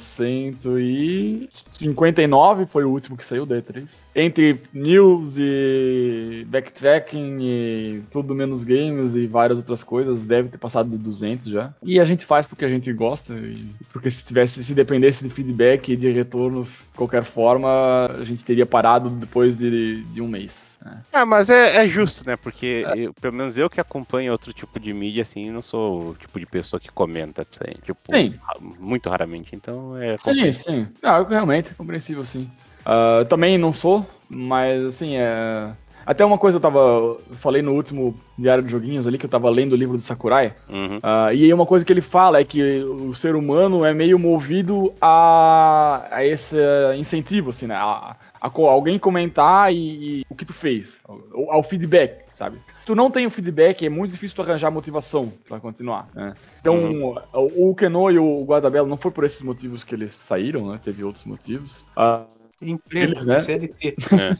159, foi o último que saiu da E3. Entre news e backtracking e tudo menos games e várias outras coisas, deve ter passado de 200 já. E a gente faz porque a gente gosta, porque se dependesse de feedback e de retorno de qualquer forma, a gente teria parado depois de um mês. Mas é justo, né? Porque pelo menos eu que acompanho outro tipo de mídia, assim, não sou o tipo de pessoa que comenta, assim, tipo, Sim. Muito raramente, então Sim. Realmente, é compreensível, sim. Também não sou, mas assim, até uma coisa eu falei no último Diário de Joguinhos ali, que eu tava lendo o livro do Sakurai, e aí uma coisa que ele fala é que o ser humano é meio movido a esse incentivo, assim, né? Alguém comentar e o que tu fez, ao feedback, sabe? Tu não tem o feedback, é muito difícil tu arranjar motivação pra continuar, né? Então, o Keno e o Guardabelo não foi por esses motivos que eles saíram, né? Teve outros motivos. Emprego, eles, né? CLT.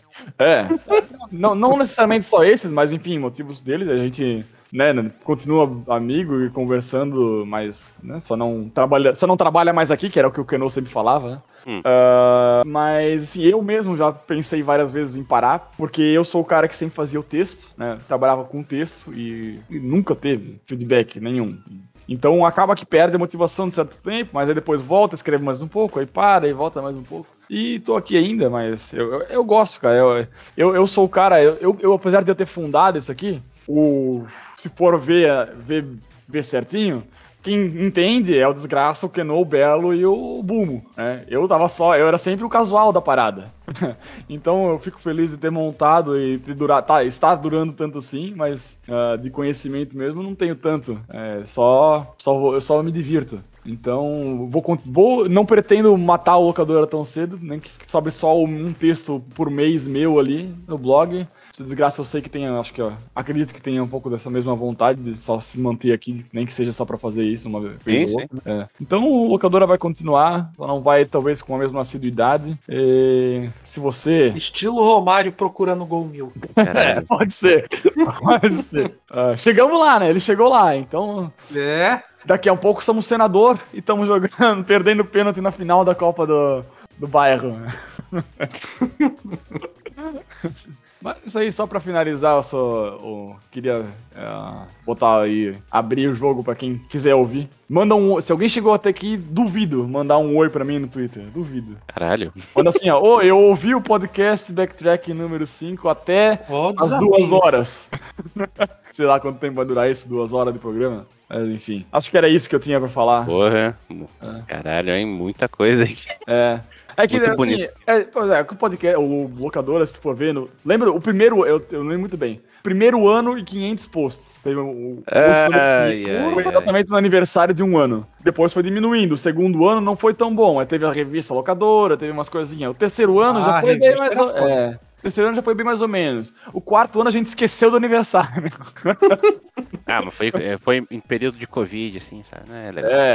Não necessariamente só esses, mas enfim, motivos deles, a gente, né, continua amigo e conversando, mas, né, só não trabalha mais aqui, que era o que o Keno sempre falava, né? Mas assim, eu mesmo já pensei várias vezes em parar, porque eu sou o cara que sempre fazia o texto, né? Trabalhava com texto e nunca teve feedback nenhum. Então acaba que perde a motivação de certo tempo, mas aí depois volta, escreve mais um pouco, aí para e volta mais um pouco. E tô aqui ainda, mas eu gosto, cara. Eu sou o cara, apesar de eu ter fundado isso aqui, se for ver certinho, quem entende é o Desgraça, o Keno, o Belo e o Bumo, né? Eu era sempre o casual da parada. Então eu fico feliz de ter montado e de está durando tanto assim, mas de conhecimento mesmo não tenho tanto. Eu só me divirto. Então, não pretendo matar o Locadora tão cedo, nem que sobre só um texto por mês meu ali no blog. Se Desgraça eu sei que tem, acredito que tenha um pouco dessa mesma vontade de só se manter aqui, nem que seja só pra fazer isso uma vez ou outra. Então o Locadora vai continuar, só não vai talvez com a mesma assiduidade. Se você... Estilo Romário procurando gol mil. Pode ser. Chegamos lá, né? Ele chegou lá, então... Daqui a pouco somos senador e estamos jogando, perdendo pênalti na final da Copa do Bairro. Mas isso aí, só pra finalizar, eu queria botar aí, abrir o jogo pra quem quiser ouvir. Se alguém chegou até aqui, duvido mandar um oi pra mim no Twitter, duvido. Caralho. Manda assim, ó, eu ouvi o podcast Backtrack número 5 até as 2 horas. Sei lá quanto tempo vai durar isso, 2 horas de programa. Mas enfim, acho que era isso que eu tinha pra falar. Porra, caralho, hein? Muita coisa aí. É que, muito assim, o podcast, o Locadora, se tu for vendo... Lembra, o primeiro, eu lembro muito bem. Primeiro ano e 500 posts. Teve foi exatamente no aniversário de 1 ano. Depois foi diminuindo. O segundo ano não foi tão bom. Aí teve a revista Locadora, teve umas coisinhas. O terceiro ano já foi bem mais... O terceiro ano já foi bem mais ou menos. O quarto ano a gente esqueceu do aniversário. Mas foi em período de Covid, assim, sabe? Não é legal.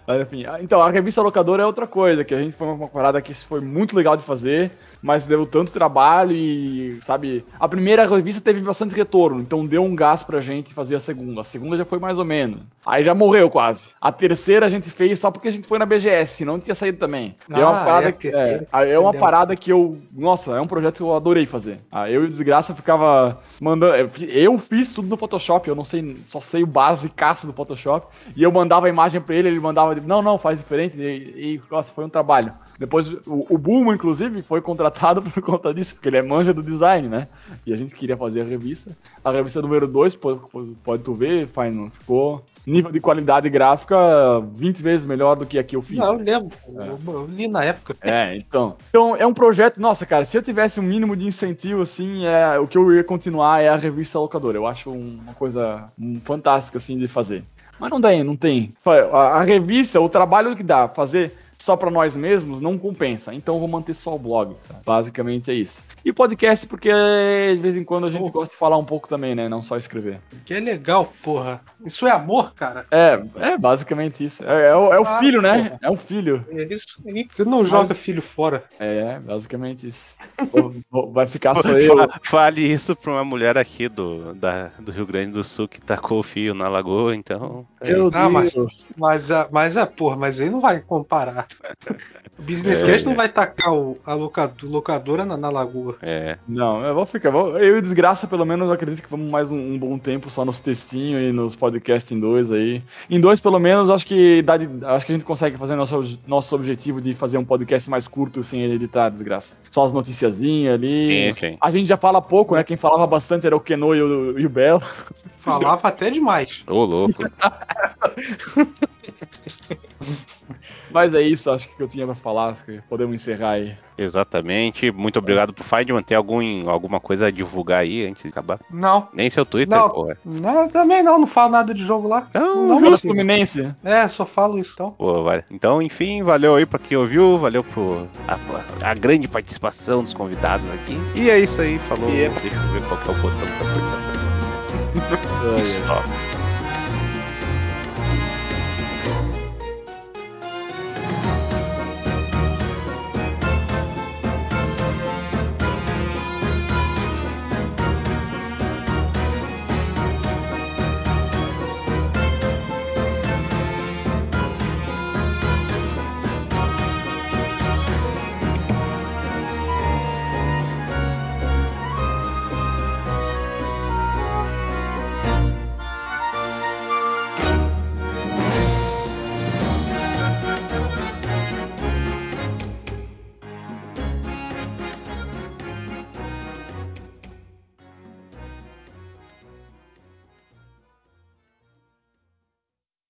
Mas, enfim, então, a revista locadora é outra coisa, que a gente foi uma parada que foi muito legal de fazer, mas deu tanto trabalho e, sabe, a primeira revista teve bastante retorno, então deu um gás pra gente fazer a segunda já foi mais ou menos, aí já morreu quase. A terceira a gente fez só porque a gente foi na BGS, senão não tinha saído também. E é uma parada que, é uma parada que nossa, é um projeto que eu adorei fazer. Eu e o Desgraça ficava mandando, eu fiz tudo no Photoshop, eu não sei, só sei o basicaço do Photoshop, e eu mandava a imagem pra ele mandava, não, faz diferente, nossa, foi um trabalho. Depois o Bulma, inclusive, foi contratado por conta disso, porque ele é manja do design, né? E a gente queria fazer a revista. A revista número 2, pode tu ver, ficou nível de qualidade gráfica 20 vezes melhor do que aqui eu fiz. Não, eu lembro, eu li na época. Então é um projeto, nossa, cara, se eu tivesse um mínimo de incentivo, assim, o que eu ia continuar é a revista locadora. Eu acho uma coisa fantástica, assim, de fazer. Mas não tem. A revista, o trabalho que dá fazer só pra nós mesmos não compensa. Então eu vou manter só o blog. Sabe? Basicamente é isso. E podcast porque de vez em quando a gente gosta de falar um pouco também, né? Não só escrever. Que é legal, porra. Isso é amor, cara? É basicamente isso. É o filho, né? Porra. É um filho. É isso aí. Você não joga filho fora. Basicamente isso. Vai ficar só eu. Fale isso pra uma mulher aqui do Rio Grande do Sul que tacou o fio na lagoa, então. Meu Deus. Porra, mas aí não vai comparar. O Business Cast não vai tacar a locadora na lagoa. Não, eu vou ficar. Eu e Desgraça, pelo menos, eu acredito que vamos mais um bom tempo só nos textinhos e nos podcasts em 2 aí. Em 2, pelo menos, acho que a gente consegue fazer nosso objetivo de fazer um podcast mais curto sem editar, Desgraça. Só as noticiazinhas ali. Sim. A gente já fala pouco, né? Quem falava bastante era o Keno e o Belo. Falava até demais. Ô, louco. Mas é isso, acho que eu tinha pra falar. Podemos encerrar aí. Exatamente. Muito obrigado pro Feidman. Tem alguma coisa a divulgar aí antes de acabar? Não. Nem seu Twitter, Não, porra. não, também não falo nada de jogo lá. Então, não Pelo Fluminense. só falo isso então. Pô, vale. Então, enfim, valeu aí pra quem ouviu, valeu por a grande participação dos convidados aqui. E é isso aí, falou. Deixa eu ver qual que é o botão pra apertar. Stop.